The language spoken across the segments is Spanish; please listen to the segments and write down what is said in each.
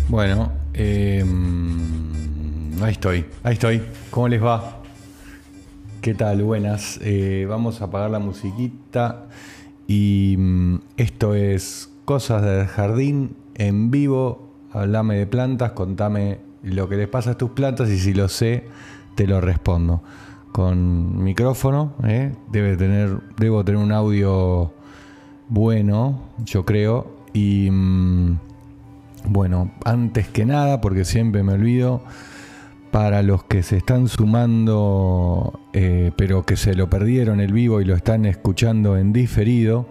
Bueno, ahí estoy. ¿Cómo les va? ¿Qué tal? Buenas. Vamos a apagar la musiquita y esto es Cosas del Jardín en vivo. Hablame de plantas, contame lo que les pasa a tus plantas y si lo sé, te lo respondo. Con micrófono, debo tener un audio bueno, yo creo. Y bueno, antes que nada, porque siempre me olvido, para los que se están sumando, pero que se lo perdieron el vivo y lo están escuchando en diferido,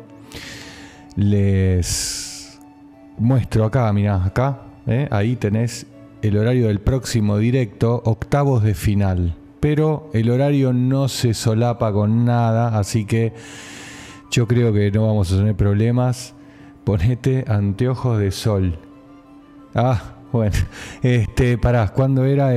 les muestro acá, mirá, acá, ahí tenés el horario del próximo directo, octavos de final. Pero el horario no se solapa con nada, así que yo creo que no vamos a tener problemas. Ponete anteojos de sol. Bueno. Pará, ¿cuándo era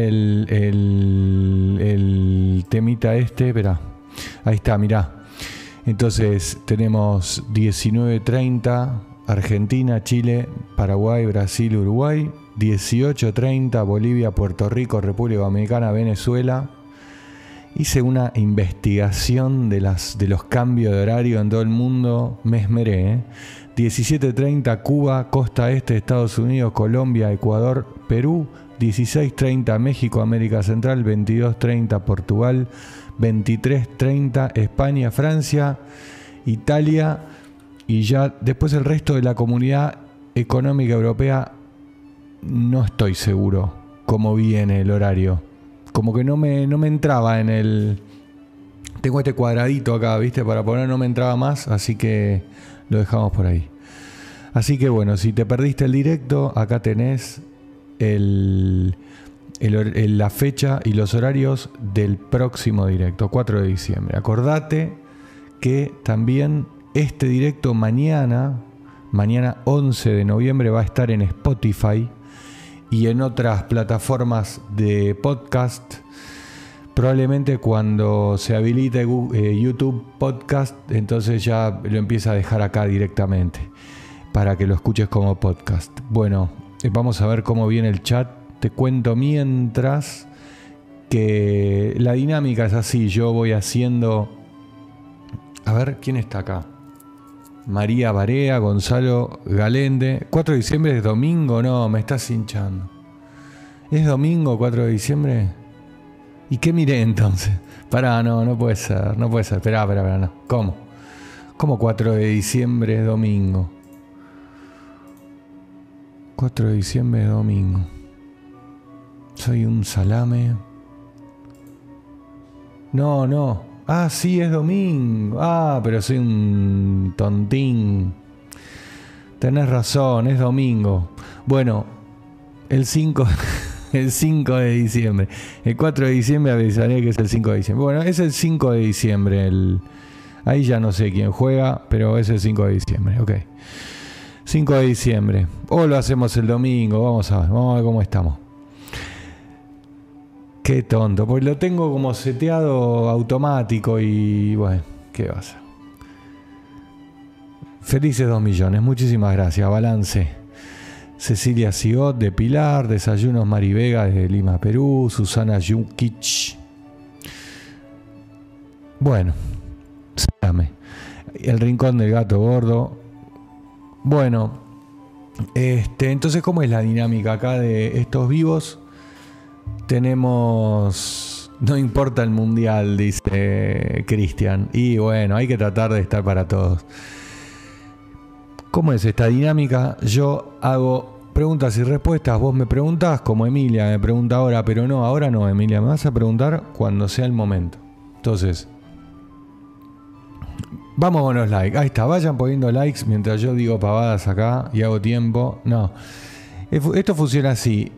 el temita este? Esperá. Ahí está, mirá. Entonces tenemos 19:30 Argentina, Chile, Paraguay, Brasil, Uruguay. 18:30 Bolivia, Puerto Rico, República Dominicana, Venezuela. Hice una investigación de los cambios de horario en todo el mundo, me esmeré. 17:30 Cuba, costa este de Estados Unidos, Colombia, Ecuador, Perú. 16:30 México, América Central. 22:30 Portugal. 23:30 España, Francia, Italia. Y ya después el resto de la Comunidad Económica Europea, no estoy seguro cómo viene el horario. Como que no me entraba en el... Tengo este cuadradito acá, ¿viste? Para poner, no me entraba más, así que lo dejamos por ahí. Así que bueno, si te perdiste el directo, acá tenés la fecha y los horarios del próximo directo, 4 de diciembre. Acordate que también este directo mañana 11 de noviembre, va a estar en Spotify y en otras plataformas de podcast. Probablemente cuando se habilite YouTube Podcast, entonces ya lo empieza a dejar acá directamente para que lo escuches como podcast. Bueno, vamos a ver cómo viene el chat. Te cuento mientras que la dinámica es así. Yo voy haciendo... A ver, ¿quién está acá? María Barea, Gonzalo Galende. 4 de diciembre es domingo, no, me estás hinchando. ¿Es domingo 4 de diciembre? ¿Y qué miré entonces? Pará, no puede ser. Esperá, no. ¿Cómo? ¿Cómo 4 de diciembre es domingo? 4 de diciembre es domingo. Soy un salame. No. Sí, es domingo. Pero soy un tontín. Tenés razón, es domingo. Bueno, el 5 de diciembre. El 4 de diciembre avisaré que es el 5 de diciembre. Bueno, es el 5 de diciembre. Ahí ya no sé quién juega, pero es el 5 de diciembre. Ok. 5 de diciembre. O lo hacemos el domingo. Vamos a ver cómo estamos. Qué tonto, porque lo tengo como seteado automático y bueno, ¿qué va a hacer? Felices 2 millones, muchísimas gracias. Balance. Cecilia Sigot de Pilar, Desayunos Mari Vega de Lima, Perú, Susana Jukic. Bueno, salame. El Rincón del Gato Gordo. Bueno, entonces, ¿cómo es la dinámica acá de estos vivos? Tenemos... No importa el mundial, dice Cristian. Y bueno, hay que tratar de estar para todos. ¿Cómo es esta dinámica? Yo hago preguntas y respuestas. Vos me preguntás, como Emilia me pregunta ahora, pero no, ahora no, Emilia. Me vas a preguntar cuando sea el momento. Entonces, vamos con los likes. Ahí está, vayan poniendo likes mientras yo digo pavadas acá y hago tiempo. No, esto funciona así.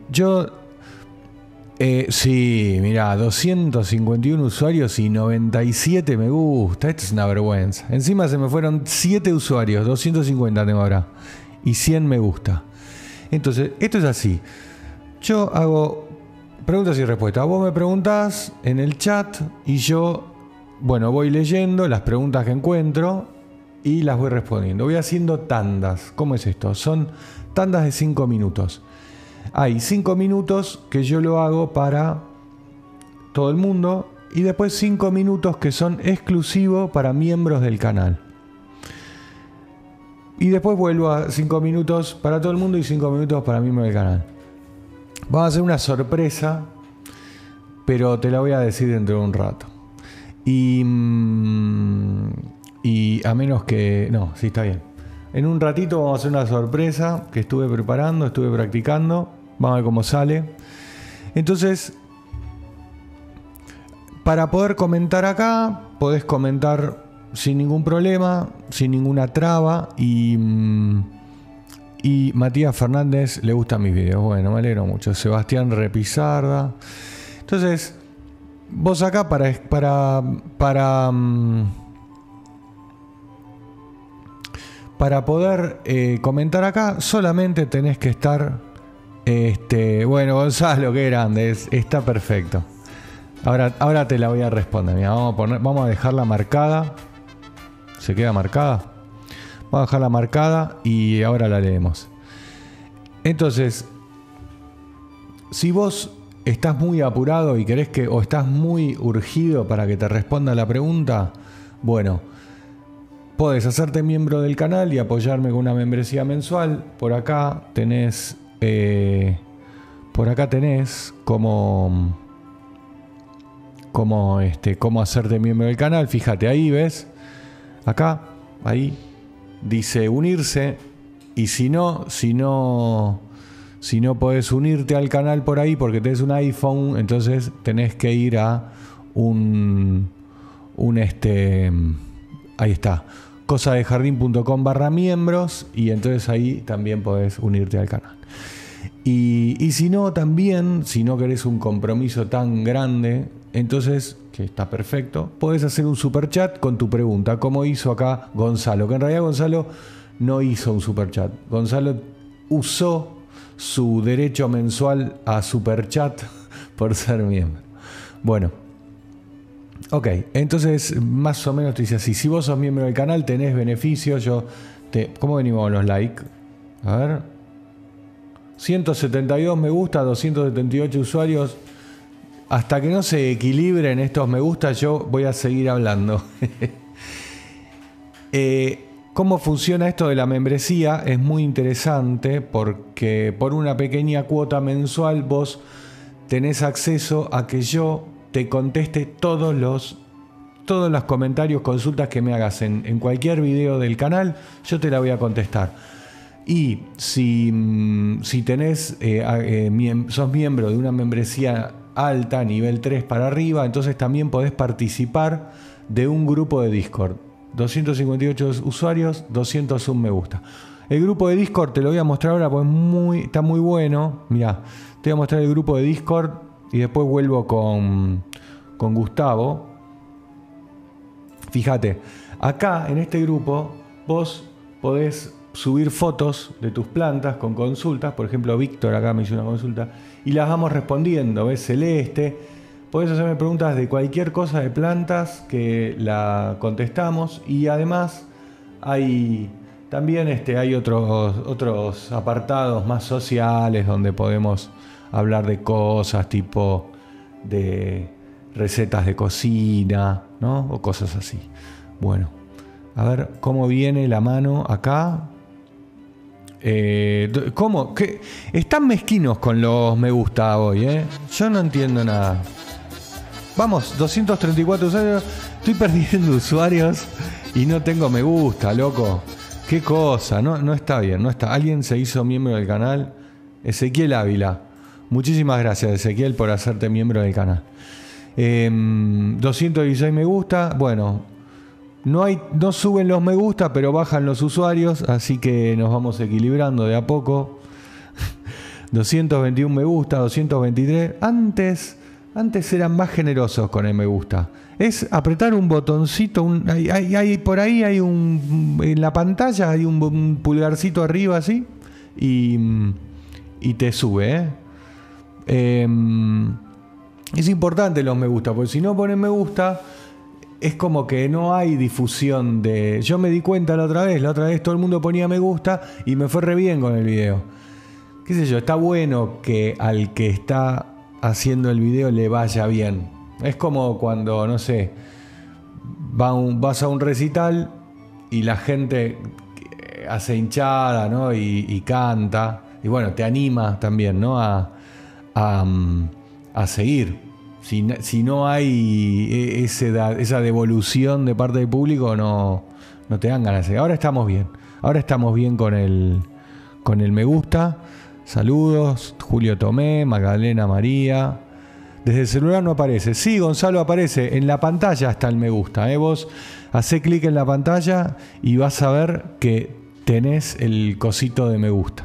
Sí, mirá, 251 usuarios y 97 me gusta. Esto es una vergüenza. Encima se me fueron 7 usuarios, 250 tengo ahora, y 100 me gusta. Entonces, esto es así. Yo hago preguntas y respuestas. Vos me preguntás en el chat y yo, voy leyendo las preguntas que encuentro y las voy respondiendo. Voy haciendo tandas. ¿Cómo es esto? Son tandas de 5 minutos. hay 5 minutos que yo lo hago para todo el mundo y después 5 minutos que son exclusivos para miembros del canal. Y después vuelvo a 5 minutos para todo el mundo y 5 minutos para miembros del canal. Vamos a hacer una sorpresa, pero te la voy a decir dentro de un rato. Y a menos que... No, sí, está bien. En un ratito vamos a hacer una sorpresa que estuve preparando, estuve practicando. Vamos a ver cómo sale. Entonces, para poder comentar acá, podés comentar sin ningún problema, sin ninguna traba. Y Matías Fernández le gustan mis videos. Bueno, me alegro mucho. Sebastián Repizarda. Entonces, vos acá para poder comentar acá, solamente tenés que estar... bueno, Gonzalo, qué grande, está perfecto. Ahora te la voy a responder. Mira, vamos a dejarla marcada. ¿Se queda marcada? Vamos a dejarla marcada y ahora la leemos. Entonces, si vos estás muy apurado y querés o estás muy urgido para que te responda la pregunta, bueno, podés hacerte miembro del canal y apoyarme con una membresía mensual. Por acá tenés cómo hacerte miembro del canal. Fíjate, ahí ves, acá, ahí dice unirse. Y si no podés unirte al canal por ahí porque tenés un iPhone, entonces tenés que ir a ahí está, cosadejardin.com/miembros, y entonces ahí también podés unirte al canal. Y si no, también, si no querés un compromiso tan grande, entonces, que está perfecto, podés hacer un superchat con tu pregunta, como hizo acá Gonzalo, que en realidad Gonzalo no hizo un superchat. Gonzalo usó su derecho mensual a superchat por ser miembro. Bueno, ok, entonces más o menos te dice así: si vos sos miembro del canal tenés beneficios. ¿Cómo venimos con los likes? A ver, 172 me gusta, 278 usuarios. Hasta que no se equilibren estos me gusta, yo voy a seguir hablando. ¿Cómo funciona esto de la membresía? Es muy interesante porque por una pequeña cuota mensual vos tenés acceso a que yo te conteste todos los comentarios, consultas que me hagas en cualquier video del canal. Yo te la voy a contestar. Y si tenés, sos miembro de una membresía alta, nivel 3 para arriba, entonces también podés participar de un grupo de Discord. 258 usuarios, 201 me gusta. El grupo de Discord te lo voy a mostrar ahora porque está muy bueno. Mirá, te voy a mostrar el grupo de Discord y después vuelvo con Gustavo. Fíjate, acá en este grupo vos podés subir fotos de tus plantas con consultas. Por ejemplo, Víctor acá me hizo una consulta y las vamos respondiendo. ¿Ves? Celeste. Podés hacerme preguntas de cualquier cosa de plantas que la contestamos. Y además hay también hay otros apartados más sociales donde podemos hablar de cosas tipo de recetas de cocina, ¿no? O cosas así. Bueno, a ver cómo viene la mano acá. ¿Cómo? ¿Qué? Están mezquinos con los me gusta hoy, ¿eh? Yo no entiendo nada. Vamos, 234 usuarios. Estoy perdiendo usuarios y no tengo me gusta, loco. Qué cosa, no está bien, no está. Alguien se hizo miembro del canal. Ezequiel Ávila. Muchísimas gracias, Ezequiel, por hacerte miembro del canal. 216 me gusta. Bueno, no suben los me gusta, pero bajan los usuarios, así que nos vamos equilibrando de a poco. 221 me gusta, 223. Antes eran más generosos con el me gusta. Es apretar un botoncito, por ahí hay en la pantalla hay un pulgarcito arriba así y te sube, es importante los me gusta, porque si no ponen me gusta es como que no hay difusión yo me di cuenta la otra vez todo el mundo ponía me gusta y me fue re bien con el video. qué sé yo, está bueno que al que está haciendo el video le vaya bien. Es como cuando, no sé, vas a un recital y la gente hace hinchada, ¿no? Y canta. Y bueno, te anima también, ¿no? A seguir. Si no hay esa devolución de parte del público, no te dan ganas de seguir. Ahora estamos bien. Ahora estamos bien con el me gusta. Saludos, Julio Tomé, Magdalena María. Desde el celular no aparece. Sí, Gonzalo, aparece. En la pantalla está el me gusta. Vos hacé clic en la pantalla y vas a ver que tenés el cosito de me gusta.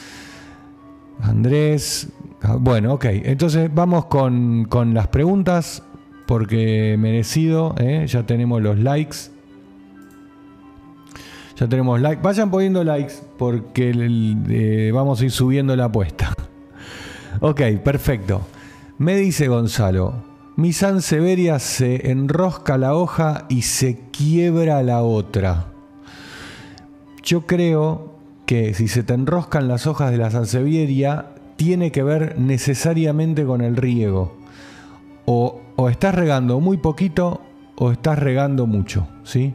Andrés. Bueno, ok. Entonces vamos con las preguntas. Porque merecido. Ya tenemos los likes. Ya tenemos likes. Vayan poniendo likes porque vamos a ir subiendo la apuesta. Ok, perfecto. Me dice Gonzalo, mi Sansevieria se enrosca la hoja y se quiebra la otra. Yo creo que si se te enroscan las hojas de la Sansevieria, tiene que ver necesariamente con el riego. O estás regando muy poquito o estás regando mucho, ¿sí?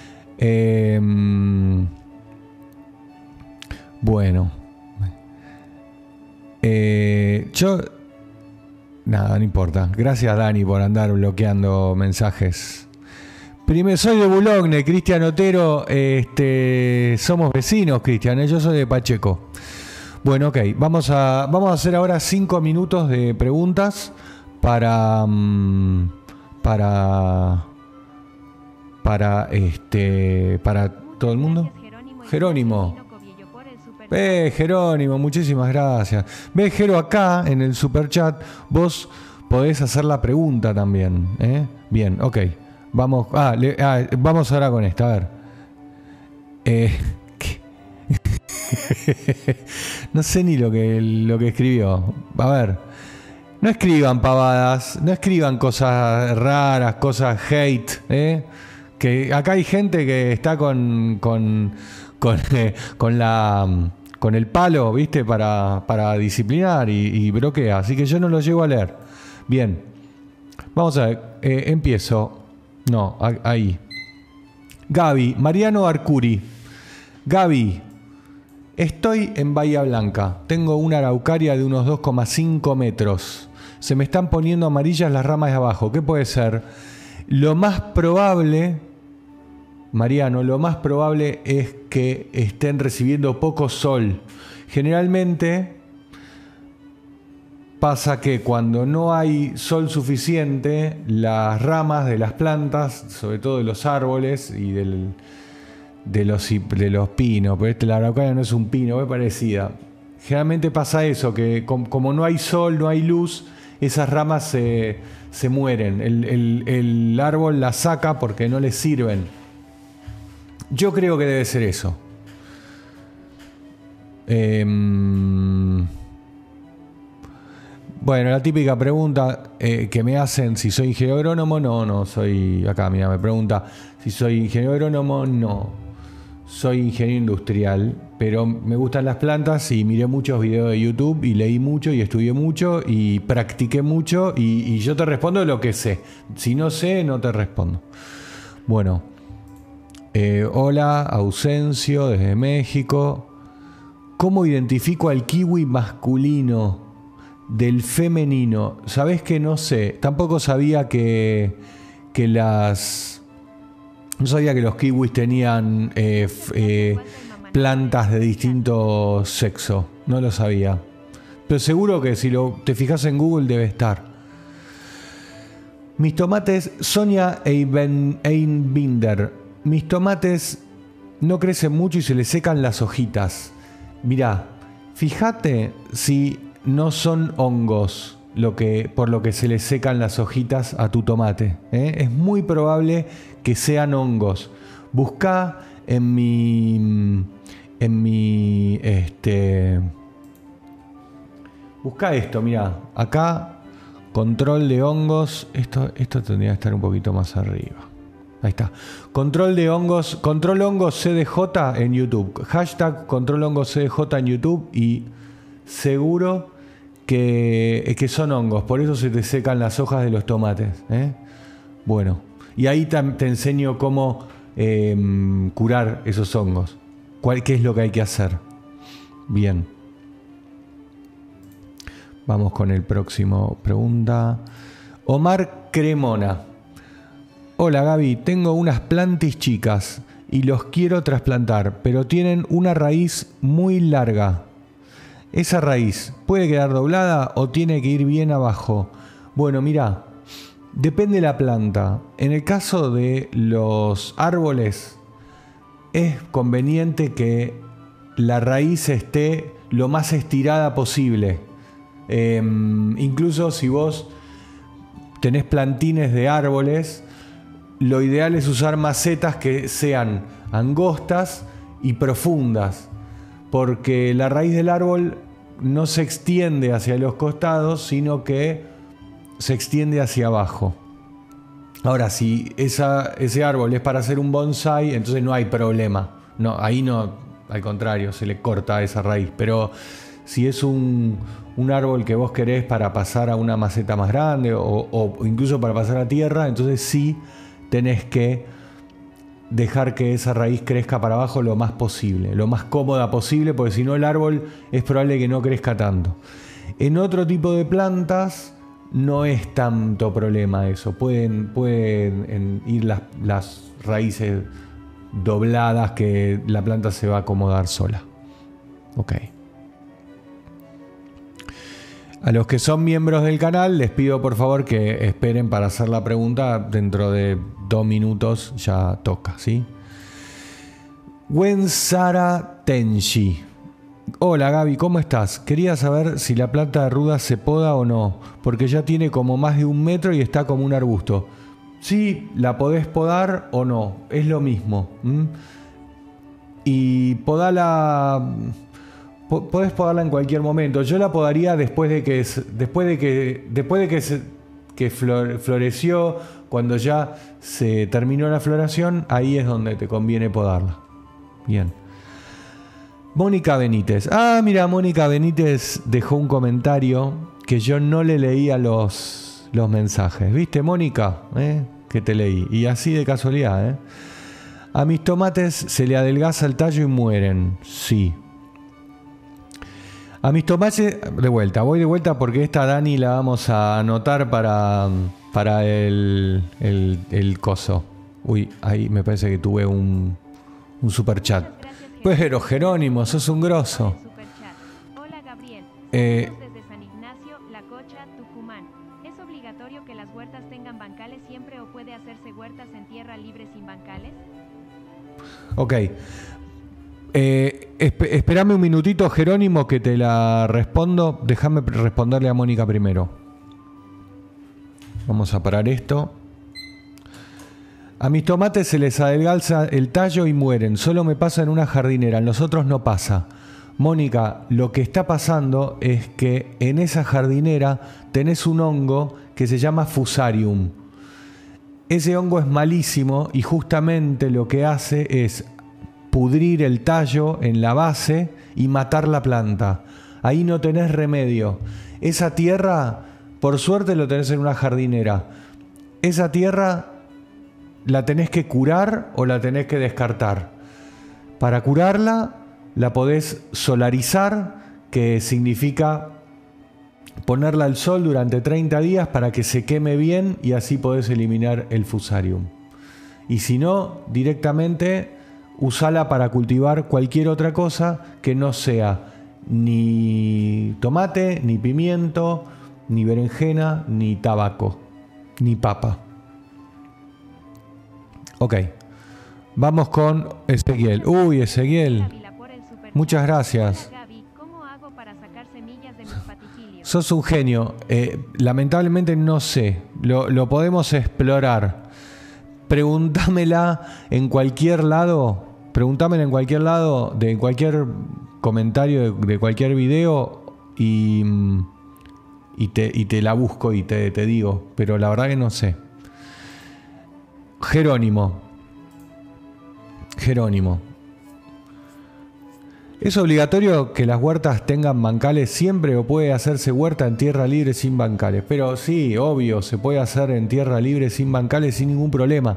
Bueno. Yo... Nada, no importa. Gracias, Dani, por andar bloqueando mensajes. Primero, soy de Boulogne, Cristian Otero. Somos vecinos, Cristian. Yo soy de Pacheco. Bueno, ok. Vamos a hacer ahora 5 minutos de preguntas para todo el mundo. Jerónimo. Jerónimo, muchísimas gracias. Ve, Jero, acá en el superchat vos podés hacer la pregunta también. Bien, ok. Vamos ahora con esta, a ver. No sé ni lo que escribió. A ver. No escriban pavadas, no escriban cosas raras, cosas hate, que acá hay gente que está con el palo, ¿viste? Para disciplinar y bloquea. Así que yo no lo llego a leer. Bien. Vamos a ver. Empiezo. No, ahí. Gaby. Mariano Arcuri. Gaby. Estoy en Bahía Blanca. Tengo una araucaria de unos 2,5 metros. Se me están poniendo amarillas las ramas de abajo. ¿Qué puede ser? Lo más probable... Mariano, lo más probable es que estén recibiendo poco sol. Generalmente pasa que cuando no hay sol suficiente, las ramas de las plantas, sobre todo de los árboles y de los pinos, pero la araucaria no es un pino, es parecida. Generalmente pasa eso, que como no hay sol, no hay luz, esas ramas se mueren. El árbol las saca porque no les sirven. Yo creo que debe ser eso. Bueno, la típica pregunta que me hacen si soy ingeniero agrónomo. No soy... Acá, mira, me pregunta si soy ingeniero agrónomo. No, soy ingeniero industrial, pero me gustan las plantas y miré muchos videos de YouTube y leí mucho y estudié mucho y practiqué mucho y yo te respondo lo que sé. Si no sé, no te respondo. Bueno. Hola, Ausencio, desde México. ¿Cómo identifico al kiwi masculino del femenino? ¿Sabés que no sé? Tampoco sabía que no sabía que los kiwis tenían plantas de distinto sexo. No lo sabía. Pero seguro que si te fijas en Google debe estar. Mis tomates, Sonia Einbinder. Mis tomates no crecen mucho y se les secan las hojitas. Mirá, fíjate si no son hongos por lo que se les secan las hojitas a tu tomate. Es muy probable que sean hongos. Buscá buscá esto, mirá. Acá, control de hongos. Esto tendría que estar un poquito más arriba. Ahí está. Control de hongos, control hongos CDJ en YouTube. Hashtag control hongos CDJ en YouTube y seguro que son hongos. Por eso se te secan las hojas de los tomates. Bueno, y ahí te enseño cómo curar esos hongos. ¿Qué es lo que hay que hacer? Bien. Vamos con el próximo pregunta. Omar Cremona. Hola Gaby, tengo unas plantis chicas y los quiero trasplantar, pero tienen una raíz muy larga. ¿Esa raíz puede quedar doblada o tiene que ir bien abajo? Bueno, mira, depende de la planta. En el caso de los árboles, es conveniente que la raíz esté lo más estirada posible. Incluso si vos tenés plantines de árboles, lo ideal es usar macetas que sean angostas y profundas, porque la raíz del árbol no se extiende hacia los costados, sino que se extiende hacia abajo. Ahora, si ese árbol es para hacer un bonsái, entonces no hay problema. No, ahí no, al contrario, se le corta esa raíz. Pero si es un árbol que vos querés para pasar a una maceta más grande o incluso para pasar a tierra, entonces sí tenés que dejar que esa raíz crezca para abajo lo más posible, lo más cómoda posible, porque si no el árbol es probable que no crezca tanto. En otro tipo de plantas no es tanto problema eso. Pueden ir las raíces dobladas, que la planta se va a acomodar sola. Ok. A los que son miembros del canal les pido por favor que esperen para hacer la pregunta. Dentro de 2 minutos ya toca, ¿sí? Wensara Tenshi. Hola Gaby, ¿cómo estás? Quería saber si la planta de ruda se poda o no, porque ya tiene como más de 1 metro y está como un arbusto. Sí, la podés podar o no, es lo mismo. Y podala... Podés podarla en cualquier momento. Yo la podaría después de que floreció, cuando ya se terminó la floración, ahí es donde te conviene podarla. Bien. Mónica Benítez. Mira, Mónica Benítez dejó un comentario que yo no le leía los mensajes. ¿Viste, Mónica? Que te leí. Y así de casualidad, A mis tomates se le adelgaza el tallo y mueren. Sí. A mis tomates, voy de vuelta porque esta Dani la vamos a anotar para el coso. Uy, ahí me parece que tuve un super chat. Pero Jerónimo, sos un grosso. Hola Gabriel, desde San Ignacio, La Cocha, Tucumán. ¿Es obligatorio que las huertas tengan bancales siempre o puede hacerse huertas en tierra libre sin bancales? Ok. Esperame un minutito, Jerónimo, que te la respondo. Déjame responderle a Mónica primero. Vamos a parar esto. A mis tomates se les adelgaza el tallo y mueren. Solo me pasa en una jardinera, en los otros no pasa. Mónica, lo que está pasando es que en esa jardinera tenés un hongo que se llama Fusarium. Ese hongo es malísimo y justamente lo que hace es pudrir el tallo en la base y matar la planta. Ahí no tenés remedio. Esa tierra, por suerte lo tenés en una jardinera. Esa tierra la tenés que curar o la tenés que descartar. Para curarla la podés solarizar, que significa ponerla al sol durante 30 días para que se queme bien y así podés eliminar el Fusarium. Y si no, directamente usala para cultivar cualquier otra cosa que no sea ni tomate, ni pimiento, ni berenjena, ni tabaco, ni papa. Ok, vamos con Ezequiel. Uy, Ezequiel, muchas gracias. ¿Cómo hago para sacar semillas de mis patigilios? Sos un genio. Lamentablemente no sé, lo podemos explorar. Pregúntamela en cualquier lado, de cualquier comentario, de cualquier video y te la busco y te digo, pero la verdad que no sé. Jerónimo. ¿Es obligatorio que las huertas tengan bancales siempre o puede hacerse huerta en tierra libre sin bancales? Pero sí, obvio, se puede hacer en tierra libre sin bancales sin ningún problema.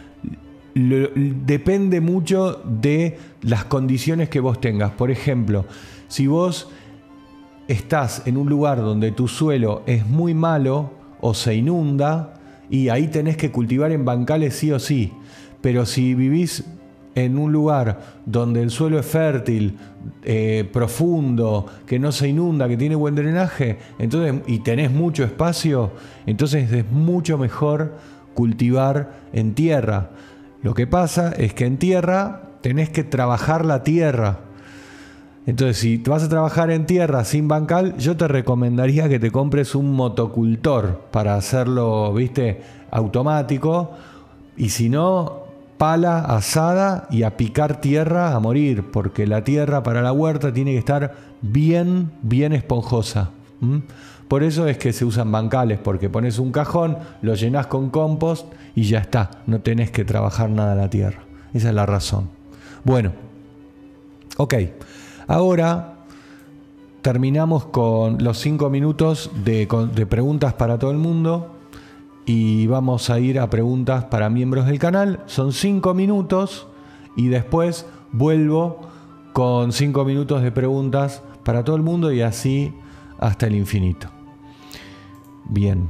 Depende mucho de las condiciones que vos tengas. Por ejemplo, si vos estás en un lugar donde tu suelo es muy malo o se inunda, y ahí tenés que cultivar en bancales sí o sí. Pero si vivís en un lugar donde el suelo es fértil, profundo, que no se inunda, que tiene buen drenaje, entonces, y tenés mucho espacio, entonces es mucho mejor cultivar en tierra. Lo que pasa es que en tierra tenés que trabajar la tierra. Entonces, si te vas a trabajar en tierra sin bancal, yo te recomendaría que te compres un motocultor para hacerlo, ¿viste?, automático. Y si no, pala, asada y a picar tierra a morir, porque la tierra para la huerta tiene que estar bien esponjosa. Por eso es que se usan bancales, porque pones un cajón, lo llenás con compost y ya está, no tenés que trabajar nada la tierra. Esa es la razón. Bueno, ok, ahora terminamos con los 5 minutos de preguntas para todo el mundo. Y vamos a ir a preguntas para miembros del canal. Son 5 minutos y después vuelvo con 5 minutos de preguntas para todo el mundo y así hasta el infinito. Bien.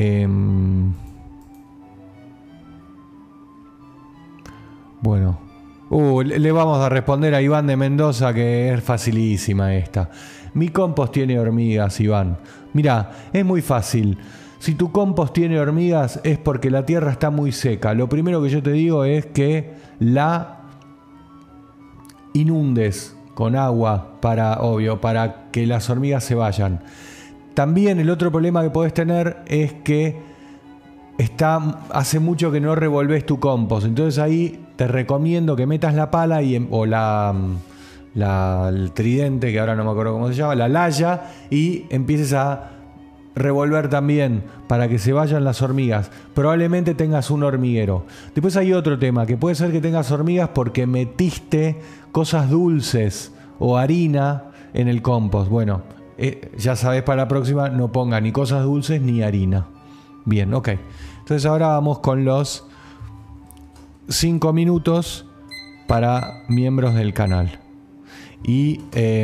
Bueno. Le vamos a responder a Iván de Mendoza, que es facilísima esta. Mi compost tiene hormigas, Iván. Mirá, es muy fácil. Si tu compost tiene hormigas es porque la tierra está muy seca. Lo primero que yo te digo es que la inundes con agua para que las hormigas se vayan. También el otro problema que podés tener es que hace mucho que no revolvés tu compost. Entonces ahí te recomiendo que metas la pala o el tridente, que ahora no me acuerdo cómo se llama, la laya, y empieces a revolver también para que se vayan las hormigas. Probablemente tengas un hormiguero. Después hay otro tema, que puede ser que tengas hormigas porque metiste cosas dulces o harina en el compost. Bueno, ya sabes, para la próxima no ponga ni cosas dulces ni harina. Bien, ok. Entonces ahora vamos con los 5 minutos para miembros del canal. Y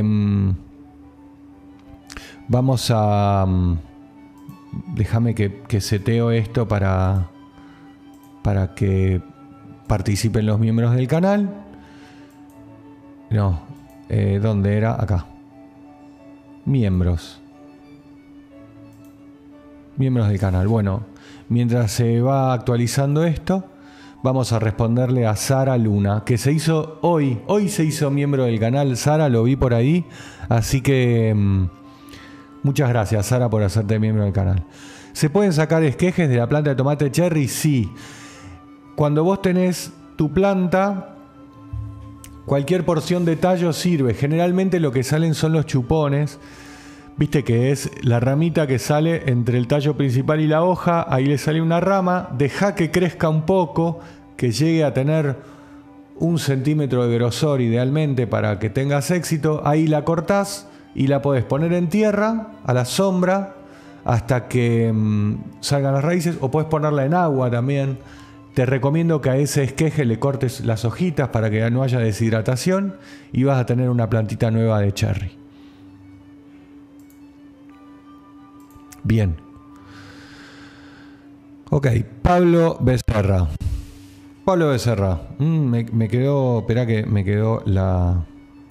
vamos a... déjame que seteo esto para que participen los miembros del canal. No, ¿dónde era? Acá. Miembros del canal. Bueno, mientras se va actualizando esto, vamos a responderle a Sara Luna, que se hizo hoy se hizo miembro del canal. Sara, lo vi por ahí, así que muchas gracias, Sara, por hacerte miembro del canal. ¿Se pueden sacar esquejes de la planta de tomate cherry? Sí. Cuando vos tenés tu planta, cualquier porción de tallo sirve. Generalmente lo que salen son los chupones. Viste que es la ramita que sale entre el tallo principal y la hoja. Ahí le sale una rama. Deja que crezca un poco, que llegue a tener 1 centímetro de grosor idealmente para que tengas éxito. Ahí la cortás y la podés poner en tierra, a la sombra, hasta que salgan las raíces, o podés ponerla en agua también. Te recomiendo que a ese esqueje le cortes las hojitas para que no haya deshidratación y vas a tener una plantita nueva de cherry. Bien. Ok, Pablo Becerra. Me quedó, espera que me quedó la...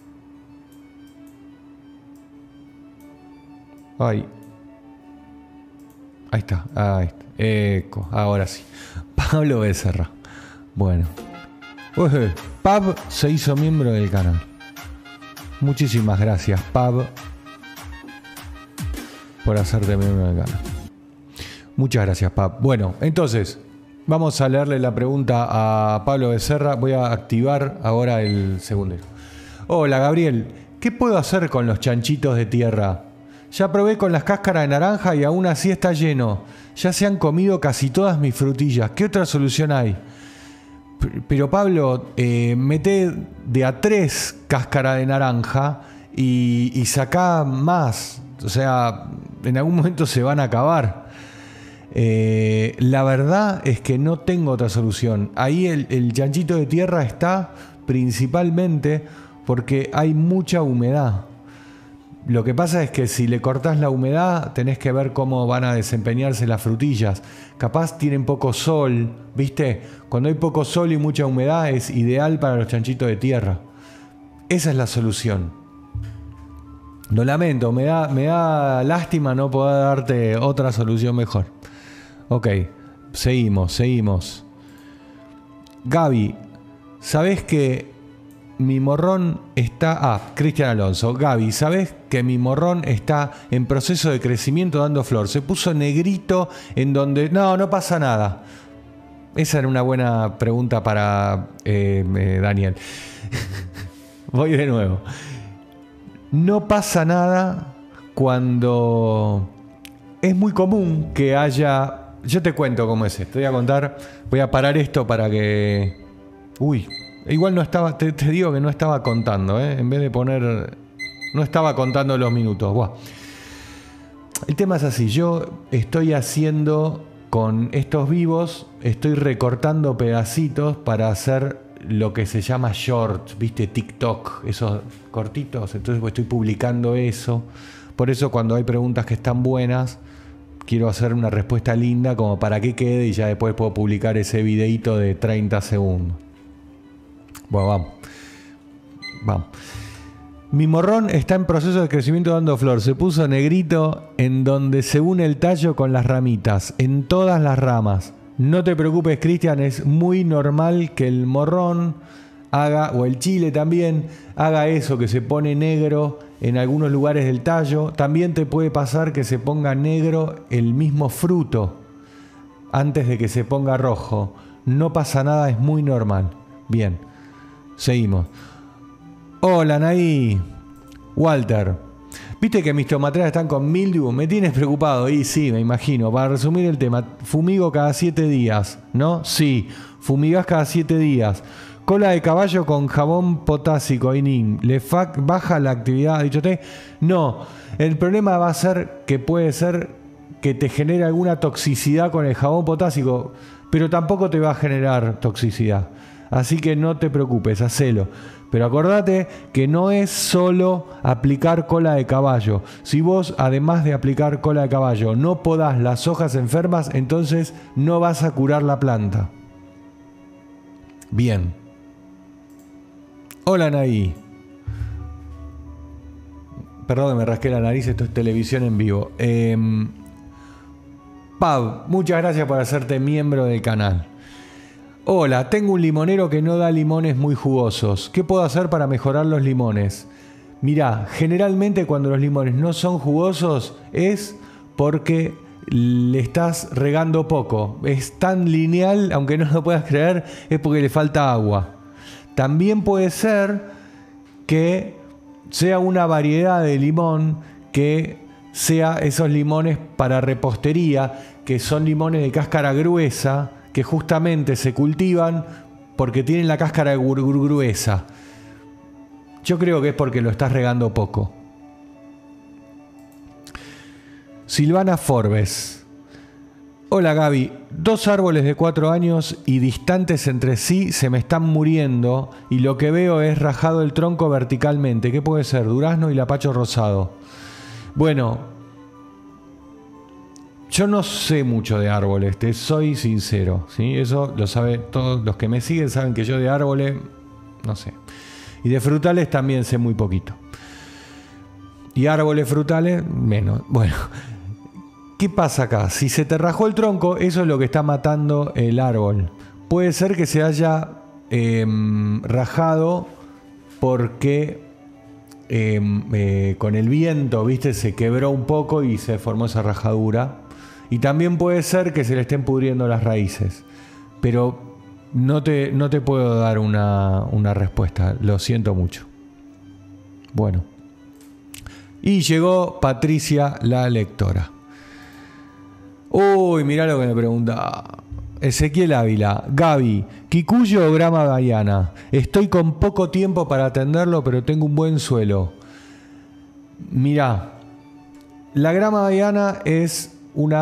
Ahí está. Eco, ahora sí. Pablo Becerra. Bueno. Pab se hizo miembro del canal. Muchísimas gracias, Pab, por hacerte miembro del canal. Muchas gracias, Pab. Bueno, entonces, vamos a leerle la pregunta a Pablo Becerra. Voy a activar ahora el segundero. Hola, Gabriel. ¿Qué puedo hacer con los chanchitos de tierra? Ya probé con las cáscaras de naranja y aún así está lleno. Ya se han comido casi todas mis frutillas. ¿Qué otra solución hay? Pero Pablo, mete de a 3 cáscara de naranja y sacá más. O sea, en algún momento se van a acabar. La verdad es que no tengo otra solución. Ahí el chanchito de tierra está principalmente porque hay mucha humedad. Lo que pasa es que si le cortás la humedad, tenés que ver cómo van a desempeñarse las frutillas. Capaz tienen poco sol, ¿viste? Cuando hay poco sol y mucha humedad es ideal para los chanchitos de tierra. Esa es la solución. Lo lamento, me da lástima no poder darte otra solución mejor. Ok, seguimos. Gaby, ¿sabés que mi morrón está... Cristian Alonso. Gaby, ¿sabés que mi morrón está en proceso de crecimiento dando flor? Se puso negrito en donde... No pasa nada. Esa era una buena pregunta para Daniel. Voy de nuevo. No pasa nada cuando... Es muy común que haya... Yo te cuento cómo es esto. Voy a parar esto para que... Igual no estaba, te digo que no estaba contando, en vez de poner, no estaba contando los minutos. Buah. El tema es así, yo estoy haciendo con estos vivos, estoy recortando pedacitos para hacer lo que se llama short, ¿viste? TikTok, esos cortitos, entonces estoy publicando eso. Por eso cuando hay preguntas que están buenas, quiero hacer una respuesta linda como para que quede y ya después puedo publicar ese videito de 30 segundos. Bueno, vamos. Mi morrón está en proceso de crecimiento dando flor. Se puso negrito en donde se une el tallo con las ramitas, en todas las ramas. No te preocupes, Cristian, es muy normal que el morrón haga, o el chile también, haga eso, que se pone negro en algunos lugares del tallo. También te puede pasar que se ponga negro el mismo fruto antes de que se ponga rojo. No pasa nada, es muy normal. Bien. Seguimos. Hola, Anaí. Walter. ¿Viste que mis tomateras están con mildew? Me tienes preocupado. Y sí, me imagino. Para resumir el tema, fumigo cada 7 días, ¿no? Sí, fumigás cada 7 días. Cola de caballo con jabón potásico y NIM. ¿Le baja la actividad? ¿Dicho usted? No. El problema va a ser que puede ser que te genere alguna toxicidad con el jabón potásico, pero tampoco te va a generar toxicidad. Así que no te preocupes, hacelo. Pero acordate que no es solo aplicar cola de caballo. Si vos, además de aplicar cola de caballo, no podás las hojas enfermas, entonces no vas a curar la planta. Bien. Hola, Anaí. Perdón, me rasqué la nariz, esto es televisión en vivo. Pav, muchas gracias por hacerte miembro del canal. Hola, tengo un limonero que no da limones muy jugosos. ¿Qué puedo hacer para mejorar los limones? Mirá, generalmente cuando los limones no son jugosos es porque le estás regando poco. Es tan lineal, aunque no lo puedas creer, es porque le falta agua. También puede ser que sea una variedad de limón que sea esos limones para repostería, que son limones de cáscara gruesa, que justamente se cultivan porque tienen la cáscara gruesa. Yo creo que es porque lo estás regando poco. Silvana Forbes. Hola, Gaby. 2 árboles de 4 años y distantes entre sí se me están muriendo y lo que veo es rajado el tronco verticalmente. ¿Qué puede ser? Durazno y lapacho rosado. Bueno, yo no sé mucho de árboles, te soy sincero, ¿sí? Eso lo saben todos los que me siguen, saben que yo de árboles, no sé. Y de frutales también sé muy poquito. Y árboles frutales, menos. Bueno, ¿qué pasa acá? Si se te rajó el tronco, eso es lo que está matando el árbol. Puede ser que se haya rajado porque con el viento, ¿viste? Se quebró un poco y se formó esa rajadura. Y también puede ser que se le estén pudriendo las raíces. Pero no te puedo dar una respuesta. Lo siento mucho. Bueno. Y llegó Patricia, la lectora. Uy, mirá lo que me pregunta. Ezequiel Ávila, Gaby, Kikuyo o grama baiana. Estoy con poco tiempo para atenderlo, pero tengo un buen suelo. Mirá, la grama baiana es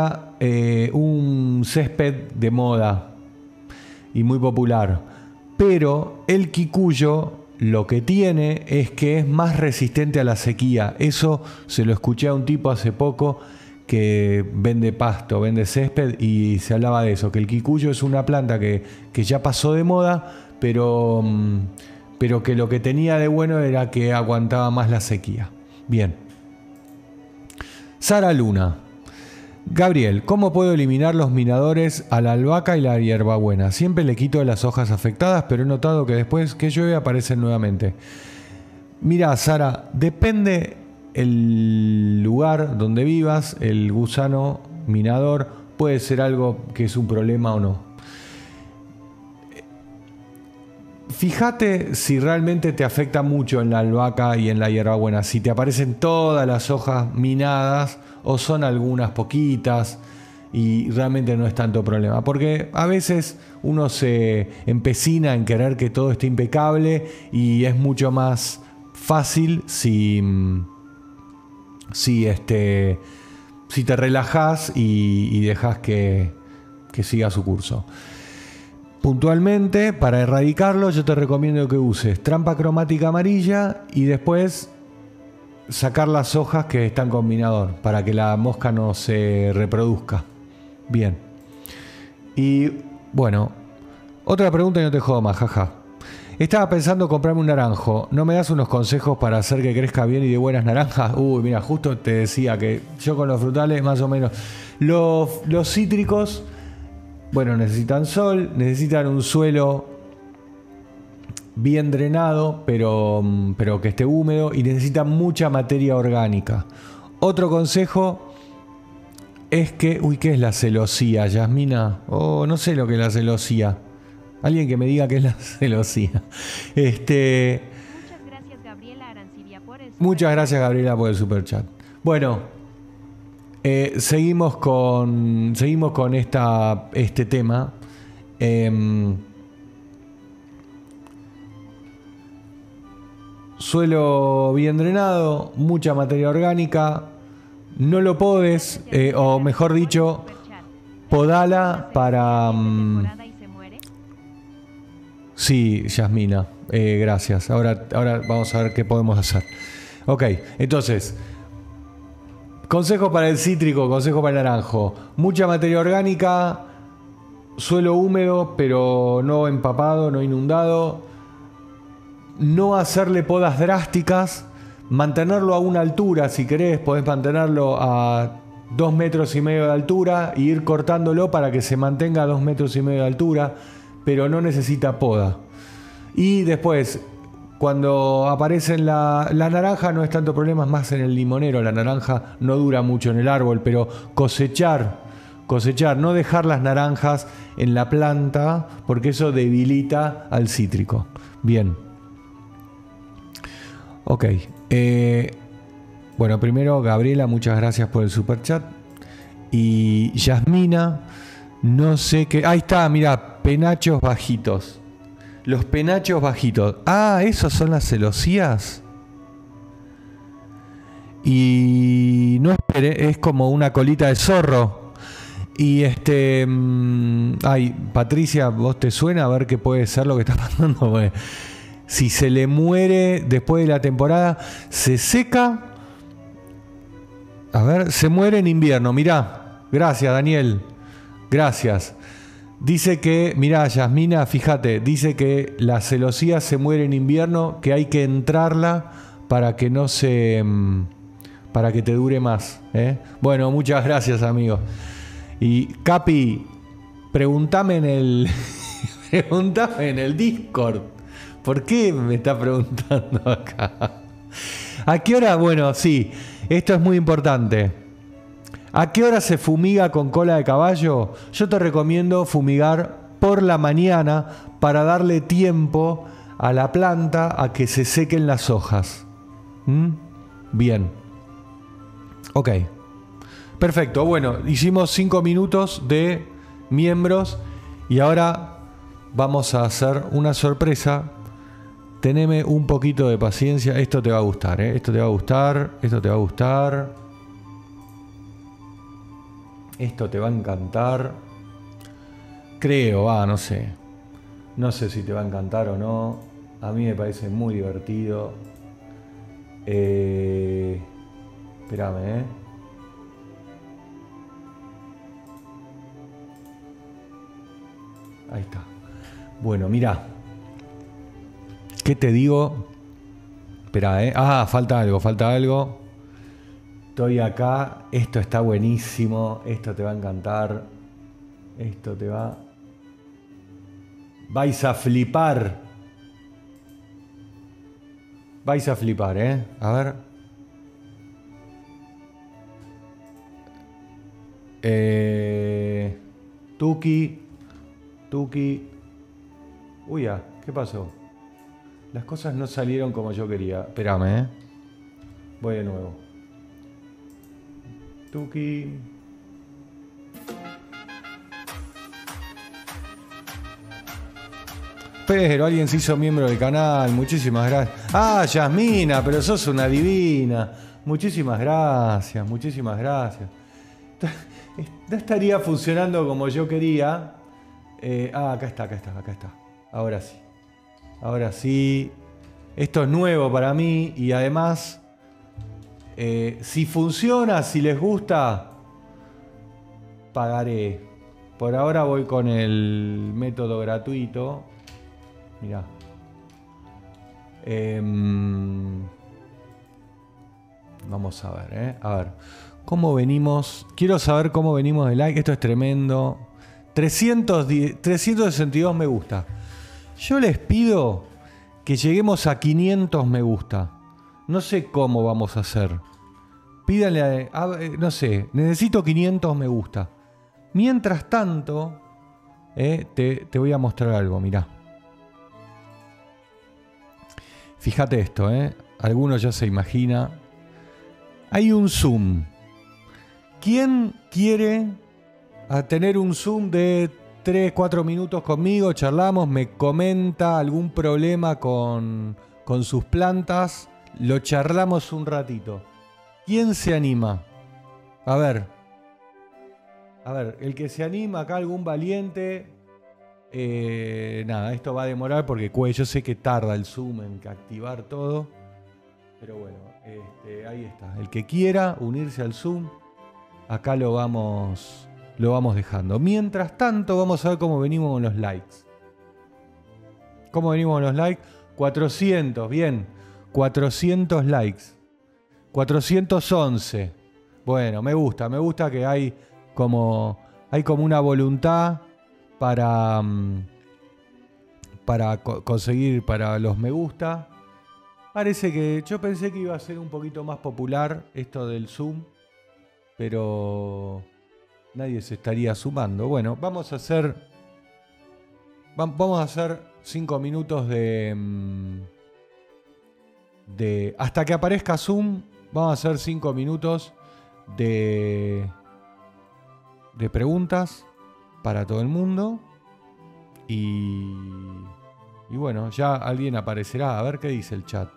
un césped de moda y muy popular, pero el Kikuyo lo que tiene es que es más resistente a la sequía. Eso se lo escuché a un tipo hace poco que vende pasto, vende césped, y se hablaba de eso, que el Kikuyo es una planta que ya pasó de moda, pero que lo que tenía de bueno era que aguantaba más la sequía. Bien. Sara Luna. Gabriel, ¿cómo puedo eliminar los minadores a la albahaca y la hierbabuena? Siempre le quito las hojas afectadas, pero he notado que después que llueve aparecen nuevamente. Mira, Sara, depende el lugar donde vivas, el gusano minador puede ser algo que es un problema o no. Fíjate si realmente te afecta mucho en la albahaca y en la hierbabuena, si te aparecen todas las hojas minadas o son algunas poquitas y realmente no es tanto problema, porque a veces uno se empecina en querer que todo esté impecable y es mucho más fácil si te relajas y dejas que siga su curso. Puntualmente, para erradicarlo, yo te recomiendo que uses trampa cromática amarilla y después sacar las hojas que están con minador para que la mosca no se reproduzca. Bien. Y bueno, otra pregunta y no te jodo más, jaja. Estaba pensando comprarme un naranjo. ¿No me das unos consejos para hacer que crezca bien y de buenas naranjas? Uy, mira, justo te decía que yo con los frutales más o menos. Los cítricos, bueno, necesitan sol, necesitan un suelo bien drenado, pero que esté húmedo, y necesitan mucha materia orgánica. Otro consejo es que... Uy, ¿qué es la celosía, Yasmina? Oh, no sé lo que es la celosía. Alguien que me diga qué es la celosía. Muchas gracias, Gabriela Arancibia, por el Muchas gracias, Gabriela, por el superchat. Bueno, seguimos con este tema. Suelo bien drenado, mucha materia orgánica. No lo podes, o mejor dicho, podala para... Sí, Yasmina, gracias. Ahora vamos a ver qué podemos hacer. Ok, entonces, consejo para el cítrico, consejo para el naranjo. Mucha materia orgánica, suelo húmedo, pero no empapado, no inundado. No hacerle podas drásticas. Mantenerlo a una altura, si querés, podés mantenerlo a 2,5 metros de altura e ir cortándolo para que se mantenga a 2,5 metros de altura, pero no necesita poda. Y después, cuando aparece la naranja, no es tanto problema, es más en el limonero. La naranja no dura mucho en el árbol, pero cosechar, no dejar las naranjas en la planta, porque eso debilita al cítrico. Bien. Ok. Bueno, primero, Gabriela, muchas gracias por el superchat. Y Yasmina, no sé qué... Ahí está, mira, penachos bajitos. Los penachos bajitos. Ah, ¿esos son las celosías? Y no esperé, es como una colita de zorro. Y ay, Patricia, ¿vos te suena? A ver qué puede ser lo que está pasando. Pues, si se le muere después de la temporada, se seca. A ver, se muere en invierno. Mirá, gracias, Daniel. Gracias. Dice que, mirá, Yasmina, fíjate, dice que la celosía se muere en invierno, que hay que entrarla para que no se... para que te dure más. Bueno, muchas gracias, amigo. Y Capi, pregúntame en el Discord. ¿Por qué me está preguntando acá? ¿A qué hora? Bueno, sí, esto es muy importante. ¿A qué hora se fumiga con cola de caballo? Yo te recomiendo fumigar por la mañana para darle tiempo a la planta a que se sequen las hojas. Bien. Ok. Perfecto. Bueno, hicimos 5 minutos de miembros Y ahora vamos a hacer una sorpresa. Teneme un poquito de paciencia. Esto te va a gustar, ¿eh? Esto te va a gustar. Esto te va a gustar. Esto te va a encantar. Creo, no sé. No sé si te va a encantar o no. A mí me parece muy divertido. Espérame, Ahí está. Bueno, mira. ¿Qué te digo? Espera, falta algo. Estoy acá. Esto está buenísimo. Esto te va a encantar. Esto te va... Vais a flipar. Vais a flipar, A ver. Tuki. Uy, ¿qué pasó? Las cosas no salieron como yo quería. Espérame, Voy de nuevo. Tuki. Pero alguien se hizo miembro del canal. Muchísimas gracias. Yasmina, pero sos una divina. Muchísimas gracias. No estaría funcionando como yo quería. Acá está. Ahora sí. Esto es nuevo para mí y además, si funciona, si les gusta, pagaré. Por ahora voy con el método gratuito. Mirá. Vamos a ver, A ver. ¿Cómo venimos? Quiero saber cómo venimos de like. Esto es tremendo. 362 me gusta. Yo les pido que lleguemos a 500 me gusta. No sé cómo vamos a hacer. Pídanle no sé. Necesito 500 me gusta. Mientras tanto, te voy a mostrar algo. Mirá. Fíjate esto, Algunos ya se imagina. Hay un Zoom. ¿Quién quiere tener un Zoom de 3-4 minutos conmigo? Charlamos, me comenta algún problema con sus plantas. Lo charlamos un ratito. ¿Quién se anima? A ver, el que se anima acá, algún valiente. Nada, esto va a demorar porque yo sé que tarda el Zoom en activar todo. Pero bueno, ahí está. El que quiera unirse al Zoom, acá lo vamos dejando. Mientras tanto, vamos a ver cómo venimos con los likes. 400, bien. 400 likes. 411. Bueno, me gusta que hay como una voluntad para conseguir para los me gusta. Parece que yo pensé que iba a ser un poquito más popular esto del Zoom, pero nadie se estaría sumando. Bueno, vamos a hacer 5 minutos de hasta que aparezca Zoom. Vamos a hacer 5 minutos de preguntas para todo el mundo. Y bueno, ya alguien aparecerá. A ver qué dice el chat.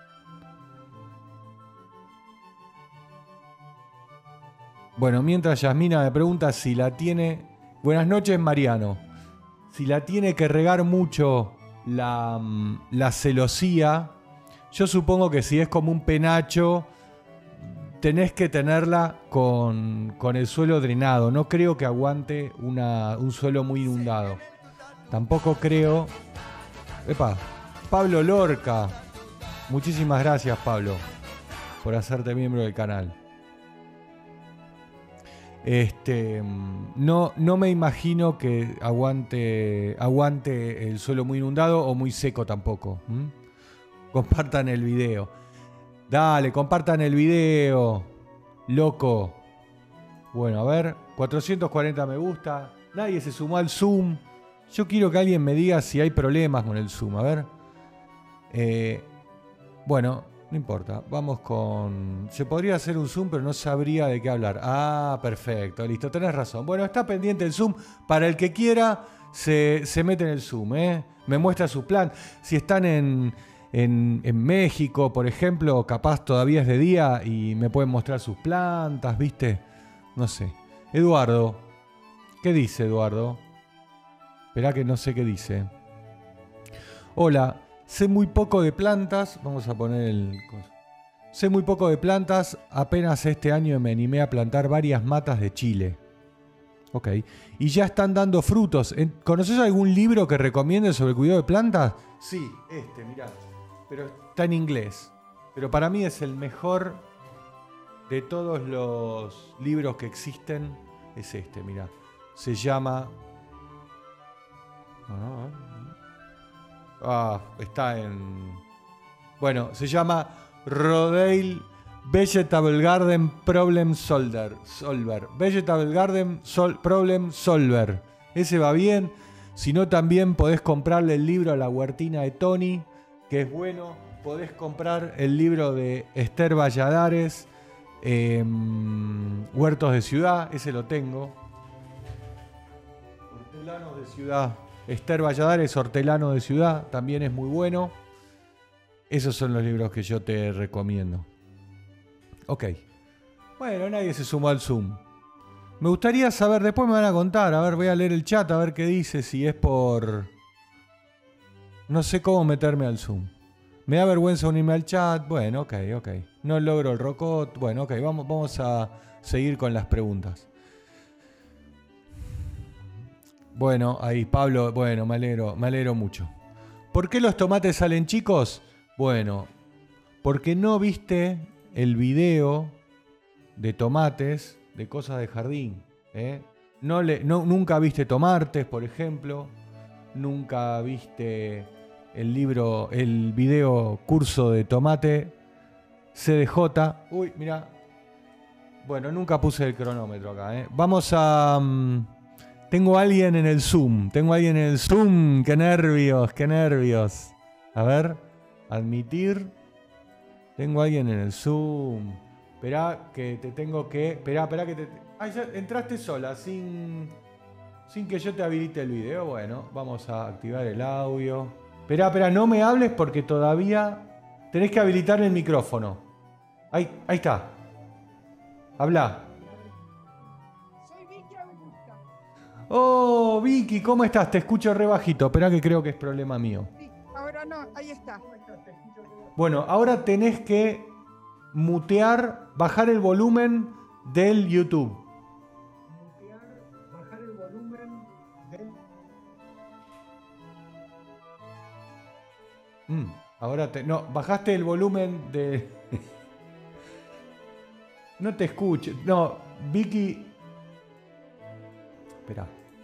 Bueno, mientras Yasmina me pregunta si la tiene... Buenas noches, Mariano. Si la tiene que regar mucho la celosía, yo supongo que si es como un penacho, tenés que tenerla con el suelo drenado. No creo que aguante un suelo muy inundado. Tampoco creo... Pablo Lorca. Muchísimas gracias, Pablo, por hacerte miembro del canal. No me imagino que aguante el suelo muy inundado o muy seco tampoco. Compartan el video. Dale, compartan el video. Loco. Bueno, a ver. 440 me gusta. Nadie se sumó al Zoom. Yo quiero que alguien me diga si hay problemas con el Zoom. A ver. Bueno, No importa, vamos con... Se podría hacer un Zoom, pero no sabría de qué hablar. Ah, perfecto, listo, tenés razón. Bueno, está pendiente el Zoom. Para el que quiera, se mete en el Zoom, ¿eh? Me muestra su plan. Si están en México, por ejemplo, capaz todavía es de día y me pueden mostrar sus plantas, ¿viste? No sé. Eduardo, ¿qué dice Eduardo? Esperá que no sé qué dice. Hola. Sé muy poco de plantas, vamos a poner el... Sé muy poco de plantas, apenas este año me animé a plantar varias matas de chile. Ok, y ya están dando frutos. ¿Conoces algún libro que recomiendes sobre el cuidado de plantas? Sí, mirá, pero está en inglés. Pero para mí es el mejor de todos los libros que existen, es mirá. Se llama... está en... Bueno, se llama Rodale Vegetable Garden Problem Solver. Vegetable Garden Problem Solver. Ese va bien. Si no, también podés comprarle el libro a la huertina de Tony, que es bueno. Podés comprar el libro de Esther Valladares, Huertos de Ciudad. Ese lo tengo. Hortelanos de Ciudad. Esther Valladares, Hortelano de Ciudad, también es muy bueno. Esos son los libros que yo te recomiendo. Ok. Bueno, nadie se sumó al Zoom. Me gustaría saber, después me van a contar, a ver, voy a leer el chat, a ver qué dice, si es por... No sé cómo meterme al Zoom. Me da vergüenza unirme al chat, bueno, ok. No logro el rocot, bueno, ok, vamos a seguir con las preguntas. Bueno, ahí Pablo, bueno, me alegro mucho. ¿Por qué los tomates salen chicos? Bueno, porque no viste el video de tomates, de cosas de jardín. Nunca viste tomates, por ejemplo. Nunca viste el video curso de tomate CDJ. Uy, mira. Bueno, nunca puse el cronómetro acá. Vamos a... Tengo a alguien en el Zoom. ¡Qué nervios! A ver, admitir. Tengo a alguien en el Zoom. Esperá que te tengo que... Esperá que te... Ay, ya entraste sola, sin que yo te habilite el video. Bueno, vamos a activar el audio. Esperá, no me hables porque todavía tenés que habilitar el micrófono. Ahí está. Habla. Oh, Vicky, ¿cómo estás? Te escucho re bajito. Esperá que creo que es problema mío. Sí, ahora no, ahí está. Bueno, ahora tenés que mutear, bajar el volumen del YouTube. Ahora no, bajaste el volumen de... No te escucho. No, Vicky... Espera.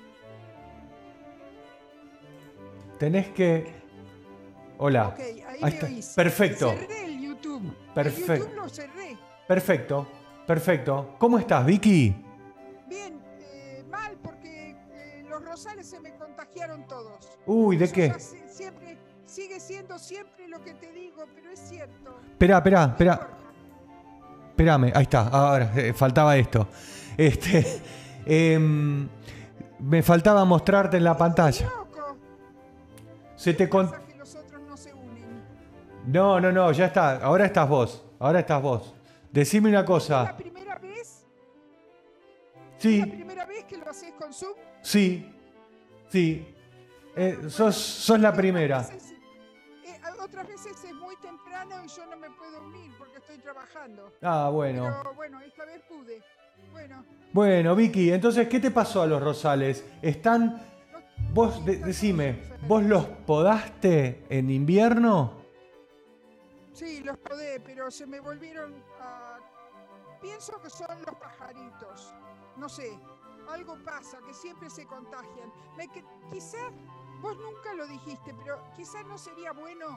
Tenés que... Hola. Ok, ahí está. me oís. Perfecto. Cerré el YouTube. Perfecto. El YouTube lo cerré. Perfecto. ¿Cómo estás, Vicky? Bien, mal porque los rosales se me contagiaron todos. Uy, ¿de eso qué? Sigue siendo siempre lo que te digo, pero es cierto. Espera. Espérame, ahí está. Ahora, faltaba esto. Me faltaba mostrarte en la pantalla. Loco. Se te pasa que los otros no se unen. No, ya está. Ahora estás vos. Decime una cosa. ¿Es la primera vez? Sí. ¿Es la primera vez que lo haces con Zoom? Sí. Sos la primera. Otras veces es muy temprano y yo no me puedo unir porque estoy trabajando. Ah, bueno. Pero bueno, esta vez pude. Bueno, Vicky, entonces, ¿qué te pasó a los rosales? ¿Están... Vos, decime, ¿vos los podaste en invierno? Sí, los podé, pero se me volvieron a... Pienso que son los pajaritos. No sé, algo pasa, que siempre se contagian. Quizá, vos nunca lo dijiste, pero quizá no sería bueno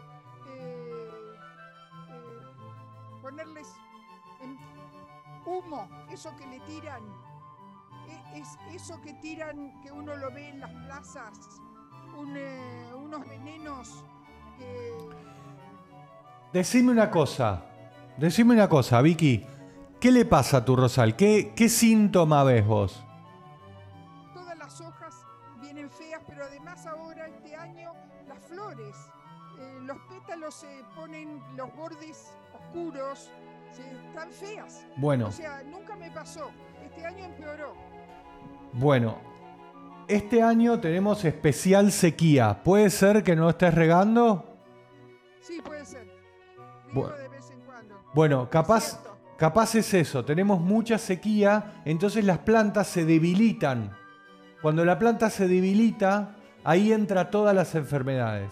ponerles humo, eso que le tiran. Es eso que tiran, que uno lo ve en las plazas, unos venenos Decime una cosa, Vicky. ¿Qué le pasa a tu rosal? ¿Qué síntoma ves vos? Todas las hojas vienen feas, pero además ahora, este año, las flores, los pétalos se ponen, los bordes oscuros, están feas. Bueno. O sea, nunca me pasó. Este año empeoró. Bueno, este año tenemos especial sequía. ¿Puede ser que no estés regando? Sí, puede ser. Riego de vez en cuando. Bueno, capaz es eso. Tenemos mucha sequía, entonces las plantas se debilitan. Cuando la planta se debilita, ahí entra todas las enfermedades.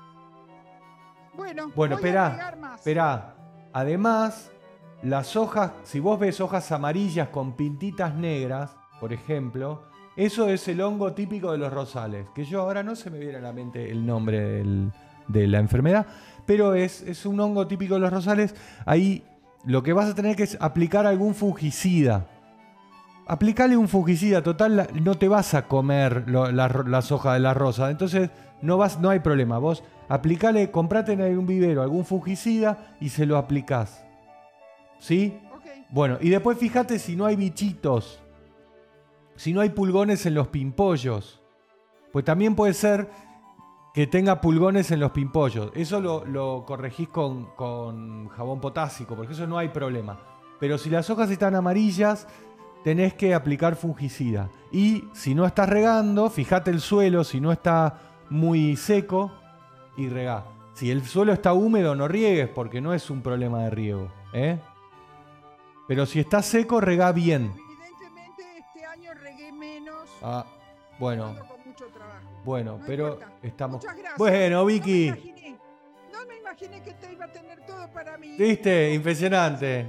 Bueno, esperá. Además, las hojas, si vos ves hojas amarillas con pintitas negras, por ejemplo, eso es el hongo típico de los rosales, que yo ahora no se me viene a la mente el nombre de la enfermedad, pero es un hongo típico de los rosales. Ahí lo que vas a tener que es aplicar algún fungicida. Aplicale un fungicida, total, no te vas a comer las hojas de la rosa, entonces no hay problema. Vos aplicale, comprate en algún vivero algún fungicida y se lo aplicás. ¿Sí? Okay. Bueno, y después fíjate si no hay bichitos, si no hay pulgones en los pimpollos. Pues también puede ser que tenga pulgones en los pimpollos. Eso lo corregís con jabón potásico, porque eso no hay problema. Pero si las hojas están amarillas, tenés que aplicar fungicida. Y si no estás regando, fíjate el suelo, si no está muy seco, y regá. Si el suelo está húmedo, no riegues, porque no es un problema de riego, ¿eh? Pero si está seco, regá bien. Evidentemente este año regué menos. Bueno. Con mucho trabajo. Bueno, no pero importa. estamos... Muchas gracias. Bueno, Vicky. No me imaginé que te iba a tener todo para mí. ¿Viste? Impresionante.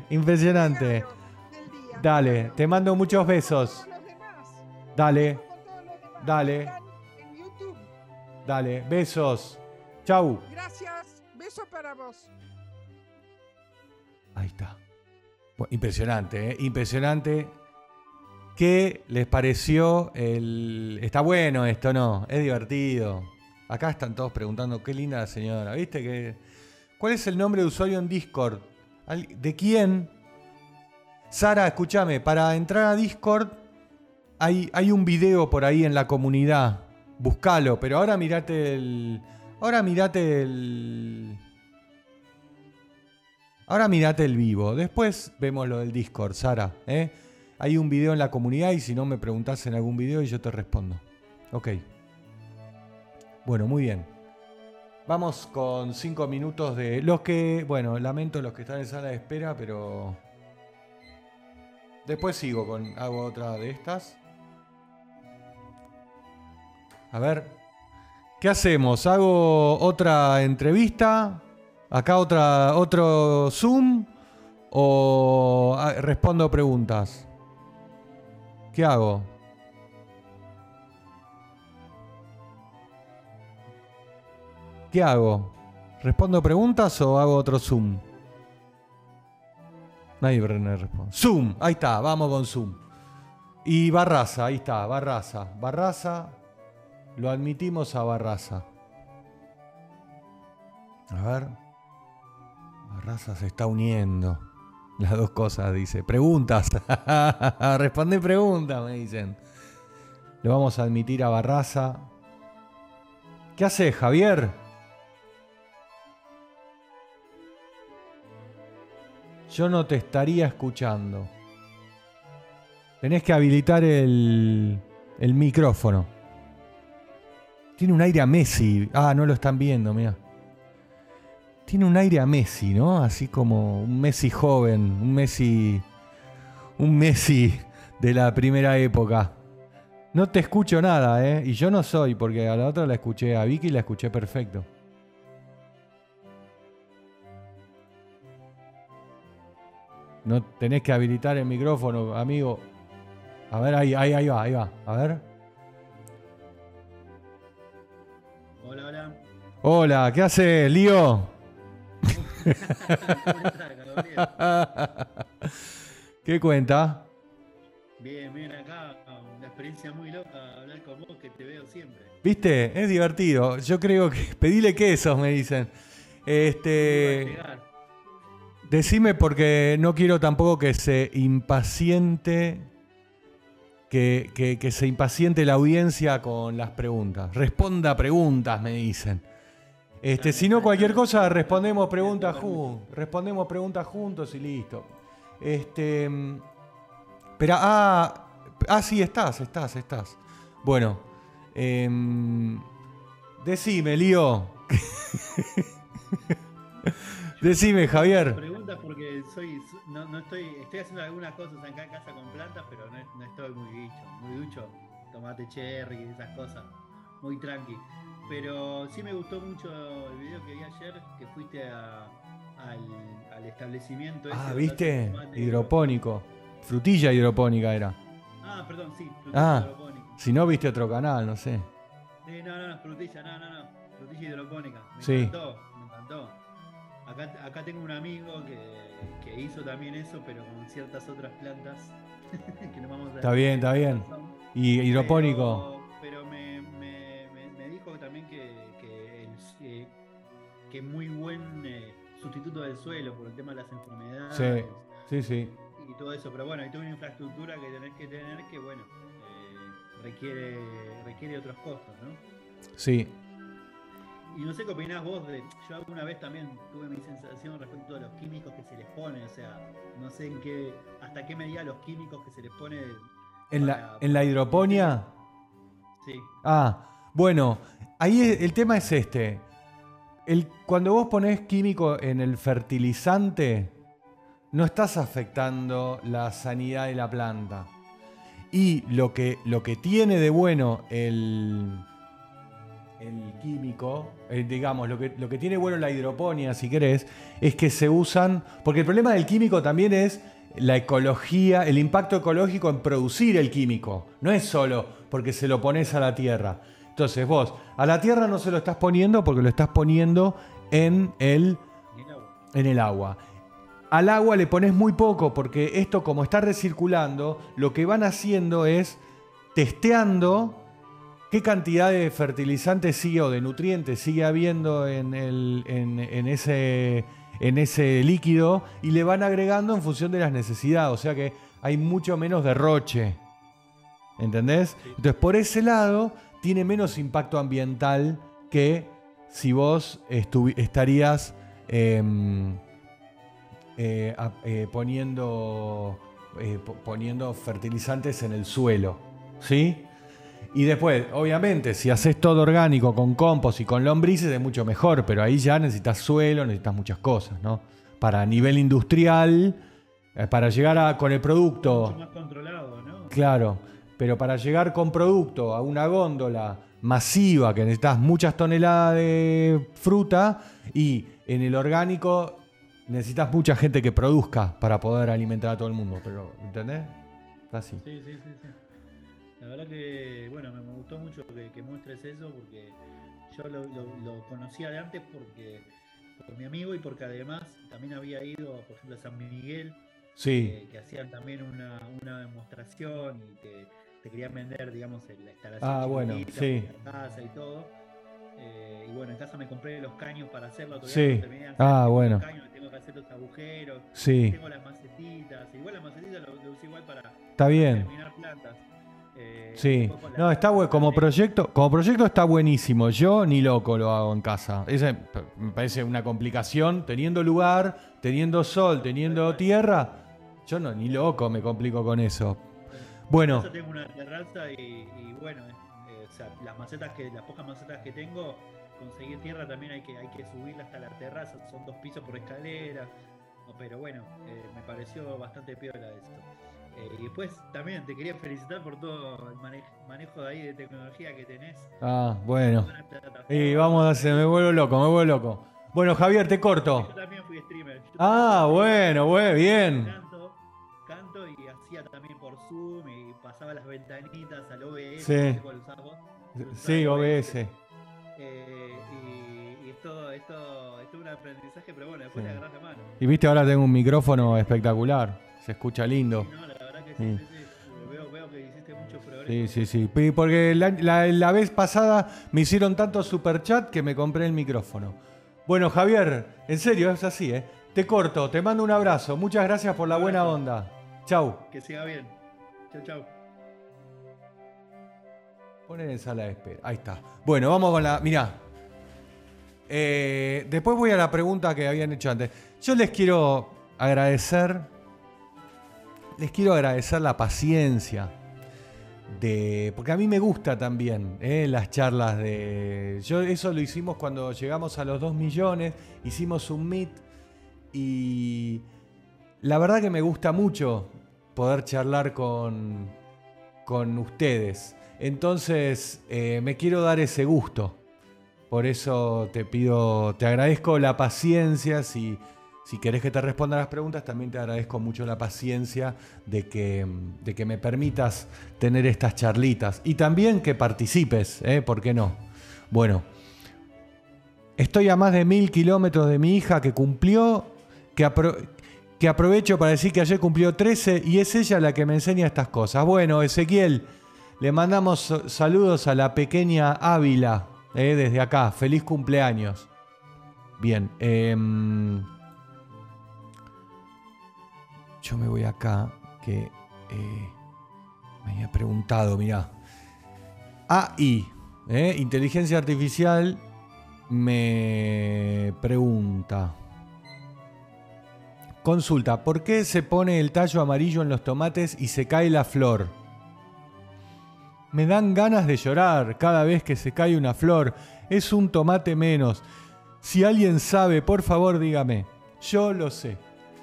Dale, te mando muchos besos. Dale. En YouTube. Dale, besos. Chau. Gracias. Beso para vos. Ahí está. Bueno, impresionante, ¿eh? Impresionante. ¿Qué les pareció Está bueno esto, ¿no? Es divertido. Acá están todos preguntando, qué linda la señora. ¿Viste? ¿Cuál es el nombre de usuario en Discord? ¿De quién? Sara, escúchame, para entrar a Discord hay un video por ahí en la comunidad. Búscalo, pero ahora mirate el vivo. Después vemos lo del Discord, Sara, ¿eh? Hay un video en la comunidad y si no me preguntás en algún video y yo te respondo. Ok. Bueno, muy bien. Vamos con 5 minutos de los que... Bueno, lamento los que están en sala de espera, pero... Después hago otra de estas. A ver. ¿Qué hacemos? ¿Hago otra entrevista? ¿Acá otro Zoom? ¿O respondo preguntas? ¿Qué hago? ¿Qué hago? ¿Respondo preguntas o hago otro Zoom? Nadie me responde. Zoom, ahí está, vamos con Zoom. Y Barraza, ahí está, Barraza. Barraza, lo admitimos a Barraza. A ver. Barraza se está uniendo. Las dos cosas, dice. Preguntas. Responde preguntas, me dicen. Le vamos a admitir a Barraza. ¿Qué haces, Javier? Yo no te estaría escuchando. Tenés que habilitar el micrófono. Tiene un aire a Messi. No lo están viendo, mirá. Tiene un aire a Messi, ¿no? Así como un Messi joven, un Messi de la primera época. No te escucho nada, ¿eh? Y yo no soy, porque a la otra la escuché, a Vicky la escuché perfecto. No tenés que habilitar el micrófono, amigo. A ver, ahí va. A ver. Hola. Hola, ¿qué haces, Lío? ¿Qué cuenta? Bien, acá. Una experiencia muy loca hablar con vos, que te veo siempre. ¿Viste? Es divertido. Yo creo que... Pedile quesos, me dicen. Decime porque no quiero tampoco que se impaciente, que se impaciente la audiencia con las preguntas. Responda preguntas, me dicen. Si no, cualquier cosa, respondemos preguntas juntos y listo. Pero, sí, estás. Bueno, decime, Lío. Decime, Javier. Preguntas porque estoy haciendo algunas cosas acá en casa con plantas, pero no estoy muy ducho. Tomate cherry, esas cosas, muy tranqui. Pero sí me gustó mucho el video que vi ayer, que fuiste al establecimiento. ¿Viste? Hidropónico. Frutilla hidropónica era. Perdón, sí, frutilla hidropónica. Si no, viste otro canal, no sé. No, frutilla, frutilla hidropónica. Me encantó. Acá tengo un amigo que hizo también eso, pero con ciertas otras plantas que no vamos a Está bien. Y hidropónico. Pero me dijo también que es muy buen sustituto del suelo por el tema de las enfermedades. Sí. Y todo eso, pero bueno, hay toda una infraestructura que tenés que tener que, bueno, requiere otros costos, ¿no? Sí. Y no sé qué opinás vos yo alguna vez también tuve mi sensación respecto a los químicos que se les pone, o sea, no sé hasta qué medida los químicos que se les pone en la hidroponía. Sí. Bueno, ahí el tema es cuando vos ponés químico en el fertilizante, no estás afectando la sanidad de la planta. Y lo que tiene de bueno el químico, digamos, lo que tiene bueno la hidroponía, si querés, es que se usan, porque el problema del químico también es la ecología, el impacto ecológico en producir el químico. No es solo porque se lo pones a la tierra. Entonces vos, a la tierra no se lo estás poniendo porque lo estás poniendo en el agua. Al agua le pones muy poco porque esto, como está recirculando, lo que van haciendo es testeando qué cantidad de fertilizantes sigue o de nutrientes sigue habiendo en ese líquido y le van agregando en función de las necesidades. O sea que hay mucho menos derroche. ¿Entendés? Entonces, por ese lado, tiene menos impacto ambiental que si vos estarías poniendo fertilizantes en el suelo. ¿Sí? Y después, obviamente, si haces todo orgánico con compost y con lombrices es mucho mejor, pero ahí ya necesitas suelo, necesitas muchas cosas, ¿no? Para nivel industrial, para llegar con el producto... Mucho más controlado, ¿no? Claro, pero para llegar con producto a una góndola masiva, que necesitas muchas toneladas de fruta, y en el orgánico necesitas mucha gente que produzca para poder alimentar a todo el mundo, pero ¿entendés? Así. Sí. La verdad que, bueno, me gustó mucho que muestres eso porque yo lo conocía de antes por mi amigo y porque además también había ido, por ejemplo, a San Miguel, sí. Que hacían también una demostración y que te querían vender, digamos, la instalación bueno, sí. la casa y todo. Y bueno, en casa me compré los caños para hacerlo, todavía sí. no terminé de hacer bueno. Los caños, tengo que hacer los agujeros, sí. tengo las macetitas, igual las macetitas lo uso igual para terminar plantas. Sí, no, está bueno. Como proyecto está buenísimo. Yo ni loco lo hago en casa. Me parece una complicación. Teniendo lugar, teniendo sol, teniendo tierra, yo no, ni loco me complico con eso. Bueno. Yo tengo una terraza y bueno, o sea, las pocas macetas que tengo, conseguir tierra también hay que subirla hasta la terraza. Son 2 pisos por escalera. Pero bueno, me pareció bastante piola esto. Y después también te quería felicitar por todo el manejo de ahí de tecnología que tenés. Bueno. Y vamos a hacer, me vuelvo loco. Bueno, Javier, te corto. Yo también fui streamer. Bueno, bien. Canto y hacía también por Zoom y pasaba las ventanitas al OBS. Sí. No sé cuál usás vos. Sí, OBS. Y es todo un aprendizaje, pero bueno, después le agarrás la mano. Y viste, ahora tengo un micrófono espectacular. Se escucha lindo. Sí, no, la verdad que sí. Veo que hiciste mucho progreso. Sí. Porque la vez pasada me hicieron tanto superchat que me compré el micrófono. Bueno, Javier, en serio, es así, ¿eh? Te corto, te mando un abrazo. Muchas gracias por la buena onda. Chau. Que siga bien. Chau, chau. Poner en sala de espera. Ahí está. Bueno, vamos con la... Mirá. Después voy a la pregunta que habían hecho antes. Yo les quiero agradecer la paciencia. Porque a mí me gusta también las charlas de... Eso lo hicimos cuando llegamos a los 2 millones. Hicimos un meet. Y la verdad que me gusta mucho poder charlar con ustedes. Entonces me quiero dar ese gusto. Por eso te agradezco la paciencia. Si querés que te responda a las preguntas, también te agradezco mucho la paciencia de que me permitas tener estas charlitas. Y también que participes, ¿por qué no? Bueno, estoy a más de 1000 kilómetros de mi hija que cumplió, que aprovecho para decir que ayer cumplió 13 y es ella la que me enseña estas cosas. Bueno, Ezequiel, le mandamos saludos a la pequeña Ávila, desde acá. Feliz cumpleaños. Bien. Yo me voy acá, que me había preguntado, mirá. AI, inteligencia artificial, me pregunta. Consulta, ¿por qué se pone el tallo amarillo en los tomates y se cae la flor? Me dan ganas de llorar cada vez que se cae una flor. Es un tomate menos. Si alguien sabe, por favor dígame. Yo lo sé.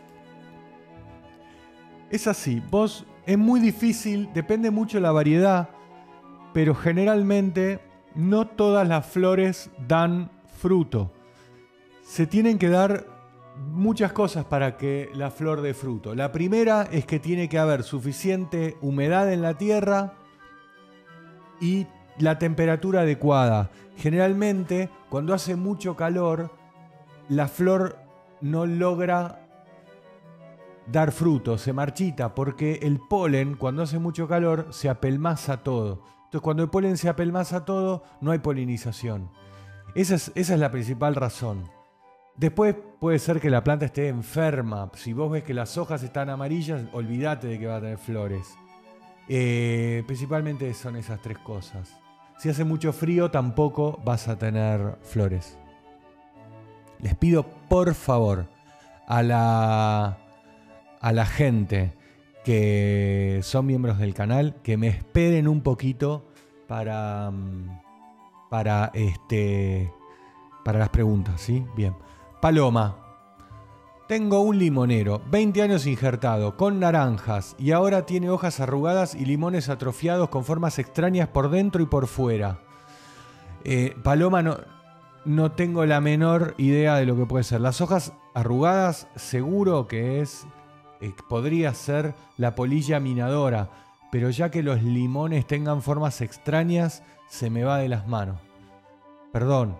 Es así. Es muy difícil, depende mucho de la variedad, pero generalmente no todas las flores dan fruto. Se tienen que dar muchas cosas para que la flor dé fruto. La primera es que tiene que haber suficiente humedad en la tierra y la temperatura adecuada. Generalmente, cuando hace mucho calor, la flor no logra dar fruto, se marchita, porque el polen, cuando hace mucho calor, se apelmaza todo. Entonces, cuando el polen se apelmaza todo, no hay polinización. Esa es la principal razón. Después puede ser que la planta esté enferma. Si vos ves que las hojas están amarillas, olvídate de que va a tener flores. Principalmente son esas 3 cosas. Si hace mucho frío, tampoco vas a tener flores. Les pido, por favor, a la gente que son miembros del canal, que me esperen un poquito para las preguntas, ¿sí? Bien. Paloma. Tengo un limonero, 20 años injertado, con naranjas, y ahora tiene hojas arrugadas y limones atrofiados con formas extrañas por dentro y por fuera. Paloma, no tengo la menor idea de lo que puede ser. Las hojas arrugadas seguro que podría ser la polilla minadora, pero ya que los limones tengan formas extrañas, se me va de las manos. Perdón.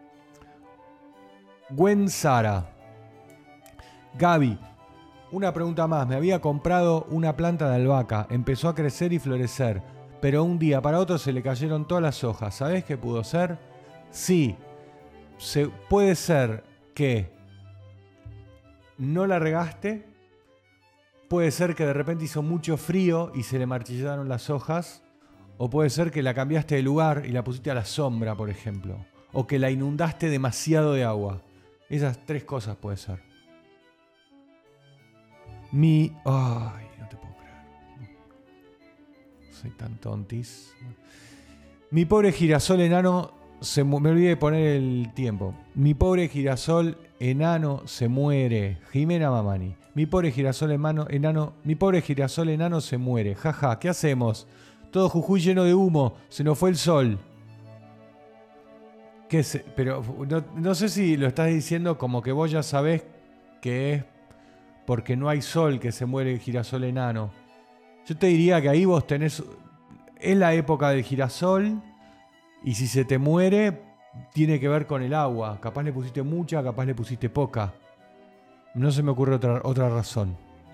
Gwen Sara. Gaby, una pregunta más. Me había comprado una planta de albahaca, empezó a crecer y florecer, pero un día para otro se le cayeron todas las hojas. ¿Sabés qué pudo ser? Sí, puede ser que no la regaste, puede ser que de repente hizo mucho frío y se le marchillaron las hojas, o puede ser que la cambiaste de lugar y la pusiste a la sombra, por ejemplo, o que la inundaste demasiado de agua. Esas 3 cosas puede ser. Ay, no te puedo creer. Soy tan tontis. Mi pobre girasol enano me olvidé de poner el tiempo. Mi pobre girasol enano se muere. Jimena Mamani. Mi pobre girasol enano se muere. Jaja, ¿qué hacemos? Todo Jujuy lleno de humo. Se nos fue el sol. Pero no sé si lo estás diciendo como que vos ya sabés que es porque no hay sol que se muere el girasol enano. Yo te diría que ahí vos tenés... Es la época del girasol y si se te muere tiene que ver con el agua. Capaz le pusiste mucha, capaz le pusiste poca. No se me ocurre otra razón.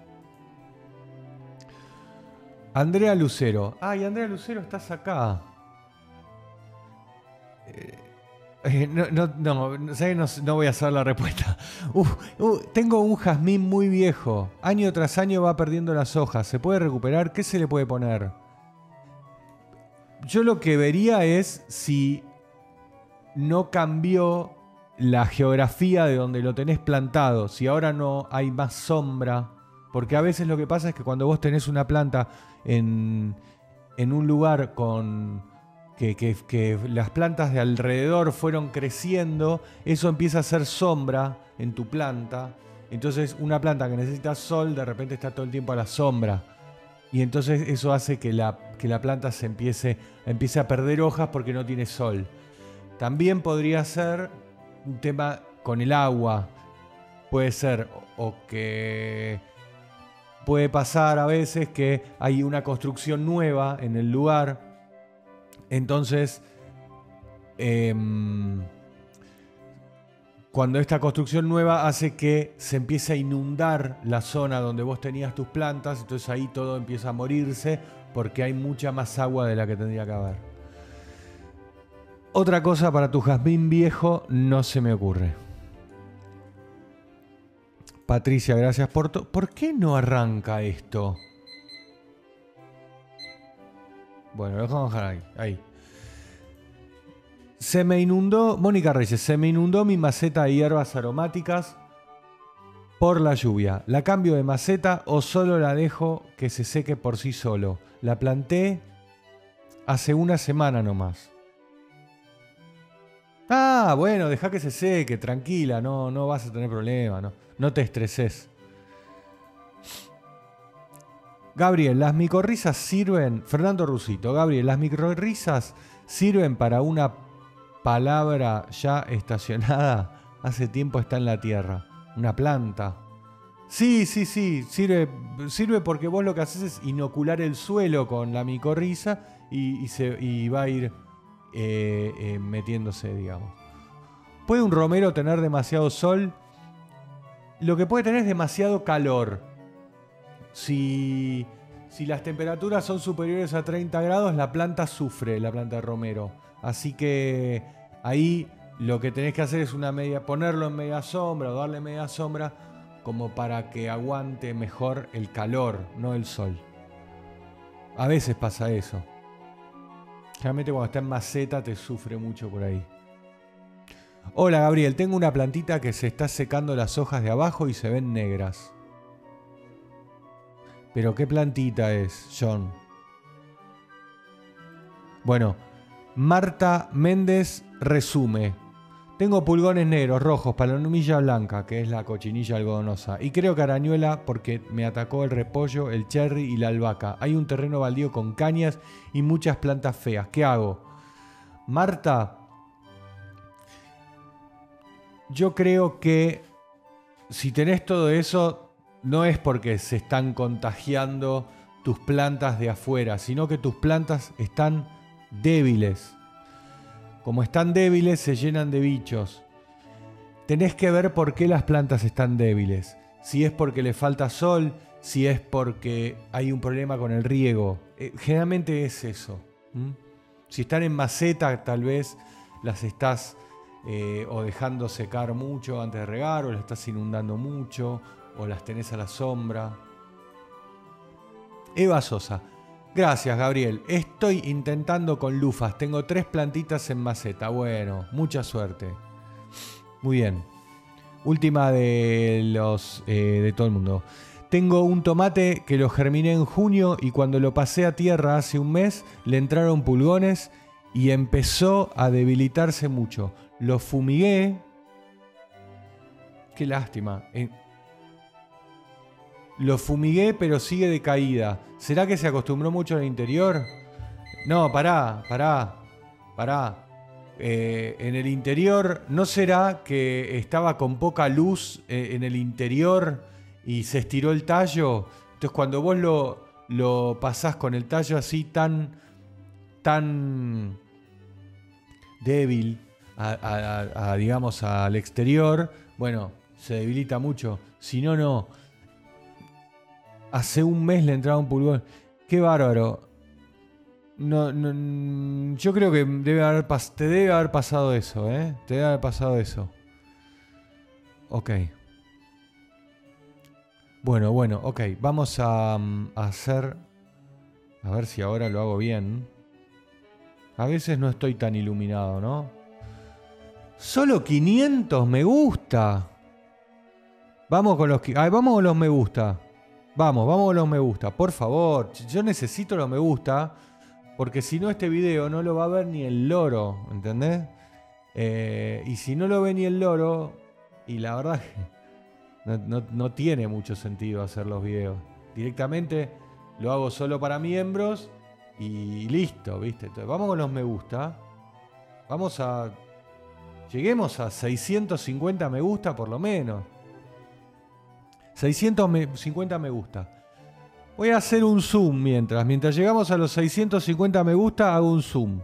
Andrea Lucero. Ay, Andrea Lucero, estás acá. No voy a saber la respuesta. Tengo un jazmín muy viejo. Año tras año va perdiendo las hojas. ¿Se puede recuperar? ¿Qué se le puede poner? Yo lo que vería es si no cambió la geografía de donde lo tenés plantado. Si ahora no hay más sombra. Porque a veces lo que pasa es que cuando vos tenés una planta en un lugar con... Que las plantas de alrededor fueron creciendo, eso empieza a hacer sombra en tu planta. Entonces una planta que necesita sol de repente está todo el tiempo a la sombra. Y entonces eso hace que la planta empiece a perder hojas porque no tiene sol. También podría ser un tema con el agua. Puede ser o que... Puede pasar a veces que hay una construcción nueva en el lugar. Entonces, cuando esta construcción nueva hace que se empiece a inundar la zona donde vos tenías tus plantas, entonces ahí todo empieza a morirse porque hay mucha más agua de la que tendría que haber. Otra cosa para tu jazmín viejo no se me ocurre. Patricia, gracias por todo. ¿Por qué no arranca esto? Bueno, lo dejamos dejar ahí. Se me inundó, Mónica Reyes, se me inundó mi maceta de hierbas aromáticas por la lluvia. ¿La cambio de maceta o solo la dejo que se seque por sí solo? La planté hace una semana nomás. Ah, bueno, deja que se seque, tranquila, no vas a tener problema, no te estreses. Gabriel, ¿las micorrizas sirven? Fernando Rusito, Gabriel, ¿las micorrizas sirven para una palabra ya estacionada? Hace tiempo está en la tierra. Una planta. Sí, sirve porque vos lo que haces es inocular el suelo con la micorriza y va a ir metiéndose, digamos. ¿Puede un romero tener demasiado sol? Lo que puede tener es demasiado calor. Si las temperaturas son superiores a 30 grados, la planta sufre, la planta de romero. Así que ahí lo que tenés que hacer es ponerlo en media sombra o darle media sombra como para que aguante mejor el calor, no el sol. A veces pasa eso. Generalmente cuando está en maceta te sufre mucho por ahí. Hola Gabriel, tengo una plantita que se está secando las hojas de abajo y se ven negras. ¿Pero qué plantita es, John? Bueno, Marta Méndez resume. Tengo pulgones negros, rojos, palomilla blanca, que es la cochinilla algodonosa. Y creo que arañuela porque me atacó el repollo, el cherry y la albahaca. Hay un terreno baldío con cañas y muchas plantas feas. ¿Qué hago? Marta, yo creo que si tenés todo eso... No es porque se están contagiando tus plantas de afuera, sino que tus plantas están débiles. Como están débiles, se llenan de bichos. Tenés que ver por qué las plantas están débiles. Si es porque le falta sol, si es porque hay un problema con el riego. Generalmente es eso. Si están en maceta, tal vez las estás o dejando secar mucho antes de regar, o las estás inundando mucho, o las tenés a la sombra. Eva Sosa. Gracias, Gabriel. Estoy intentando con lufas. Tengo 3 plantitas en maceta. Bueno, mucha suerte. Muy bien. Última de todo el mundo. Tengo un tomate que lo germiné en junio y cuando lo pasé a tierra hace un mes le entraron pulgones y empezó a debilitarse mucho. Lo fumigué. Qué lástima. Lo fumigué, pero sigue de caída. ¿Será que se acostumbró mucho al interior? No, pará. En el interior, ¿no será que estaba con poca luz en el interior y se estiró el tallo? Entonces cuando vos lo pasás con el tallo así tan débil digamos al exterior, bueno, se debilita mucho. Si no, no. Hace un mes le entraba un pulgón. ¡Qué bárbaro! yo creo que te debe haber pasado eso, ¿eh? Te debe haber pasado eso. Ok. Bueno, ok. Vamos a hacer... A ver si ahora lo hago bien. A veces no estoy tan iluminado, ¿no? Solo 500 me gusta. Vamos con los me gusta. Vamos con los me gusta. Por favor, yo necesito los me gusta. Porque si no, este video no lo va a ver ni el loro. ¿Entendés? Y si no lo ve ni el loro... Y la verdad que no tiene mucho sentido hacer los videos. Directamente lo hago solo para miembros. Y listo, ¿viste? Entonces, vamos con los me gusta. Lleguemos a 650 me gusta por lo menos. 650 me gusta. Voy a hacer un zoom mientras llegamos a los 650 me gusta, hago un zoom.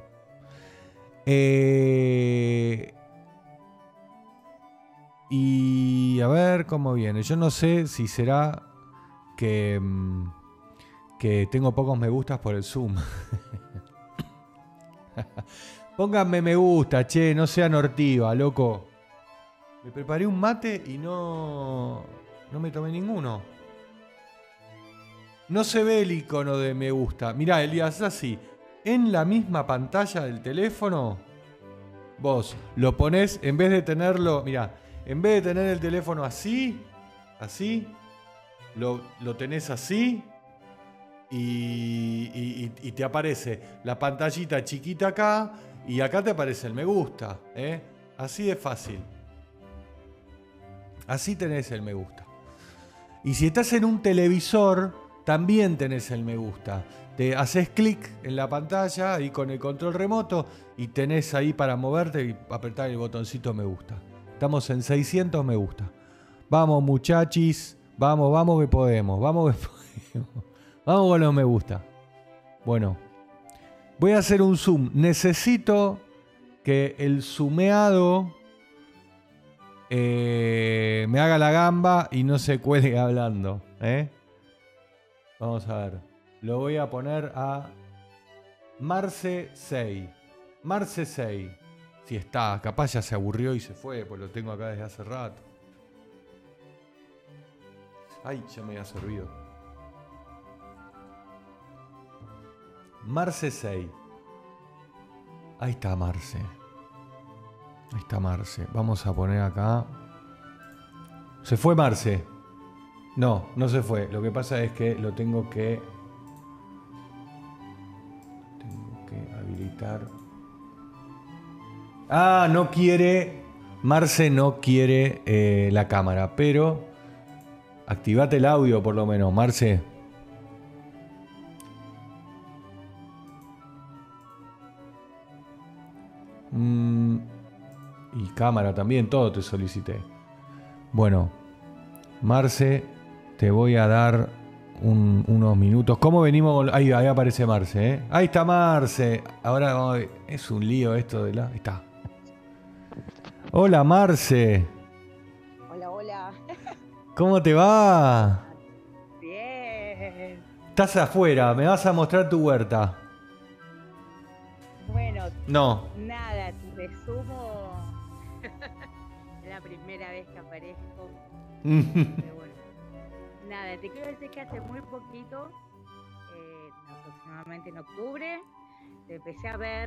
Y a ver cómo viene. Yo no sé si será que tengo pocos me gustas por el zoom. Pónganme me gusta, che, no sean ortiva, loco. Me preparé un mate y no me tomé ninguno. No se ve el icono de me gusta. Mirá, Elías, es así. En la misma pantalla del teléfono, vos lo ponés, en vez de tenerlo, mirá, en vez de tener el teléfono así, lo tenés así y te aparece la pantallita chiquita acá y acá te aparece el me gusta, ¿eh? Así de fácil. Así tenés el me gusta. Y si estás en un televisor, también tenés el me gusta. Te haces clic en la pantalla y con el control remoto y tenés ahí para moverte y apretar el botoncito me gusta. Estamos en 600 me gusta. Vamos muchachis, vamos que podemos, vamos con los me gusta. Bueno, voy a hacer un zoom. Necesito que el zoomeado me haga la gamba y no se cuelgue hablando, ¿eh? Vamos a ver. Lo voy a poner a Marce 6. Marce 6. Si está, capaz ya se aburrió y se fue, pues lo tengo acá desde hace rato. Ay, ya me había servido. Marce 6. Ahí está Marce. Ahí está Marce. Vamos a poner acá. ¿Se fue Marce? No se fue. Lo que pasa es que lo tengo que habilitar. Ah, no quiere. Marce no quiere la cámara, pero activate el audio por lo menos, Marce. Y cámara también, todo te solicité. Bueno, Marce, te voy a dar unos minutos. ¿Cómo venimos? Ahí aparece Marce, ¿eh? Ahí está Marce. Ahora vamos a ver. Es un lío esto de la... Ahí está. Hola Marce. Hola. ¿Cómo te va? Bien. Estás afuera, me vas a mostrar tu huerta. Bueno, no. Nada, te resumo. Es la primera vez que aparezco. Pero bueno, nada, te quiero decir que hace muy poquito, aproximadamente en octubre, te empecé a ver.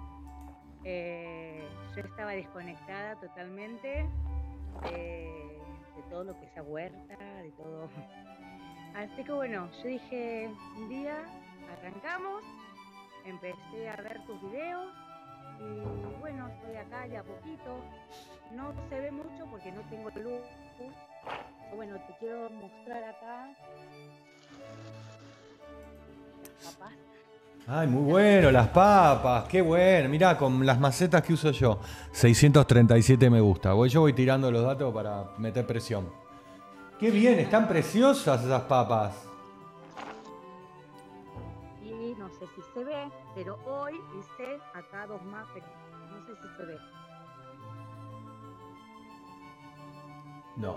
Yo estaba desconectada totalmente de todo lo que es la huerta, de todo. Así que bueno, yo dije, un día arrancamos, empecé a ver tus videos y bueno, estoy acá ya poquito. No se ve mucho porque no tengo luz. Bueno, te quiero mostrar acá papas. Ay, muy bueno, las papas, qué bueno. Mirá, con las macetas que uso yo, 637 me gusta. Yo voy tirando los datos para meter presión. Qué bien, están preciosas esas papas. Y no sé si se ve, pero hoy hice acá dos más, pero no sé si se ve. No.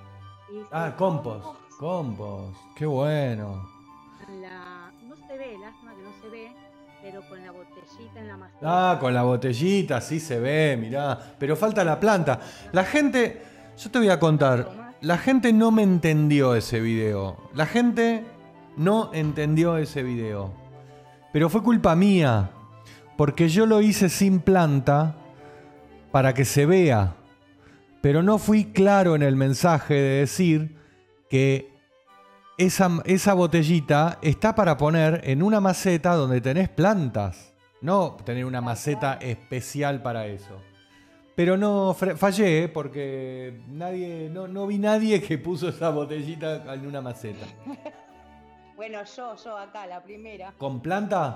Ah, compost, qué bueno. No se ve, la lástima que no se ve, pero con la botellita en la maceta. Ah, con la botellita, sí se ve, mirá. Pero falta la planta. La gente, yo te voy a contar, la gente no me entendió ese video. La gente no entendió ese video. Pero fue culpa mía, porque yo lo hice sin planta para que se vea. Pero no fui claro en el mensaje de decir que esa botellita está para poner en una maceta donde tenés plantas. No tener una maceta especial para eso. Pero no fallé porque no vi nadie que puso esa botellita en una maceta. Bueno, yo acá, la primera. ¿Con planta?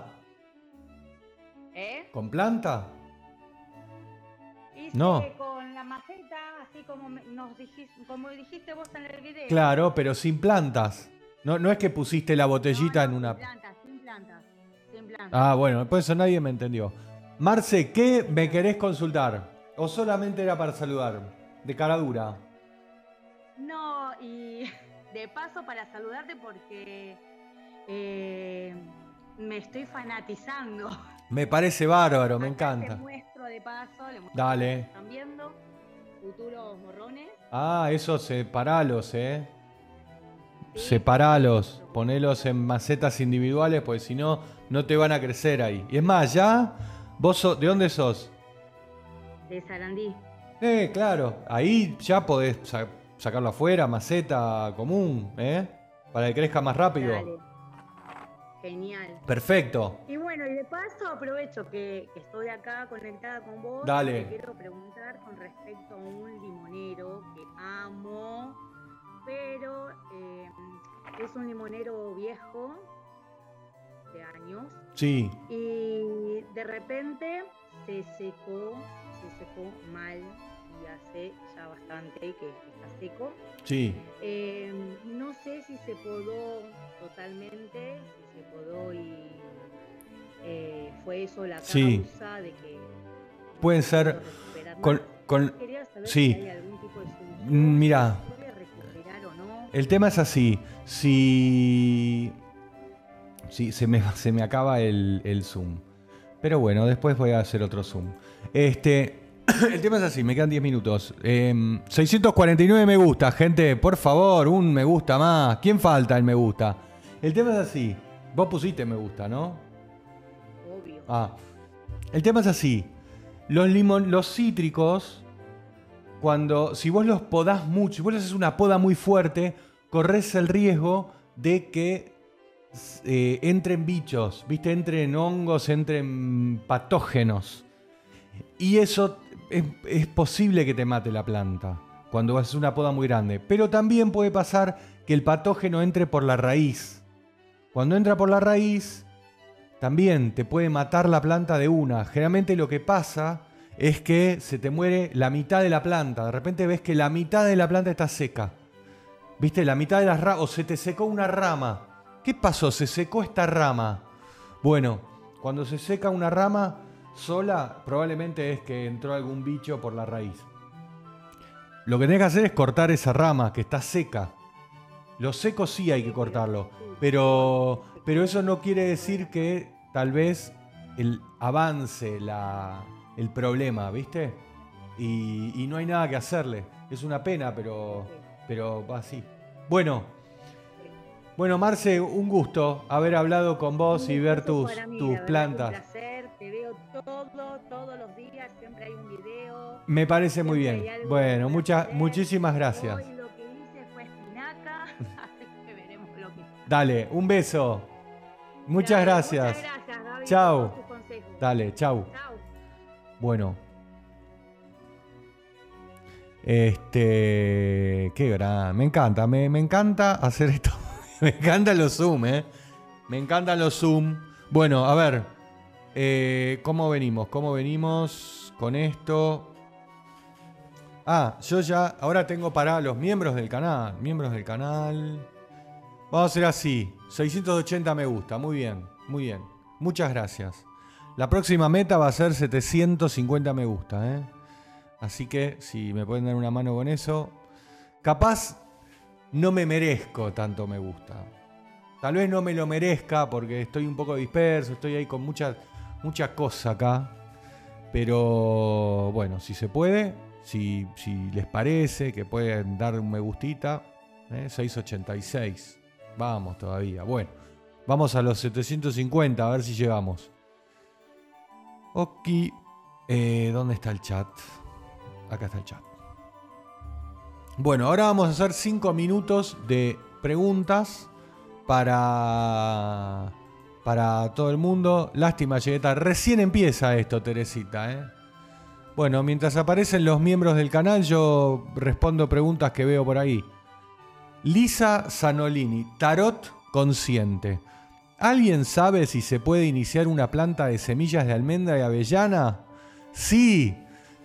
¿Eh? ¿Con planta? Hice No. con la maceta, así como como dijiste vos en el video. Claro, pero sin plantas. No es que pusiste la botellita en una... Sin plantas. Ah, bueno, por eso nadie me entendió. Marce, ¿qué me querés consultar? ¿O solamente era para saludar? De cara dura. No, y de paso para saludarte porque me estoy fanatizando. Me parece bárbaro, me Acá encanta. Te muestro de paso, le muestro Dale. a los que están viendo, futuros morrones. Ah, eso separalos, ¿eh? Sí, Separalos, ponelos en macetas individuales, porque si no, no te van a crecer ahí. Y es más, ya, vos ¿de dónde sos? de Sarandí. Claro, ahí ya podés sacarlo afuera, maceta común, ¿eh? Para que crezca más rápido. Dale. Genial. Perfecto. Y bueno, y de paso aprovecho que estoy acá conectada con vos. Dale. Te quiero preguntar con respecto a un limonero que amo, pero es un limonero viejo, de años, Sí, y de repente se secó mal y hace ya bastante que está seco. sí. No sé si se podó totalmente, si se podó y fue eso la causa Sí. de que Pueden ser con Quería saber sí. si hay algún tipo de solución, Mirá, si se puede recuperar o no. el tema es así. Si se me acaba el Zoom. Pero bueno, después voy a hacer otro Zoom. El tema es así, me quedan 10 minutos. 649 me gusta, gente. Por favor, un me gusta más. ¿Quién falta el me gusta? El tema es así. Vos pusiste me gusta, ¿no? Obvio. El tema es así. Los cítricos, si vos los podás mucho, si vos haces una poda muy fuerte, corres el riesgo de que entren bichos, ¿viste? Entren hongos, entren patógenos. Y eso es posible que te mate la planta cuando haces una poda muy grande. Pero también puede pasar que el patógeno entre por la raíz. Cuando entra por la raíz, también te puede matar la planta de una. Generalmente lo que pasa es que se te muere la mitad de la planta. De repente ves que la mitad de la planta está seca. ¿Viste? La mitad de las ramas. O se te secó una rama. ¿Qué pasó? Se secó esta rama. Bueno, cuando se seca una rama sola, probablemente es que entró algún bicho por la raíz. Lo que tenés que hacer es cortar esa rama que está seca. Lo seco sí hay que cortarlo. Pero eso no quiere decir que tal vez avance el problema, ¿viste? Y no hay nada que hacerle. Es una pena, pero va así. Bueno, Marce, un gusto haber hablado con vos y ver tus plantas. Un placer, te veo todos los días, siempre hay un video. Me parece muy bien. Bueno, muchísimas gracias. Hoy lo que hice fue espinaca, así que veremos lo que... Dale, un beso. Muchas gracias. Muchas gracias, Gaby, Chau. por tus consejos. Dale, chau. Chau. Bueno. Qué gran. Me encanta, me encanta hacer esto. Me encantan los Zoom, Me encantan los Zoom. Bueno, a ver. ¿Cómo venimos? ¿Cómo venimos con esto? Yo ya ahora tengo para los miembros del canal. Vamos a hacer así. 680 me gusta. Muy bien, muy bien. Muchas gracias. La próxima meta va a ser 750 me gusta, Así que si me pueden dar una mano con eso. Capaz no me merezco tanto me gusta. Tal vez no me lo merezca porque estoy un poco disperso, estoy ahí con mucha cosa acá. Pero bueno, si se puede, si les parece que pueden dar un me gustita, 686. Vamos todavía. Bueno, vamos a los 750, a ver si llegamos. Ok. ¿Dónde está el chat? Acá está el chat. Bueno, ahora vamos a hacer 5 minutos de preguntas para todo el mundo. Lástima, Llegueta. Recién empieza esto, Teresita, Bueno, mientras aparecen los miembros del canal, yo respondo preguntas que veo por ahí. Lisa Zanolini, tarot consciente. ¿Alguien sabe si se puede iniciar una planta de semillas de almendra y avellana? Sí.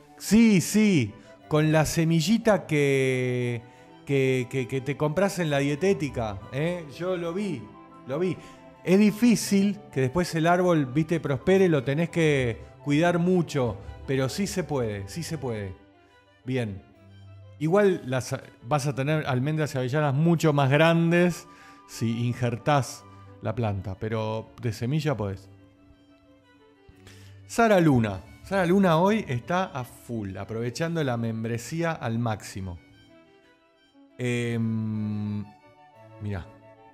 Con la semillita que te compras en la dietética. Yo lo vi. Es difícil que después el árbol, viste, prospere, lo tenés que cuidar mucho. Pero sí se puede. Bien. Igual vas a tener almendras y avellanas mucho más grandes si injertás la planta, pero de semilla podés. Sara Luna hoy está a full, aprovechando la membresía al máximo. Mirá.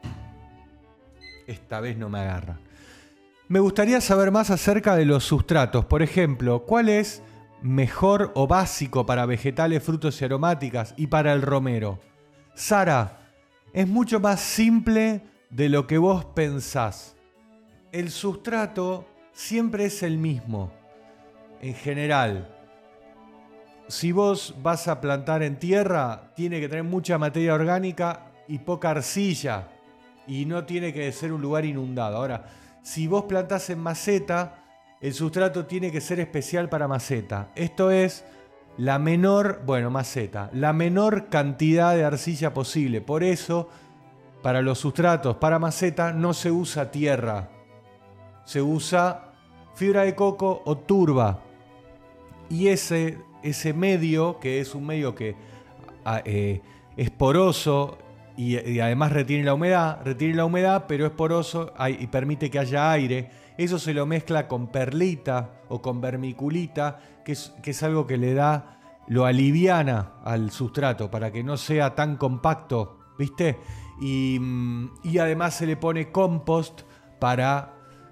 Esta vez no me agarra. Me gustaría saber más acerca de los sustratos. Por ejemplo, ¿cuál es mejor o básico para vegetales, frutos y aromáticas y para el romero? Sara, es mucho más simple de lo que vos pensás. El sustrato siempre es el mismo. En general, si vos vas a plantar en tierra, tiene que tener mucha materia orgánica y poca arcilla. Y no tiene que ser un lugar inundado. Ahora, si vos plantás en maceta, el sustrato tiene que ser especial para maceta. Esto es la menor cantidad de arcilla posible. Por eso, para los sustratos, para maceta, no se usa tierra. Se usa fibra de coco o turba. Y ese medio, que es un medio que es poroso y además retiene la humedad, pero es poroso y permite que haya aire. Eso se lo mezcla con perlita o con vermiculita, que es algo que lo aliviana al sustrato para que no sea tan compacto, ¿viste? Y además se le pone compost para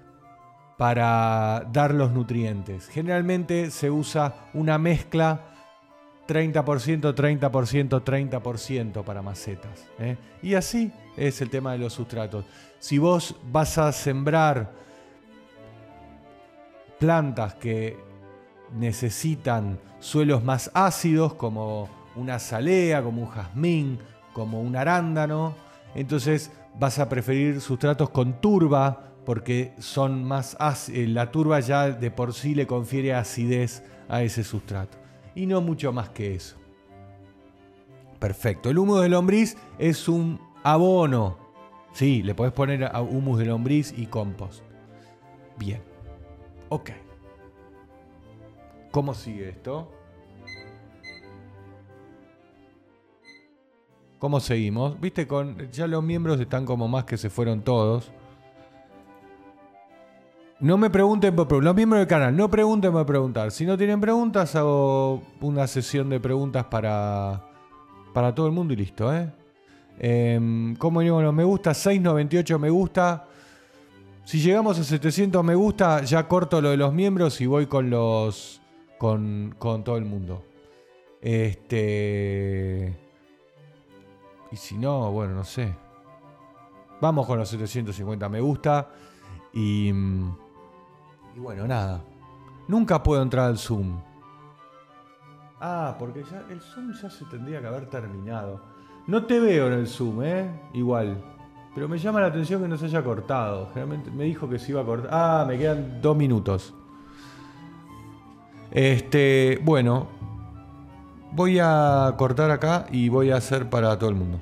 dar los nutrientes. Generalmente se usa una mezcla 30%, 30%, 30% para macetas. Y así es el tema de los sustratos. Si vos vas a sembrar plantas que necesitan suelos más ácidos, como una azalea, como un jazmín, como un arándano, entonces vas a preferir sustratos con turba, porque son más la turba ya de por sí le confiere acidez a ese sustrato. Y no mucho más que eso. Perfecto. El humus de lombriz es un abono. Sí, le podés poner humus de lombriz y compost. Bien. Ok. ¿Cómo sigue esto? ¿Cómo seguimos? Viste, ya los miembros están como más que se fueron todos. No me pregunten por los miembros del canal, no pregunten por preguntar. Si no tienen preguntas, hago una sesión de preguntas para todo el mundo y listo, ¿Cómo digo los me gusta? 698 me gusta. Si llegamos a 700 me gusta, ya corto lo de los miembros y voy con todo el mundo. Y si no, bueno, no sé. Vamos con los 750 me gusta. Y bueno, nada. Nunca puedo entrar al Zoom. Porque ya el Zoom ya se tendría que haber terminado. No te veo en el Zoom, igual. Pero me llama la atención que no se haya cortado. Generalmente me dijo que se iba a cortar. Me quedan 2 minutos. Bueno. Voy a cortar acá y voy a hacer para todo el mundo.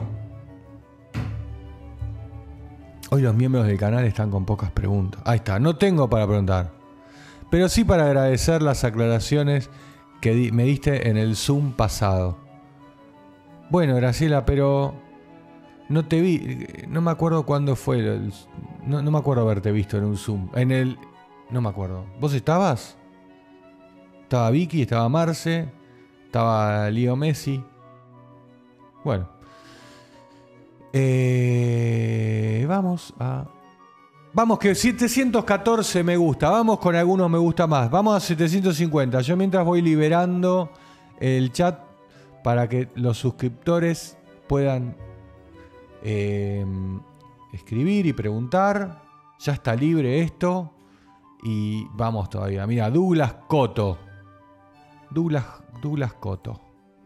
Hoy los miembros del canal están con pocas preguntas. Ahí está, no tengo para preguntar. Pero sí para agradecer las aclaraciones que me diste en el Zoom pasado. Bueno, Graciela, pero No te vi, no me acuerdo cuándo fue. No me acuerdo haberte visto en un Zoom. No me acuerdo. ¿Vos estabas? Estaba Vicky, estaba Marce, estaba Leo Messi. Bueno. Vamos que 714 me gusta. Vamos con algunos me gusta más. Vamos a 750. Yo mientras voy liberando el chat para que los suscriptores puedan escribir y preguntar. Ya está libre esto. Y vamos todavía. Mira, Douglas Coto. Douglas Coto.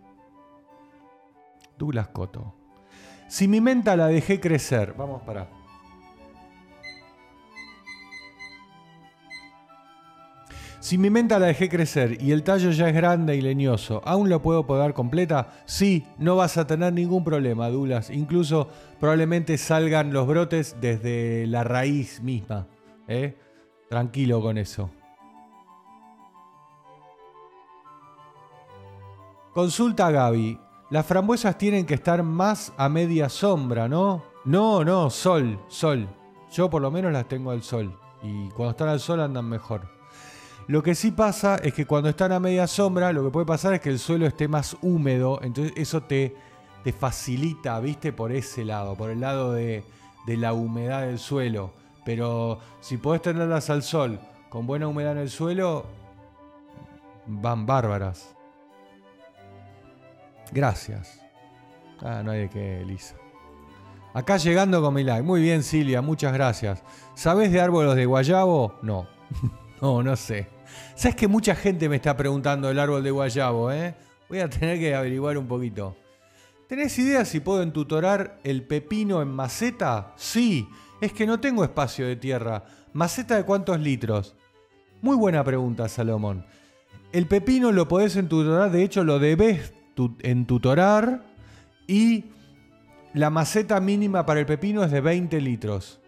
Douglas Coto. Si mi menta la dejé crecer. Vamos para. Si mi menta la dejé crecer y el tallo ya es grande y leñoso, ¿aún lo puedo podar completa? Sí, no vas a tener ningún problema, Douglas. Incluso probablemente salgan los brotes desde la raíz misma. Tranquilo con eso. Consulta a Gaby. Las frambuesas tienen que estar más a media sombra, ¿no? No, sol. Yo por lo menos las tengo al sol. Y cuando están al sol andan mejor. Lo que sí pasa es que cuando están a media sombra, lo que puede pasar es que el suelo esté más húmedo. Entonces eso te facilita, ¿viste? Por ese lado, por el lado de la humedad del suelo. Pero si podés tenerlas al sol con buena humedad en el suelo, van bárbaras. Gracias. No hay de qué, Elisa. Acá llegando con mi like. Muy bien, Silvia, muchas gracias. ¿Sabés de árboles de guayabo? No. No sé. ¿Sabes que mucha gente me está preguntando el árbol de guayabo, Voy a tener que averiguar un poquito. ¿Tenés idea si puedo entutorar el pepino en maceta? Sí. Es que no tengo espacio de tierra. ¿Maceta de cuántos litros? Muy buena pregunta, Salomón. El pepino lo podés entutorar, de hecho lo debés entutorar, y la maceta mínima para el pepino es de 20 litros.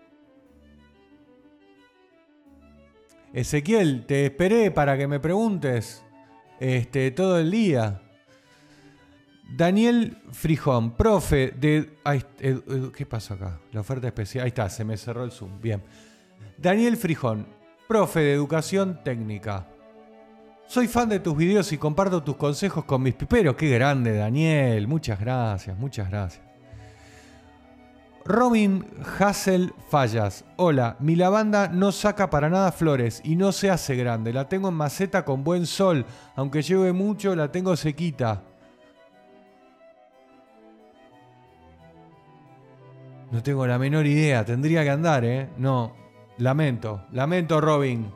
Ezequiel, te esperé para que me preguntes todo el día. Daniel Frijón, profe de... ¿Qué pasó acá? La oferta especial. Ahí está, se me cerró el Zoom. Bien. Daniel Frijón, profe de educación técnica. Soy fan de tus videos y comparto tus consejos con mis piperos. Qué grande, Daniel. Muchas gracias. Robin Hassel Fallas. Hola, mi lavanda no saca para nada flores y no se hace grande. La tengo en maceta con buen sol. Aunque llueve mucho, la tengo sequita. No tengo la menor idea. Tendría que andar, No. Lamento, Robin.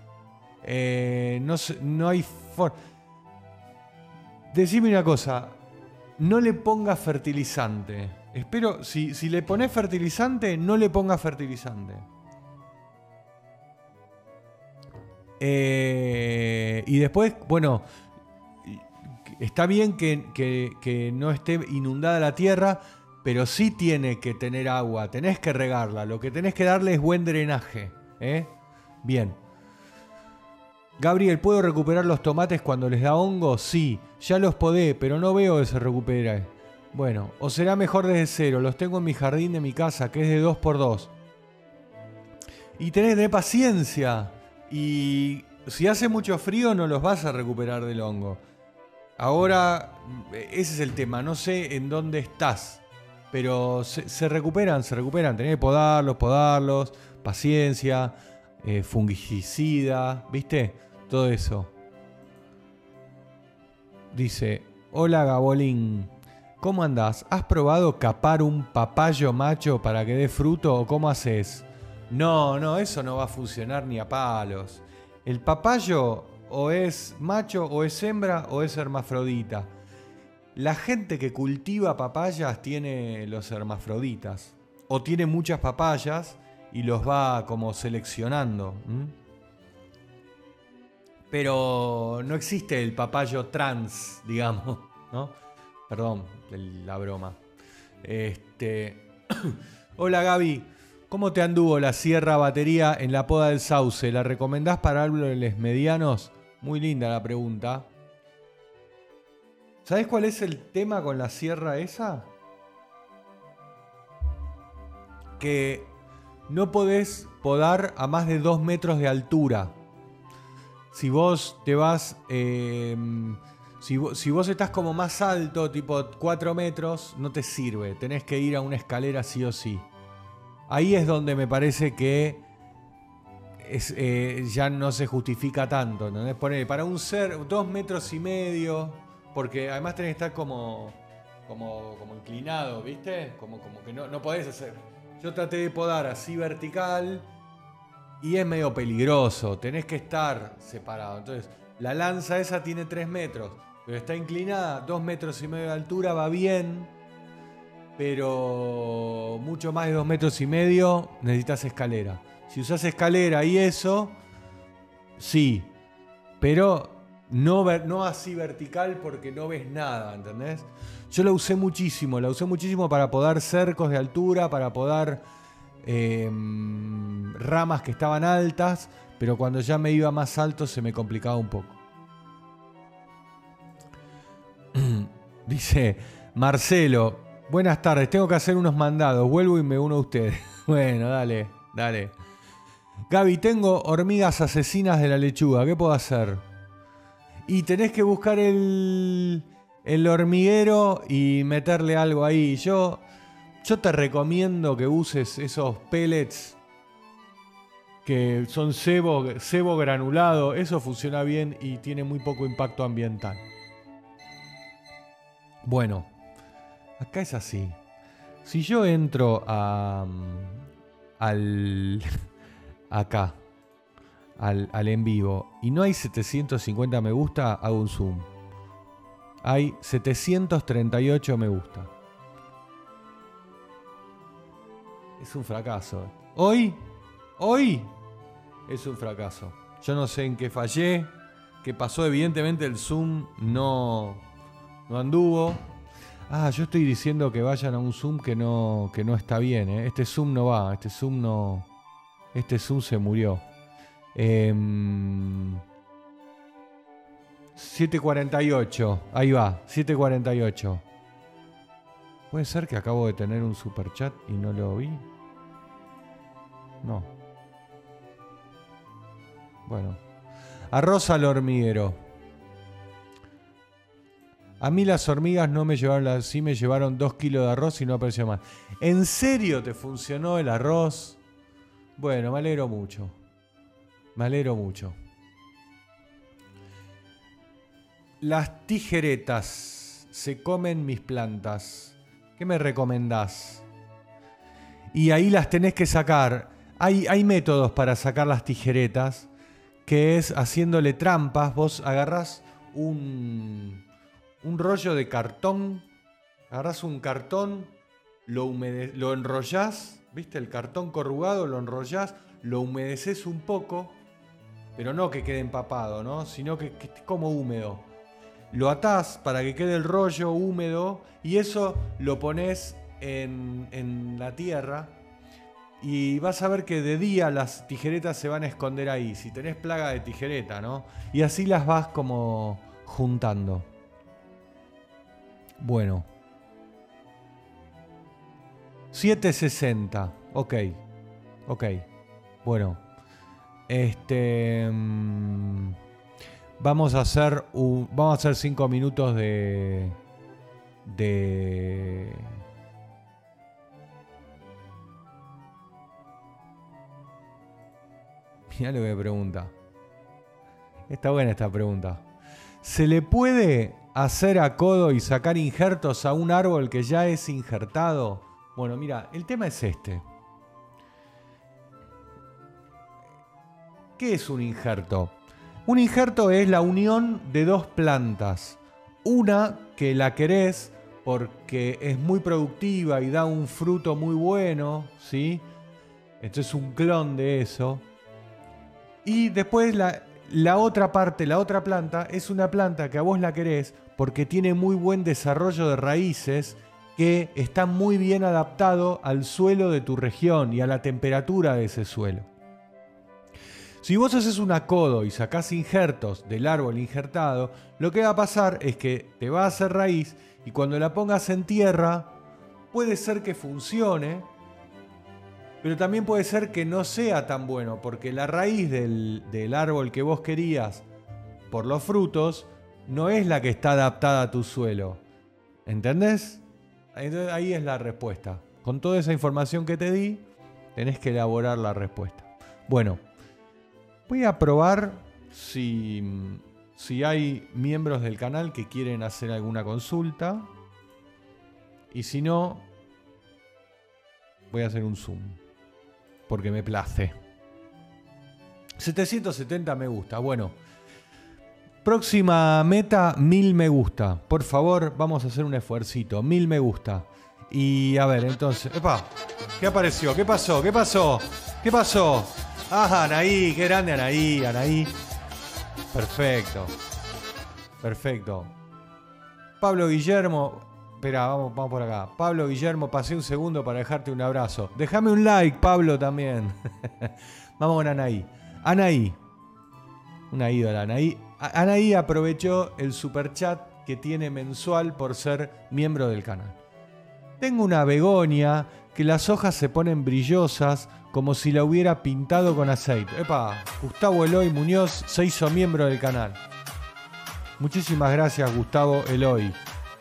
No hay forma. Decime una cosa. No le pongas fertilizante. Espero, si le pones fertilizante, no le pongas fertilizante. Y después, bueno, está bien que no esté inundada la tierra, pero sí tiene que tener agua. Tenés que regarla. Lo que tenés que darle es buen drenaje. Bien. Gabriel, ¿puedo recuperar los tomates cuando les da hongo? Sí, ya los podé, pero no veo que se recupere. Bueno, o será mejor desde cero. Los tengo en mi jardín de mi casa, que es de 2x2. Y tenés que tener paciencia. Y si hace mucho frío no los vas a recuperar del hongo. Ahora, ese es el tema. No sé en dónde estás. Pero se recuperan. Tenés que podarlos. Paciencia. Fungicida. ¿Viste? Todo eso. Dice, hola Gabolín. ¿Cómo andás? ¿Has probado capar un papayo macho para que dé fruto o cómo haces? No, eso no va a funcionar ni a palos. El papayo o es macho o es hembra o es hermafrodita. La gente que cultiva papayas tiene los hermafroditas. O tiene muchas papayas y los va como seleccionando. Pero no existe el papayo trans, digamos, ¿no? Perdón, la broma. Hola Gaby, ¿cómo te anduvo la sierra batería en la poda del sauce? ¿La recomendás para árboles medianos? Muy linda la pregunta. ¿Sabés cuál es el tema con la sierra esa? que no podés podar a más de 2 metros de altura. Si vos te vas... si vos estás como más alto, tipo 4 metros, no te sirve. Tenés que ir a una escalera sí o sí. Ahí es donde me parece que ya no se justifica tanto, ¿entendés? Poner para un ser 2 metros y medio, porque además tenés que estar como inclinado, ¿viste? Como que no podés hacer. Yo traté de podar así vertical y es medio peligroso, tenés que estar separado. Entonces, la lanza esa tiene 3 metros, pero está inclinada, 2 metros y medio de altura, va bien, pero mucho más de 2 metros y medio necesitas escalera. Si usás escalera y eso, sí, pero no así vertical porque no ves nada, ¿entendés? Yo la usé muchísimo para podar cercos de altura, para podar ramas que estaban altas, pero cuando ya me iba más alto se me complicaba un poco. Dice Marcelo, buenas tardes, tengo que hacer unos mandados, vuelvo y me uno a ustedes. Bueno, dale. Gaby, tengo hormigas asesinas de la lechuga, ¿qué puedo hacer? Y tenés que buscar el hormiguero y meterle algo ahí. Yo te recomiendo que uses esos pellets que son sebo granulado. Eso funciona bien y tiene muy poco impacto ambiental. Bueno, acá es así. Si yo entro al en vivo y no hay 750 me gusta, hago un zoom. Hay 738 me gusta. Es un fracaso. Hoy es un fracaso. Yo no sé en qué fallé, qué pasó. Evidentemente el zoom no anduvo. Yo estoy diciendo que vayan a un zoom que no está bien, ¿eh? Este zoom no va, este zoom se murió. 748, ahí va, 748. ¿Puede ser que acabo de tener un superchat y no lo vi? No. Bueno. Arroz al hormiguero. A mí las hormigas no me llevaron, sí me llevaron 2 kilos de arroz y no apareció más. ¿En serio te funcionó el arroz? Bueno, me alegro mucho. Las tijeretas se comen mis plantas. ¿Qué me recomendás? Y ahí las tenés que sacar. Hay métodos para sacar las tijeretas, que es haciéndole trampas. Vos agarrás un rollo de cartón, agarrás un cartón, lo enrollás, ¿viste? El cartón corrugado lo enrollás, lo humedecés un poco, pero no que quede empapado, ¿no? Sino que esté como húmedo. Lo atás para que quede el rollo húmedo y eso lo ponés en la tierra y vas a ver que de día las tijeretas se van a esconder ahí, si tenés plaga de tijereta, ¿no? Y así las vas como juntando. Bueno. 760. Ok. Bueno. Vamos a hacer 5 minutos de Mirá lo que me pregunta. Está buena esta pregunta. ¿Se le puede hacer a codo y sacar injertos a un árbol que ya es injertado? Bueno, mira, el tema es este. ¿Qué es un injerto? Un injerto es la unión de dos plantas. Una que la querés porque es muy productiva y da un fruto muy bueno, ¿sí? Esto es un clon de eso. Y después la otra parte, la otra planta, es una planta que a vos la querés porque tiene muy buen desarrollo de raíces, que está muy bien adaptado al suelo de tu región y a la temperatura de ese suelo. Si vos haces un acodo y sacás injertos del árbol injertado, lo que va a pasar es que te va a hacer raíz y cuando la pongas en tierra puede ser que funcione, Pero también puede ser que no sea tan bueno, porque la raíz del árbol que vos querías por los frutos no es la que está adaptada a tu suelo. ¿Entendés? Entonces, ahí es la respuesta. Con toda esa información que te di, tenés que elaborar la respuesta. Bueno, voy a probar si hay miembros del canal que quieren hacer alguna consulta. Y si no, voy a hacer un Zoom. Porque me place. 770 me gusta. Bueno. Próxima meta, 1000 me gusta. Por favor, vamos a hacer un esfuercito. 1000 me gusta. Y a ver, entonces... ¡Epa! ¿Qué apareció? ¿Qué pasó? ¿Qué pasó? ¿Qué pasó? ¡Ah, Anaí! ¡Qué grande Anaí! Anaí. Perfecto. Perfecto. Pablo Guillermo... Espera, vamos por acá. Pablo Guillermo, pasé un segundo para dejarte un abrazo. Déjame un like, Pablo, también. Vamos con Anaí. Anaí. Una ídola, Anaí. Anaí aprovechó el superchat que tiene mensual por ser miembro del canal. Tengo una begonia que las hojas se ponen brillosas como si la hubiera pintado con aceite. Epa, Gustavo Eloy Muñoz se hizo miembro del canal. Muchísimas gracias, Gustavo Eloy.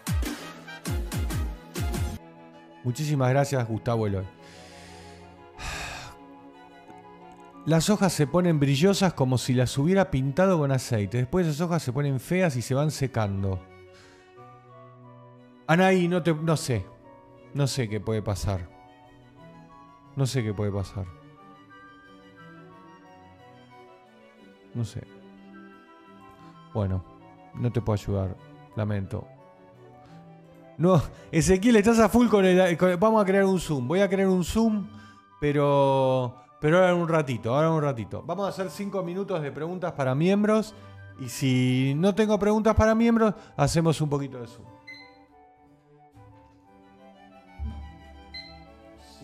Muchísimas gracias, Gustavo Eloy. Las hojas se ponen brillosas como si las hubiera pintado con aceite. Después esas hojas se ponen feas y se van secando. Anaí, no sé. No sé qué puede pasar. No sé qué puede pasar. No sé. Bueno, no te puedo ayudar. Lamento. No, Ezequiel, estás a full con el... Vamos a crear un Zoom. Voy a crear un Zoom, pero ahora en un ratito, Vamos a hacer 5 minutos de preguntas para miembros. Y si no tengo preguntas para miembros, hacemos un poquito de Zoom. Sí.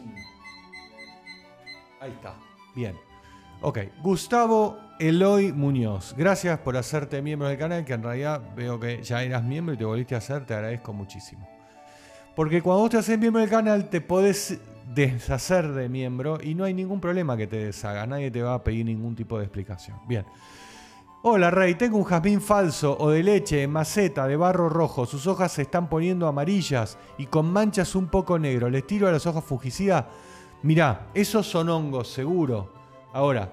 Ahí está. Bien. Ok. Gustavo Eloy Muñoz. Gracias por hacerte miembro del canal, que en realidad veo que ya eras miembro y te volviste a hacer. Te agradezco muchísimo. Porque cuando vos te haces miembro del canal, te podés deshacer de miembro y no hay ningún problema que te deshagas. Nadie te va a pedir ningún tipo de explicación. Bien. Hola Rey, tengo un jazmín falso o de leche en maceta de barro rojo. Sus hojas se están poniendo amarillas y con manchas un poco negro. ¿Les tiro a las hojas fungicida? Mirá, esos son hongos, seguro. Ahora,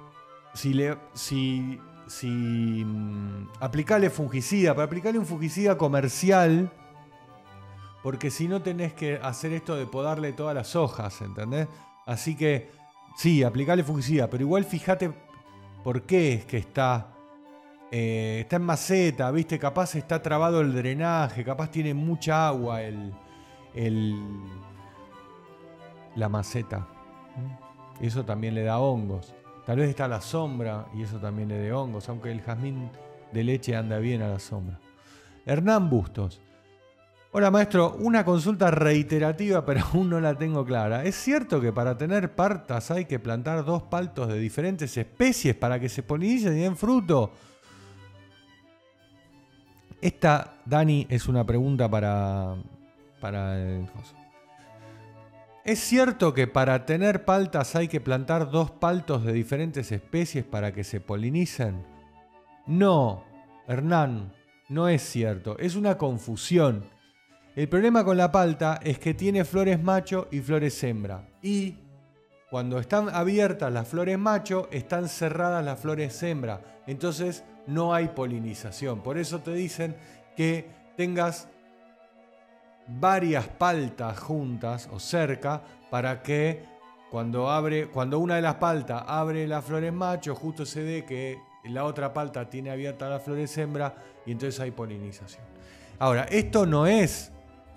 aplicale fungicida, para aplicarle un fungicida comercial, porque si no tenés que hacer esto de podarle todas las hojas, ¿entendés? Así que, sí, aplicale fungicida, pero igual fíjate por qué es que está en maceta, ¿viste? Capaz está trabado el drenaje, capaz tiene mucha agua la maceta. Eso también le da hongos. Tal vez está a la sombra y eso también le dé hongos, aunque el jazmín de leche anda bien a la sombra. Hernán Bustos. Hola maestro, una consulta reiterativa pero aún no la tengo clara. ¿Es cierto que para tener partas hay que plantar 2 paltos de diferentes especies para que se polinicen y den fruto? Esta, Dani, es una pregunta para el coso. ¿Es cierto que para tener paltas hay que plantar 2 paltos de diferentes especies para que se polinicen? No, Hernán, no es cierto. Es una confusión. El problema con la palta es que tiene flores macho y flores hembra. Y cuando están abiertas las flores macho, están cerradas las flores hembra. Entonces no hay polinización. Por eso te dicen que tengas varias paltas juntas o cerca para que cuando una de las paltas abre las flores macho, justo se dé que la otra palta tiene abierta las flores hembra y entonces hay polinización. Ahora, esto no es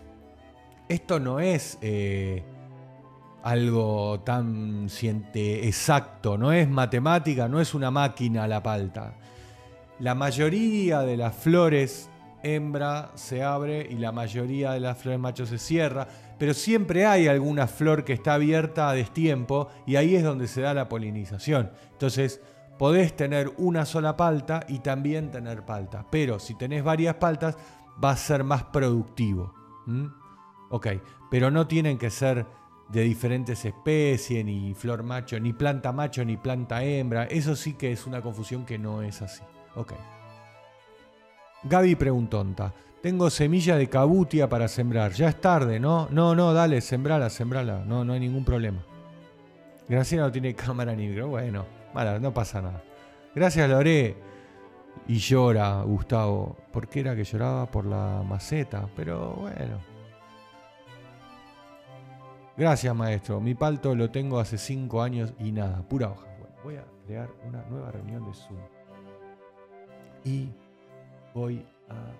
algo tan exacto, no es matemática, no es una máquina la palta. La mayoría de las flores hembra se abre y la mayoría de las flores macho se cierra, pero siempre hay alguna flor que está abierta a destiempo y ahí es donde se da la polinización. Entonces podés tener una sola palta y también tener palta, pero si tenés varias paltas va a ser más productivo. Ok, pero no tienen que ser de diferentes especies, ni flor macho, ni planta macho, ni planta hembra. Eso sí que es una confusión que no es así. Ok. Gaby preguntonta. Tengo semilla de cabutia para sembrar. Ya es tarde, ¿no? No, dale, sembrala. No hay ningún problema. Graciela no tiene cámara ni micro. Bueno, vale, no pasa nada. Gracias, Loré. Y llora, Gustavo. ¿Por qué era que lloraba? Por la maceta. Pero bueno. Gracias, maestro. Mi palto lo tengo hace 5 años y nada, pura hoja. Bueno, voy a crear una nueva reunión de Zoom. Y voy a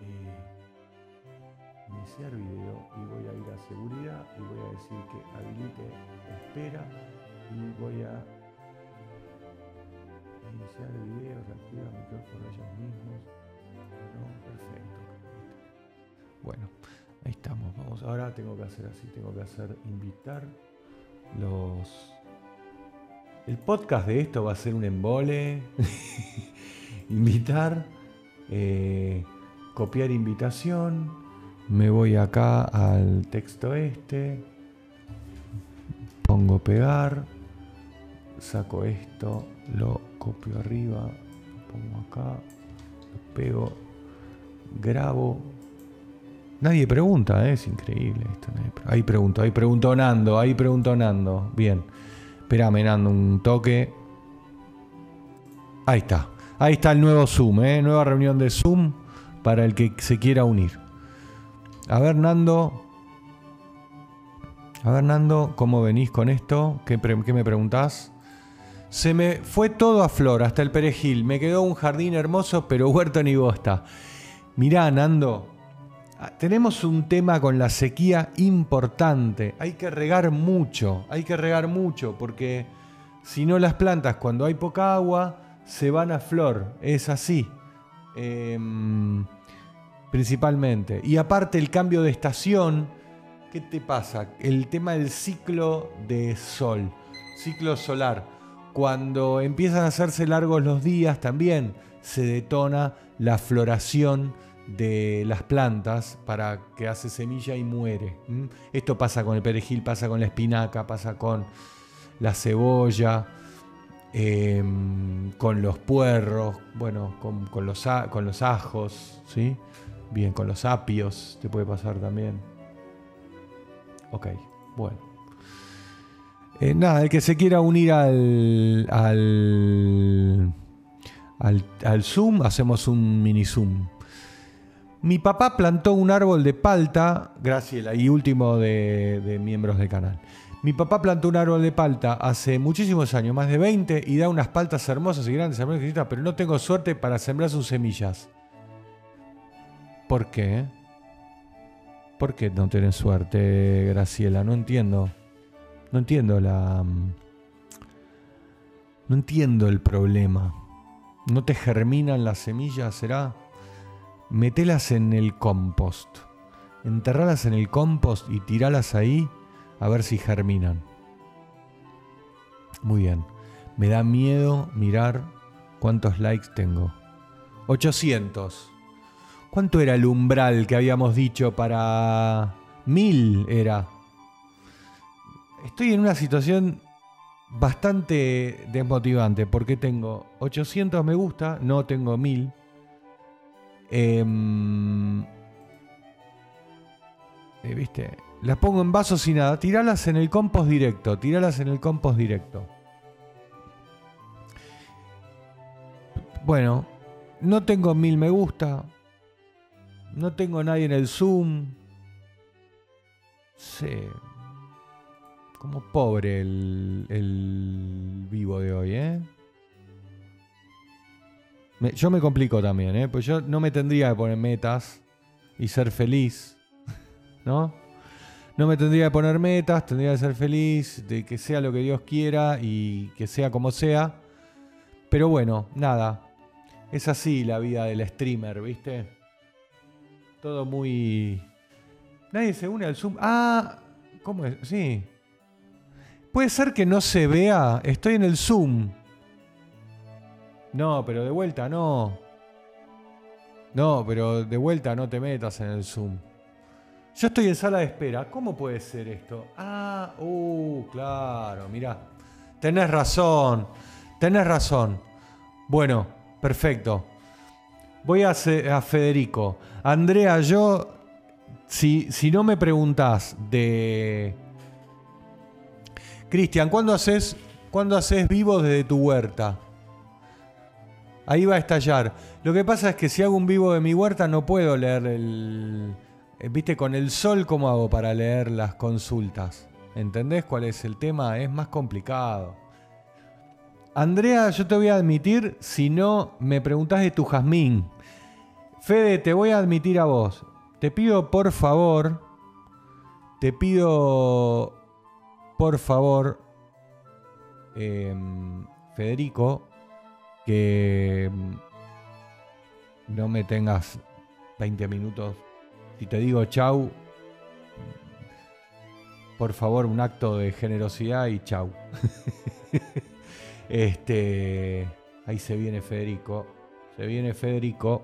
iniciar video y voy a ir a seguridad y voy a decir que habilite espera y voy a iniciar el video, reactiva el micrófono ellos mismos. No, perfecto. Bueno, ahí estamos. Vamos, ahora tengo que hacer así, invitar los... El podcast de esto va a ser un embole. Invitar, copiar invitación. Me voy acá al texto este. Pongo pegar. Saco esto, lo copio arriba, lo pongo acá, lo pego, grabo. Nadie pregunta, es increíble esto. Ahí preguntó Nando. Bien, espérame, Nando, un toque. Ahí está el nuevo Zoom, nueva reunión de Zoom para el que se quiera unir. A ver, Nando, ¿cómo venís con esto? ¿Qué me preguntás? Se me fue todo a flor, hasta el perejil. Me quedó un jardín hermoso, pero huerto ni bosta. Mirá, Nando, tenemos un tema con la sequía importante. Hay que regar mucho, porque si no las plantas cuando hay poca agua se van a flor. Es así, principalmente. Y aparte el cambio de estación, ¿qué te pasa? El tema del ciclo de sol, ciclo solar. Cuando empiezan a hacerse largos los días también se detona la floración de las plantas para que hace semilla y muere. Esto pasa con el perejil, pasa con la espinaca, pasa con la cebolla, con los puerros, bueno, con los ajos, ¿sí? Bien, con los apios te puede pasar también. Ok, bueno. Nada, el que se quiera unir al Zoom, hacemos un mini Zoom. Mi papá plantó un árbol de palta, Graciela, y último de miembros del canal. Mi papá plantó un árbol de palta hace muchísimos años, más de 20, y da unas paltas hermosas y grandes, pero no tengo suerte para sembrar sus semillas. ¿Por qué? ¿Por qué no tenés suerte, Graciela? No entiendo. No entiendo el problema. ¿No te germinan las semillas, será? Metelas en el compost. Enterralas en el compost y tiralas ahí a ver si germinan. Muy bien. Me da miedo mirar cuántos likes tengo. 800. ¿Cuánto era el umbral que habíamos dicho para 1000 era? Estoy en una situación bastante desmotivante porque tengo 800 me gusta, no tengo 1000. ¿Viste? Las pongo en vasos y nada. Tiralas en el compost directo. Bueno, no tengo 1000 me gusta. No tengo nadie en el Zoom. Sí. Como pobre el vivo de hoy, ¿eh? Yo me complico también, ¿eh? Pues yo no me tendría que poner metas y ser feliz, ¿no? No me tendría que poner metas, tendría que ser feliz, de que sea lo que Dios quiera y que sea como sea. Pero bueno, nada. Es así la vida del streamer, ¿viste? Todo muy... Nadie se une al Zoom. Ah, ¿cómo es? Sí. Puede ser que no se vea. Estoy en el Zoom. No, pero de vuelta no. No, pero de vuelta no te metas en el Zoom. Yo estoy en sala de espera. ¿Cómo puede ser esto? Claro, mirá. Tenés razón. Bueno, perfecto. Voy a Federico. Andrea, yo, si no me preguntás de... Cristian, ¿cuándo haces vivo desde tu huerta? Ahí va a estallar. Lo que pasa es que si hago un vivo de mi huerta no puedo leer ¿viste? Con el sol, ¿cómo hago para leer las consultas? ¿Entendés cuál es el tema? Es más complicado. Andrea, yo te voy a admitir si no me preguntás de tu jazmín. Fede, te voy a admitir a vos. Te pido por favor, Federico, que no me tengas 20 minutos. Si te digo chau, por favor, un acto de generosidad y chau. Ahí se viene Federico. Se viene Federico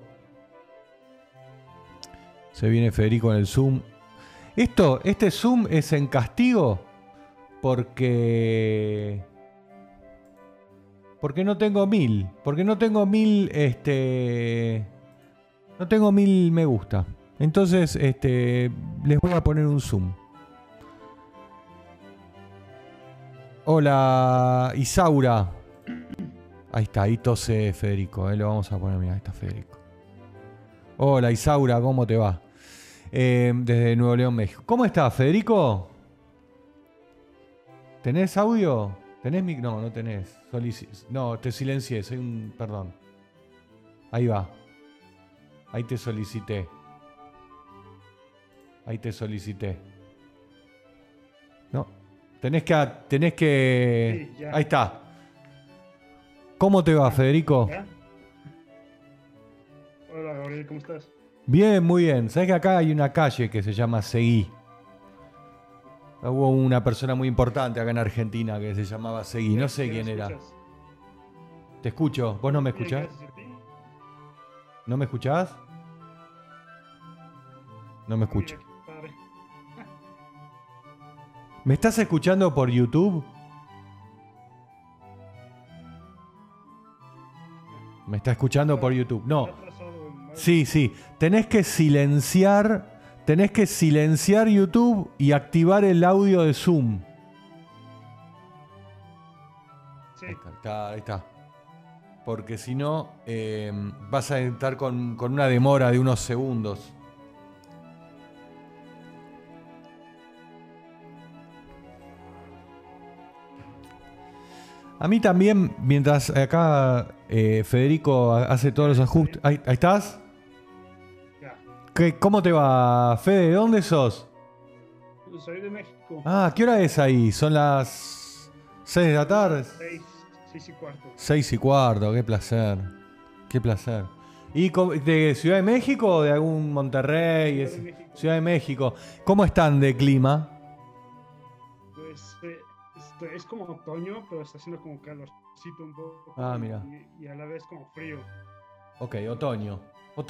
en el Zoom. Este Zoom es en castigo porque no tengo 1000. Porque no tengo 1000 no tengo 1000 me gusta. Entonces les voy a poner un Zoom. Hola, Isaura. Ahí está, ahí tose Federico. Lo vamos a poner, mira, ahí está Federico. Hola, Isaura, ¿cómo te va? Desde Nuevo León, México. ¿Cómo estás, Federico? ¿Tenés audio? ¿Tenés mic? No, no tenés. No, te silencié, perdón. Ahí va. Ahí te solicité. No. Tenés que... Sí, ahí está. ¿Cómo te va, Federico? ¿Ya? Hola, Gabriel, ¿cómo estás? Bien, muy bien. ¿Sabés que acá hay una calle que se llama Seguí? Hubo una persona muy importante acá en Argentina que se llamaba Seguí. No sé quién era. Te escucho. ¿Vos no me escuchás? ¿No me escuchás? No me escucho. ¿Me estás escuchando por YouTube? ¿Me está escuchando por YouTube? No. Sí. Tenés que silenciar YouTube y activar el audio de Zoom. Sí. Ahí está. Porque si no, vas a estar con una demora de unos segundos. A mí también, mientras acá Federico hace todos los ajustes... ¿Ahí estás? ¿Cómo te va, Fede? ¿De dónde sos? Soy de México. ¿Qué hora es ahí? ¿Son las 6 de la tarde? 6:15. 6:15, qué placer. ¿Y de Ciudad de México o de algún Monterrey? Ciudad de México. ¿Cómo están de clima? Pues es como otoño, pero está haciendo como calorcito un poco. Mira. Y a la vez como frío. Ok, otoño.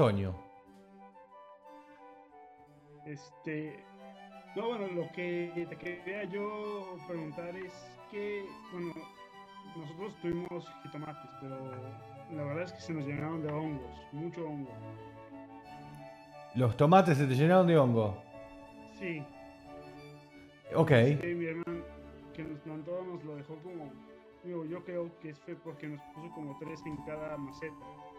No, bueno, lo que te quería yo preguntar es que, bueno, nosotros tuvimos jitomates, pero la verdad es que se nos llenaron de hongos, mucho hongo. ¿Los tomates se te llenaron de hongo? Sí. Ok. Mi hermano que nos plantó nos lo dejó como, yo creo que fue porque nos puso como 3 en cada maceta.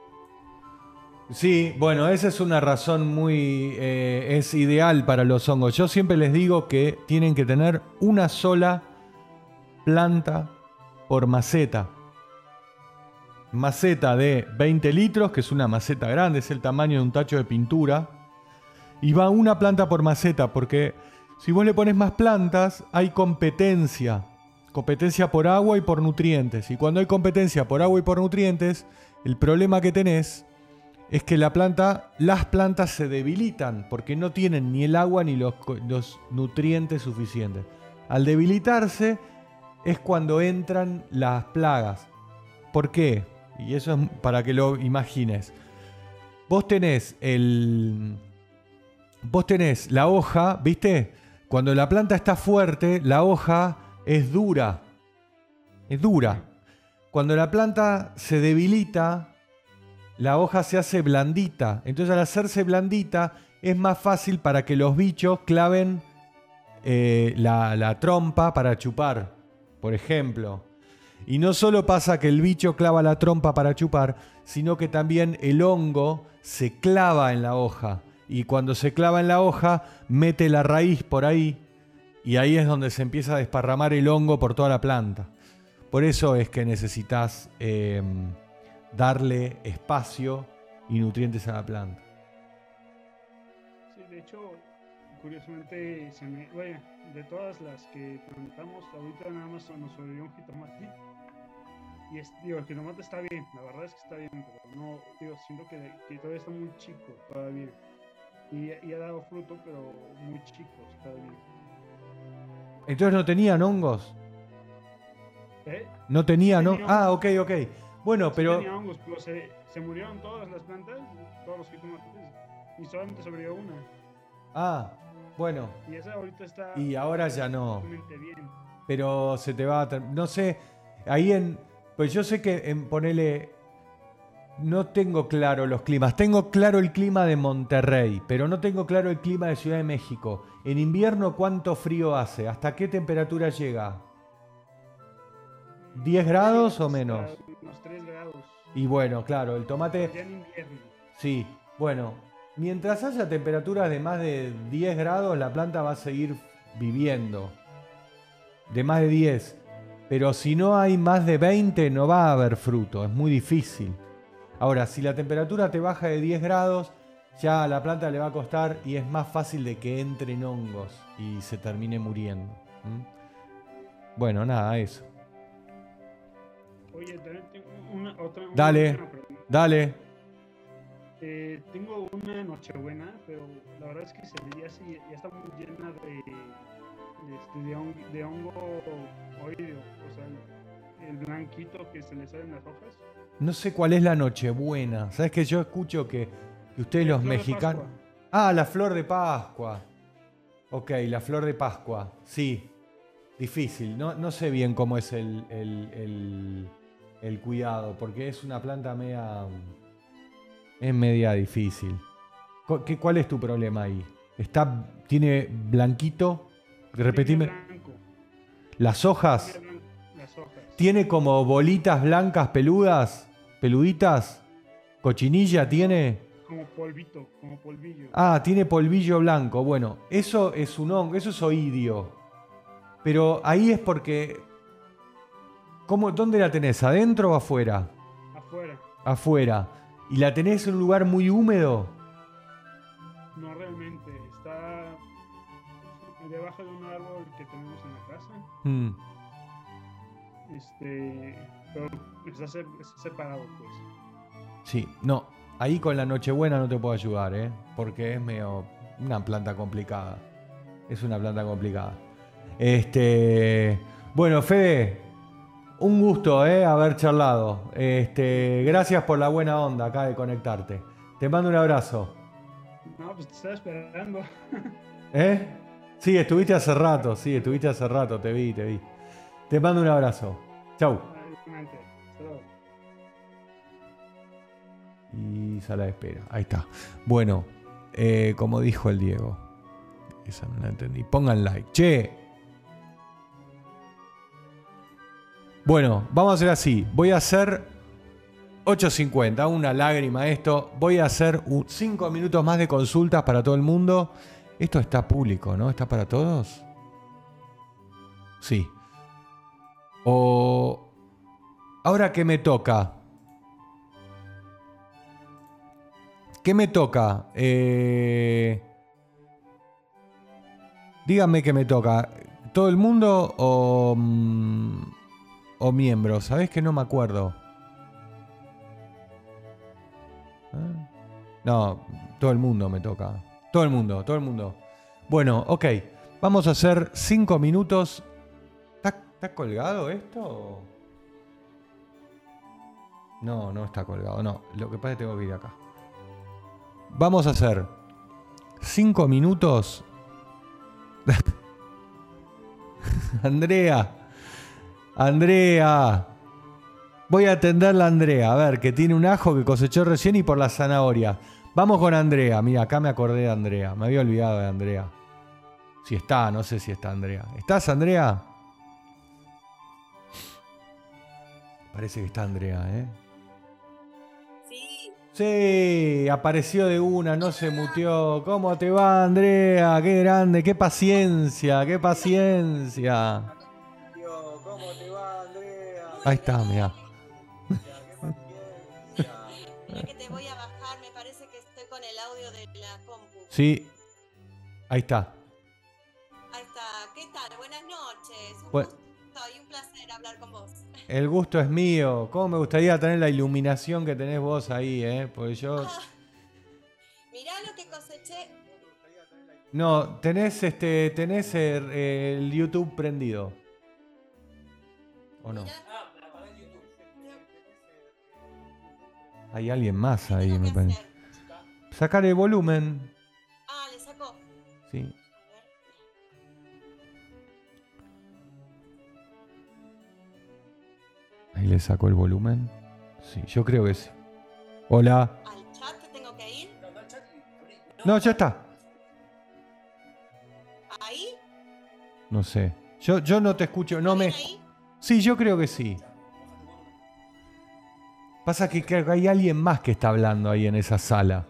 Sí, bueno, esa es una razón es ideal para los hongos. Yo siempre les digo que tienen que tener una sola planta por maceta. Maceta de 20 litros, que es una maceta grande, es el tamaño de un tacho de pintura. Y va una planta por maceta, porque si vos le pones más plantas, hay competencia. Competencia por agua y por nutrientes. Y cuando hay competencia por agua y por nutrientes, el problema que tenés es que las plantas se debilitan porque no tienen ni el agua ni los nutrientes suficientes. Al debilitarse es cuando entran las plagas. ¿Por qué? Y eso es para que lo imagines. Vos tenés vos tenés la hoja, ¿viste? Cuando la planta está fuerte, la hoja es dura. Es dura. Cuando la planta se debilita, la hoja se hace blandita. Entonces, al hacerse blandita, es más fácil para que los bichos claven la trompa para chupar, por ejemplo. Y no solo pasa que el bicho clava la trompa para chupar, sino que también el hongo se clava en la hoja. Y cuando se clava en la hoja, mete la raíz por ahí. Y ahí es donde se empieza a desparramar el hongo por toda la planta. Por eso es que necesitas darle espacio y nutrientes a la planta. Sí, de hecho, curiosamente, bueno, de todas las que plantamos, ahorita nada más nos sobrevivió un jitomate. Y el jitomate está bien, la verdad es que está bien, pero no, siento que todavía está muy chico, todavía. Y ha dado fruto, pero muy chicos todavía. Entonces no tenían hongos. No tenían hongos. Ah, ok. Bueno, sí, pero... tenía hongos, pero se murieron todas las plantas, todos los jitomates, y solamente sobrevivió una. Ah, bueno. Y esa ahorita está... Y ahora ya no. Bien. Pero se te va a... No sé, ahí en... Pues yo sé que en ponele... No tengo claro los climas. Tengo claro el clima de Monterrey, pero no tengo claro el clima de Ciudad de México. En invierno, ¿cuánto frío hace? ¿Hasta qué temperatura llega? ¿10 grados o menos? Unos 3 grados. Y bueno, claro, el tomate... Ya en invierno. Sí, bueno, mientras haya temperaturas de más de 10 grados, la planta va a seguir viviendo. De más de 10. Pero si no hay más de 20, no va a haber fruto. Es muy difícil. Ahora, si la temperatura te baja de 10 grados, ya a la planta le va a costar y es más fácil de que entren hongos y se termine muriendo. Bueno, nada, eso. Oye, también tengo otra Dale. Tengo una Nochebuena, pero la verdad es que se veía así, ya está muy llena de hongo oído, o sea, el blanquito que se le salen las hojas. No sé cuál es la Nochebuena. ¿Sabes que yo escucho que ustedes los mexicanos... Ah, la flor de Pascua. Ok, la flor de Pascua. Sí, difícil. No sé bien cómo es el cuidado, porque es una planta media... Es media difícil. ¿Cuál es tu problema ahí? ¿Tiene blanquito? Repetime. Blanco. ¿Las hojas? Las hojas. ¿Tiene como bolitas blancas peludas? ¿Peluditas? ¿Cochinilla tiene? Como polvito, como polvillo. Ah, tiene polvillo blanco. Bueno, eso es un hongo, eso es oidio. Pero ahí es porque... ¿Dónde la tenés? ¿Adentro o afuera? Afuera. Afuera. ¿Y la tenés en un lugar muy húmedo? No realmente, está debajo de un árbol que tenemos en la casa. Pero está separado, pues. Sí, no. Ahí con la Nochebuena no te puedo ayudar, porque es medio una planta complicada. Es una planta complicada. Bueno, Fede, un gusto, haber charlado. Gracias por la buena onda acá de conectarte. Te mando un abrazo. No, pues te estaba esperando. Sí, estuviste hace rato, te vi. Te mando un abrazo. Chau. Y sala de espera. Ahí está. Bueno, como dijo el Diego. Esa no la entendí. Pongan like. Che. Bueno, vamos a hacer así. Voy a hacer 8:50. Una lágrima esto. Voy a hacer 5 minutos más de consultas para todo el mundo. Esto está público, ¿no? ¿Está para todos? Sí. Ahora, ¿qué me toca? ¿Qué me toca? Díganme qué me toca. ¿Todo el mundo o miembros? ¿Sabés que no me acuerdo? No, todo el mundo me toca. Todo el mundo. Bueno, ok. Vamos a hacer 5 minutos. ¿Está colgado esto? No está colgado. No, lo que pasa es que tengo que ir acá. Vamos a hacer 5 minutos. Andrea. Voy a atenderla a Andrea. A ver, que tiene un ajo que cosechó recién y por la zanahoria. Vamos con Andrea. Mira, acá me acordé de Andrea. Me había olvidado de Andrea. Si está, no sé si está Andrea. ¿Estás, Andrea? Parece que está Andrea, ¿eh? Sí, apareció de una, no se muteó. ¿Cómo te va, Andrea? Qué grande, qué paciencia, qué paciencia. ¿Cómo te va, Andrea? Ahí está, mira. Mira que te voy a bajar, me parece que estoy con el audio de la compu. Sí, ahí está. Ahí está, ¿qué tal? Buenas noches. Un Pues, gusto y un placer hablar con vos. el gusto es mío. ¿Cómo me gustaría tener la iluminación que tenés vos ahí, Porque yo... Mirá lo que coseché. No, tenés el YouTube prendido. ¿O no? Mirá. Hay alguien más ¿Qué ahí, tengo me que parece. hacer? Sacar el volumen. Ah, le sacó. Sí. Ahí le sacó el volumen. Sí, yo creo que sí. Hola. ¿Al chat te tengo que ir? No, ya está. ¿Ahí? No sé. Yo no te escucho. No me. ¿Ahí? Sí, yo creo que sí. Pasa que creo que hay alguien más que está hablando ahí en esa sala.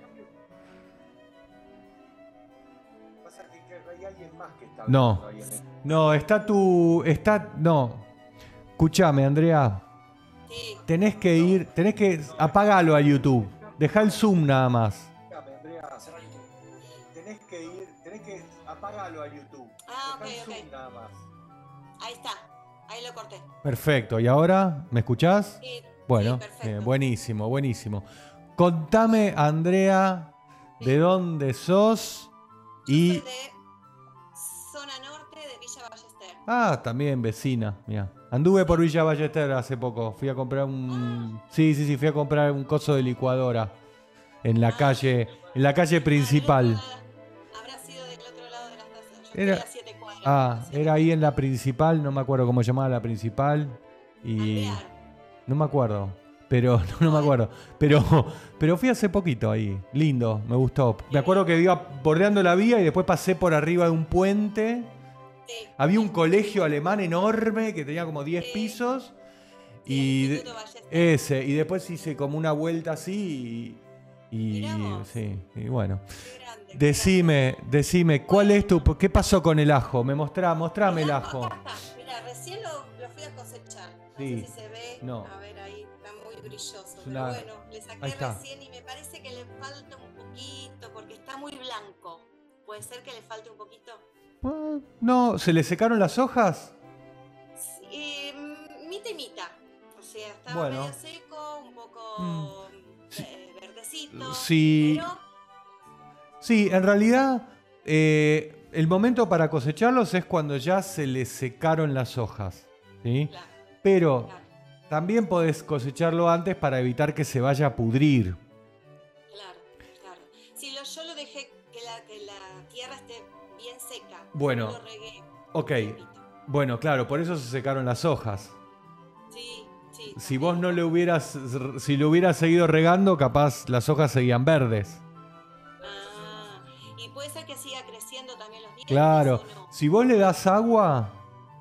Pasa que creo que hay alguien más que está hablando. No. No, está tu. No. Escúchame, Andrea. Sí. Tenés que apagalo a YouTube. Deja el Zoom nada más. Tenés que apagalo a YouTube. Ah, ok, ok. Nada más. Ahí está. Ahí lo corté. Perfecto. ¿Y ahora? ¿Me escuchás? Sí. Bueno, Sí, perfecto. buenísimo, buenísimo. Contame, Andrea, ¿de dónde sos? Y... Soy de zona norte de Villa Ballester. Ah, también vecina, mira. Anduve por Villa Ballester hace poco. Fui a comprar un... Sí, fui a comprar un coso de licuadora en la calle principal. Habrá sido del otro lado de la estación. Yo Era... estoy a 7 cuadras. era ahí en la principal, no me acuerdo cómo se llamaba la principal. Y... Alvear. No me acuerdo. Pero no me acuerdo. Pero fui hace poquito ahí. Lindo, me gustó. Me acuerdo que iba bordeando la vía y después pasé por arriba de un puente. Sí. Había un colegio alemán enorme que tenía como 10 pisos. Y y después hice como una vuelta así y sí, y bueno. Decime, ¿cuál es qué pasó con el ajo? Mostrame el ajo. Acá está. Mirá, recién lo fui a cosechar. No Sí. sé si se ve. No. A ver, ahí está muy brilloso. Una- Pero bueno, le saqué Ahí está. recién y me parece que le falta un poquito porque está muy blanco. ¿Puede ser que le falte un poquito? No, ¿se le secaron las hojas? Sí, mitad y mitad. O sea, estaba Bueno. medio seco, un poco verdecito. Sí. Pero Sí, en realidad el momento para cosecharlos es cuando ya se les secaron las hojas, ¿sí? claro, Pero claro, también podés cosecharlo antes para evitar que se vaya a pudrir. claro. Si yo lo dejé que la tierra esté bien seca. Bueno, no lo regué. Ok, tiempito. bueno, claro, por eso se secaron las hojas. Sí. Si vos no si lo hubieras seguido regando, capaz las hojas seguían verdes. Ah, y puede ser que siga creciendo también los dientes. Claro, ¿O no? si vos le das agua,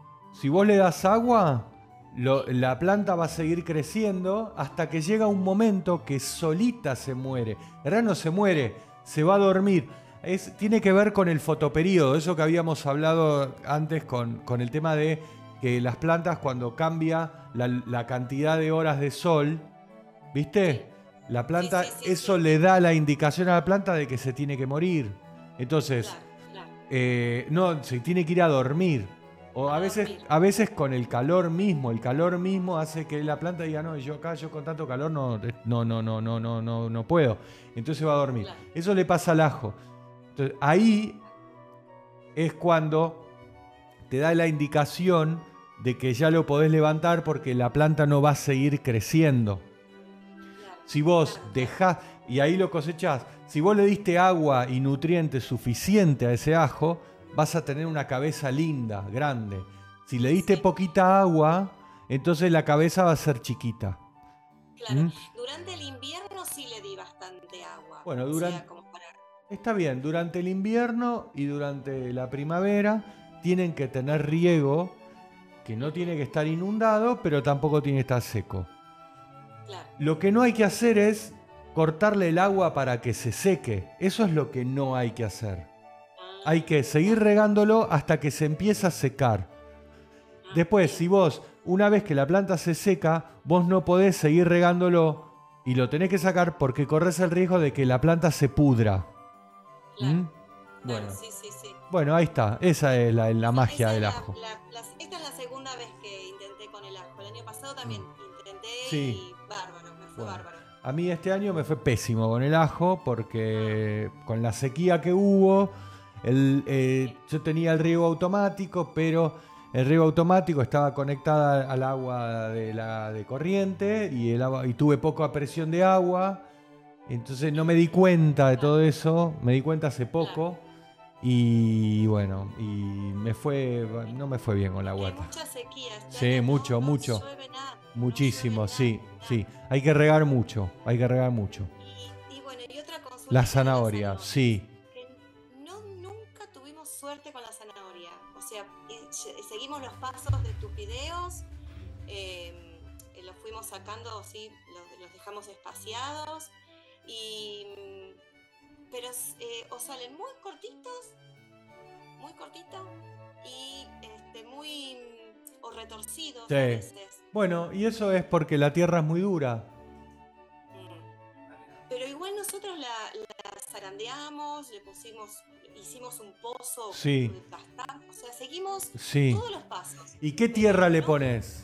la planta va a seguir creciendo hasta que llega un momento que solita se muere. En realidad no se muere, se va a dormir. Tiene que ver con el fotoperíodo, eso que habíamos hablado antes con el tema de que las plantas cuando cambia la cantidad de horas de sol, ¿viste? La planta, eso le da la indicación a la planta de que se tiene que morir. Entonces, Claro. no, se tiene que ir a dormir. O a veces con el calor mismo hace que la planta diga, no, yo con tanto calor no puedo. Entonces va a dormir. Claro. Eso le pasa al ajo. Entonces, ahí es cuando te da la indicación de que ya lo podés levantar porque la planta no va a seguir creciendo. Claro. Si vos dejás, y ahí lo cosechás, si vos le diste agua y nutrientes suficiente a ese ajo, vas a tener una cabeza linda, grande. Si le diste poquita agua, entonces la cabeza va a ser chiquita. Claro, durante el invierno sí le di bastante agua. Bueno, o sea, como para... está bien, durante el invierno y durante la primavera tienen que tener riego, que no tiene que estar inundado, pero tampoco tiene que estar seco. Claro. Lo que no hay que hacer es cortarle el agua para que se seque. Eso es lo que no hay que hacer. Hay que seguir regándolo hasta que se empieza a secar. Después, si vos, una vez que la planta se seca, vos no podés seguir regándolo y lo tenés que sacar porque corres el riesgo de que la planta se pudra. Claro. Bueno. Sí. Bueno, ahí está. Esa es la magia del ajo. Esta es la segunda vez que intenté con el ajo. El año pasado también intenté y bárbaro, me fue bárbaro. A mí este año me fue pésimo con el ajo porque con la sequía que hubo, yo tenía el riego automático, pero el riego automático estaba conectada al agua de corriente y tuve poca presión de agua. Entonces no me di cuenta de todo eso, me di cuenta hace poco. Y bueno, y no me fue bien con la huerta. Hay mucha sequía. Sí, mucho. No llueve nada, Muchísimo, no llueve sí. Hay que regar mucho, Y bueno, y otra consulta. La zanahoria, sí. Que nunca tuvimos suerte con la zanahoria. O sea, seguimos los pasos de tus videos, los fuimos sacando, sí, los dejamos espaciados, pero o salen muy cortitos y o retorcidos a veces. Bueno, y eso es porque la tierra es muy dura. Pero igual nosotros la zarandeamos, hicimos un pozo bastante, o sea, seguimos todos los pasos. ¿Y qué tierra le pones?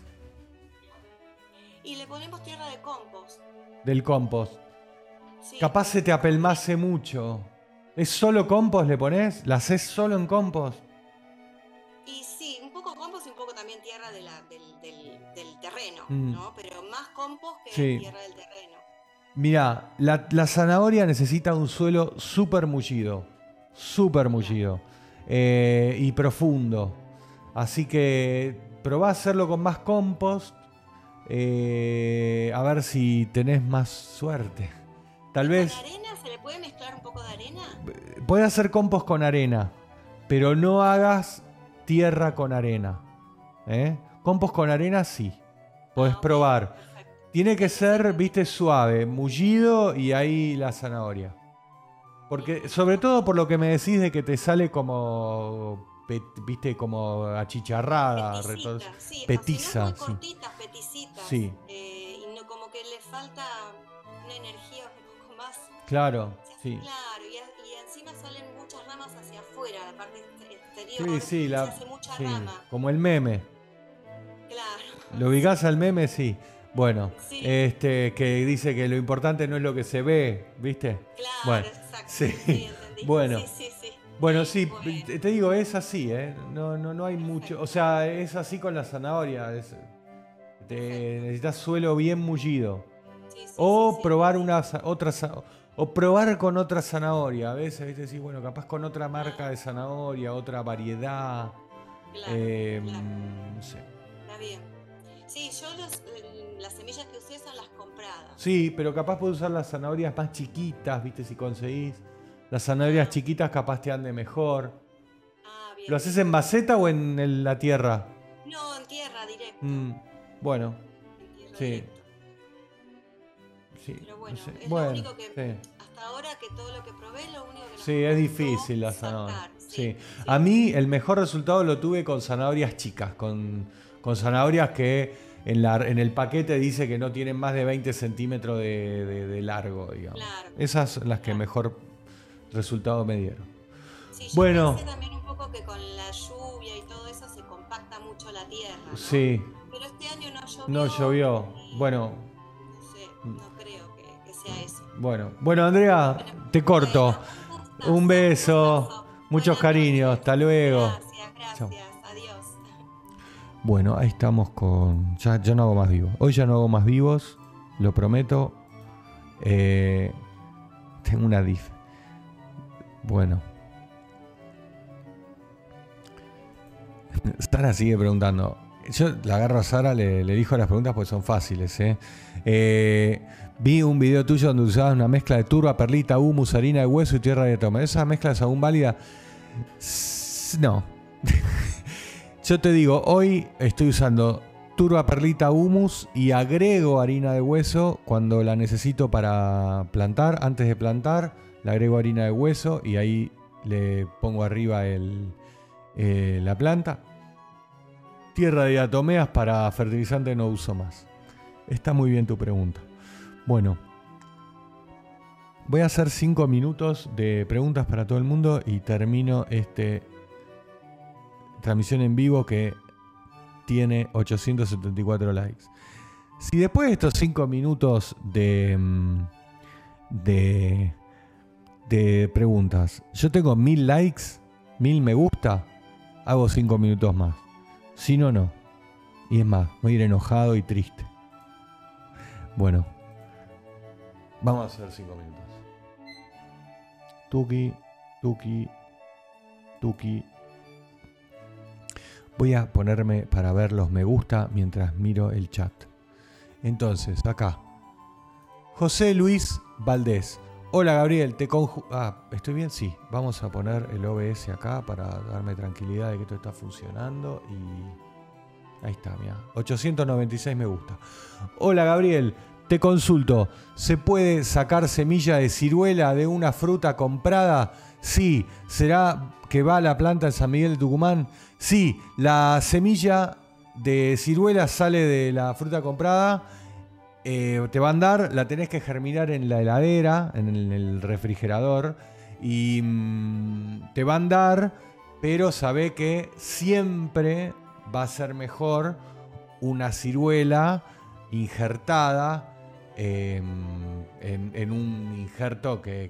Y le ponemos tierra de compost. Del compost. Sí. Capaz se te apelmace mucho. ¿Es solo compost le pones? ¿La haces solo en compost? Y sí, un poco compost y un poco también tierra del terreno, ¿no? Pero más compost que tierra del terreno. Mirá, la zanahoria necesita un suelo súper mullido. Y profundo. Así que probá a hacerlo con más compost. A ver si tenés más suerte. Tal vez. ¿Con arena? ¿Se le puede mezclar un poco de arena? Puedes hacer compost con arena, pero no hagas tierra con arena. Compost con arena sí. Podés probar. Perfecto. Tiene que ser, viste, suave, mullido y ahí la zanahoria. Porque, sobre todo por lo que me decís de que te sale como, viste, como achicharrada, petiza. Muy cortitas, peticitas. Sí. Y no, como que le falta una energía un poco más. Claro, sí. Claro, y encima salen muchas ramas hacia afuera, la parte exterior. Sí, se hace mucha rama. Como el meme. Claro. ¿Lo ubicás al meme? Sí. Bueno, que dice que lo importante no es lo que se ve, ¿viste? Claro, bueno, exacto. Sí, entendí. Bueno. Sí. Bueno, sí, Bueno. te digo, es así, no hay mucho. O sea, es así con la zanahoria. Necesitas suelo bien mullido. O probar o probar con otra zanahoria. A veces, ¿viste? Sí, bueno, capaz con otra marca de zanahoria, otra variedad. Claro. No sé. Está bien. Sí, yo las semillas que usé son las compradas. Sí, pero capaz puedes usar las zanahorias más chiquitas, ¿viste? Si conseguís. Las zanahorias chiquitas capaz te ande mejor. Bien. ¿Lo haces en maceta o en la tierra? No, en tierra directo. Bueno. En tierra Sí. directo. Sí. Pero bueno, no sé. es Bueno, lo único que sí. hasta ahora que todo lo que probé, lo único que nos Sí, es costó difícil la sacar. zanahoria. Sí. Sí. A mí el mejor resultado lo tuve con zanahorias chicas, con zanahorias que en el paquete dice que no tienen más de 20 centímetros de largo, digamos. Claro. Esas son las que mejor resultado me dieron. Sí, yo Bueno. pensé también un poco que con la lluvia y todo eso se compacta mucho la tierra, ¿no? Sí. Pero este año no llovió. No llovió. Bueno. No sé, no creo que sea eso. Bueno, Andrea, te corto. Bueno, Un beso. abrazo. Muchos Buenas cariños. noches. Hasta luego. Gracias. Chau. Adiós. Bueno, ahí estamos con... Ya no hago más vivos. Hoy ya no hago más vivos, lo prometo. Tengo una diff. Bueno. Sara sigue preguntando. Yo la agarro a Sara, le dijo las preguntas porque son fáciles. Vi un video tuyo donde usabas una mezcla de turba, perlita, humus, harina de hueso y tierra de toma. ¿Esa mezcla es aún válida? No. Yo te digo, hoy estoy usando turba, perlita, humus y agrego harina de hueso cuando la necesito para plantar. Antes de plantar, le agrego harina de hueso y ahí le pongo arriba la planta. Tierra de diatomeas para fertilizante no uso más. Está muy bien tu pregunta. Bueno, voy a hacer 5 minutos de preguntas para todo el mundo y termino transmisión en vivo que tiene 874 likes. Si después de estos 5 minutos de preguntas yo tengo 1000 likes, 1000 me gusta, hago 5 minutos más. Si no, no. Y es más, voy a ir enojado y triste. Bueno, vamos a hacer 5 minutos. Tuki, tuki, tuki. Voy a ponerme para ver los me gusta mientras miro el chat. Entonces, acá. José Luis Valdés. Hola Gabriel, ¿estoy bien? Sí. Vamos a poner el OBS acá para darme tranquilidad de que esto está funcionando. Y ahí está, mira. 896 me gusta. Hola Gabriel, te consulto. ¿Se puede sacar semilla de ciruela de una fruta comprada? Sí. ¿Será que va a la planta en San Miguel de Tucumán? Sí. La semilla de ciruela sale de la fruta comprada. Te va a andar, la tenés que germinar en la heladera, en el refrigerador, y te va a andar, pero sabe que siempre va a ser mejor una ciruela injertada en un injerto que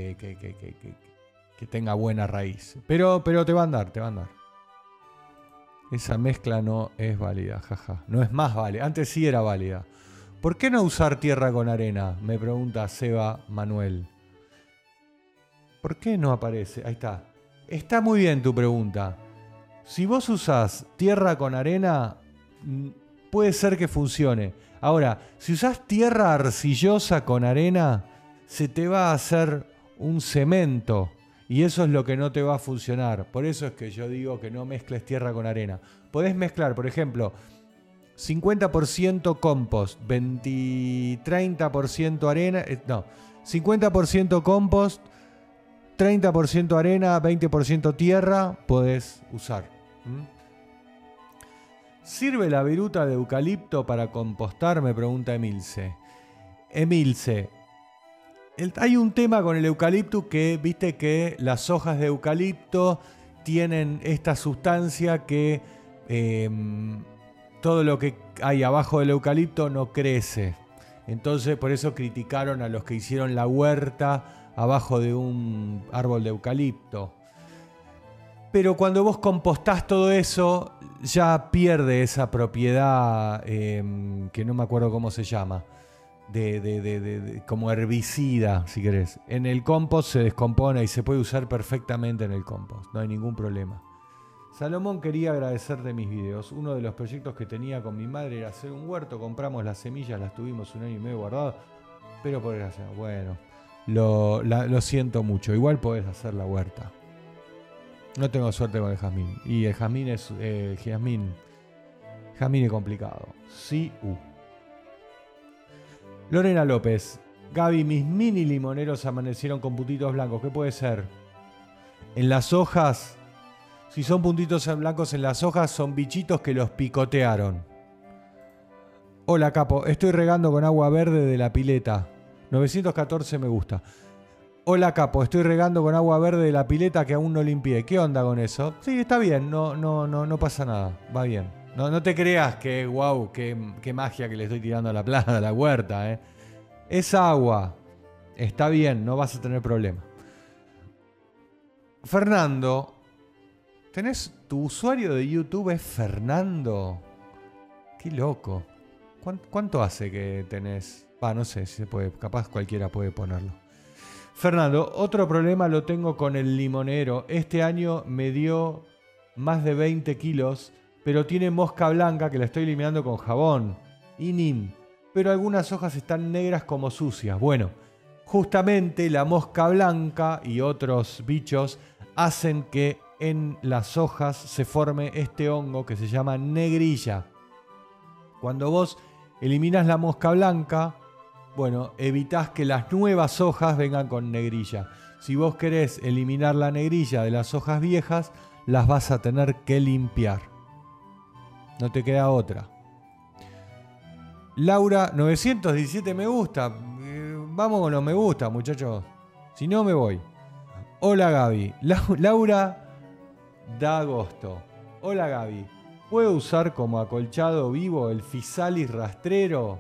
tenga buena raíz. Pero te va a andar, te va a andar. Esa mezcla no es válida, jaja. No es más válida. Antes sí era válida. ¿Por qué no usar tierra con arena? Me pregunta Seba Manuel. ¿Por qué no aparece? Ahí está. Está muy bien tu pregunta. Si vos usás tierra con arena, puede ser que funcione. Ahora, si usás tierra arcillosa con arena, se te va a hacer un cemento. Y eso es lo que no te va a funcionar. Por eso es que yo digo que no mezcles tierra con arena. Podés mezclar, por ejemplo, 50% compost, 30% arena, 50% compost, 30% arena, 20% tierra, podés usar. ¿Sirve la viruta de eucalipto para compostar? Me pregunta Emilce. Emilce, hay un tema con el eucalipto que, viste que las hojas de eucalipto tienen esta sustancia que todo lo que hay abajo del eucalipto no crece. Entonces, por eso criticaron a los que hicieron la huerta abajo de un árbol de eucalipto. Pero cuando vos compostás todo eso, ya pierde esa propiedad que no me acuerdo cómo se llama, como herbicida, si querés. En el compost se descompone y se puede usar perfectamente en el compost, no hay ningún problema. Salomón quería agradecer de mis videos. Uno de los proyectos que tenía con mi madre era hacer un huerto. Compramos las semillas, las tuvimos 1 año y medio guardadas. Pero por desgracia, bueno, lo siento mucho. Igual podés hacer la huerta. No tengo suerte con el jazmín. Y el jazmín es jazmín es complicado. Sí, Lorena López. Gaby, mis mini limoneros amanecieron con puntitos blancos. ¿Qué puede ser? En las hojas. Si son puntitos blancos en las hojas, son bichitos que los picotearon. Hola, Capo. Estoy regando con agua verde de la pileta. 914 me gusta. Hola, Capo. Estoy regando con agua verde de la pileta que aún no limpié. ¿Qué onda con eso? Sí, está bien. No pasa nada. Va bien. No te creas que, wow, qué magia que le estoy tirando a la planta, a la huerta. Es agua. Está bien. No vas a tener problema. Fernando... ¿Tenés tu usuario de YouTube es Fernando? Qué loco. ¿Cuánto hace que tenés? No sé si se puede, capaz cualquiera puede ponerlo. Fernando, otro problema lo tengo con el limonero. Este año me dio más de 20 kilos, pero tiene mosca blanca que la estoy eliminando con jabón y neem. Pero algunas hojas están negras como sucias. Bueno, justamente la mosca blanca y otros bichos hacen que en las hojas se forme este hongo que se llama negrilla. Cuando vos eliminas la mosca blanca, bueno, evitás que las nuevas hojas vengan con negrilla. Si vos querés eliminar la negrilla de las hojas viejas, las vas a tener que limpiar. No te queda otra. Laura, 917 me gusta. Vamos con los me gusta, muchachos. Si no, me voy. Hola, Gaby. Laura da agosto. Hola, Gaby. ¿Puedo usar como acolchado vivo el Physalis rastrero?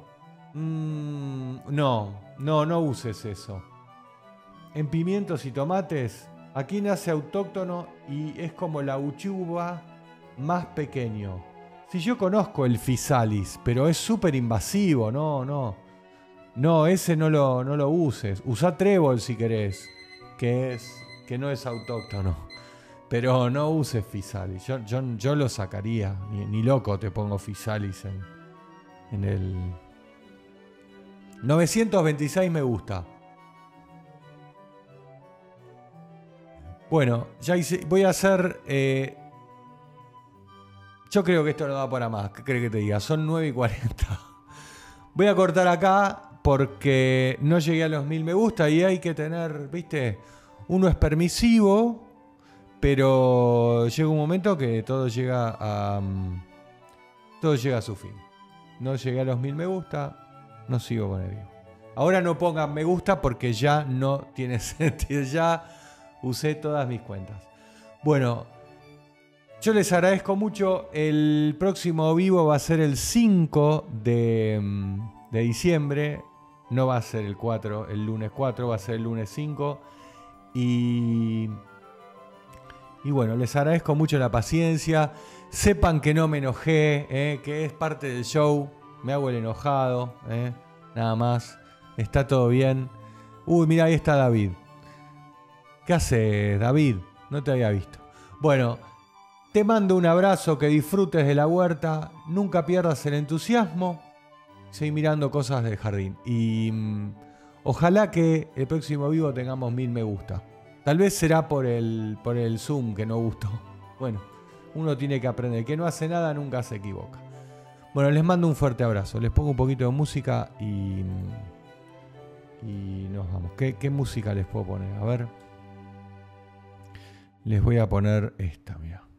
No uses eso. En pimientos y tomates, aquí nace autóctono y es como la uchuva más pequeño. Si yo conozco el Physalis, pero es súper invasivo, no, ese no lo uses. Usa trébol si querés, que no es autóctono. Pero no uses Physalis. Yo lo sacaría. Ni loco te pongo Physalis en el 926 me gusta. Bueno, ya hice, voy a hacer... yo creo que esto no da para más. ¿Qué crees que te diga? Son 9:40. Voy a cortar acá porque no llegué a los 1000 me gusta y hay que tener, ¿viste? Uno es permisivo, pero llega un momento que todo llega a su fin. No llegué a los 1000 me gusta, no sigo con el vivo. Ahora no pongan me gusta porque ya no tiene sentido. Ya usé todas mis cuentas. Bueno, yo les agradezco mucho. El próximo vivo va a ser el 5 de diciembre. No va a ser el 4, el lunes 4, va a ser el lunes 5. Y bueno, les agradezco mucho la paciencia. Sepan que no me enojé, que es parte del show. Me hago el enojado, nada más. Está todo bien. Uy, mira, ahí está David. ¿Qué haces, David? No te había visto. Bueno, te mando un abrazo, que disfrutes de la huerta. Nunca pierdas el entusiasmo. Seguí mirando cosas del jardín. Y ojalá que el próximo vivo tengamos 1000 me gusta. Tal vez será por el Zoom que no gustó. Bueno, uno tiene que aprender. El que no hace nada nunca se equivoca. Bueno, les mando un fuerte abrazo. Les pongo un poquito de música y nos vamos. ¿Qué música les puedo poner? A ver. Les voy a poner esta, mira.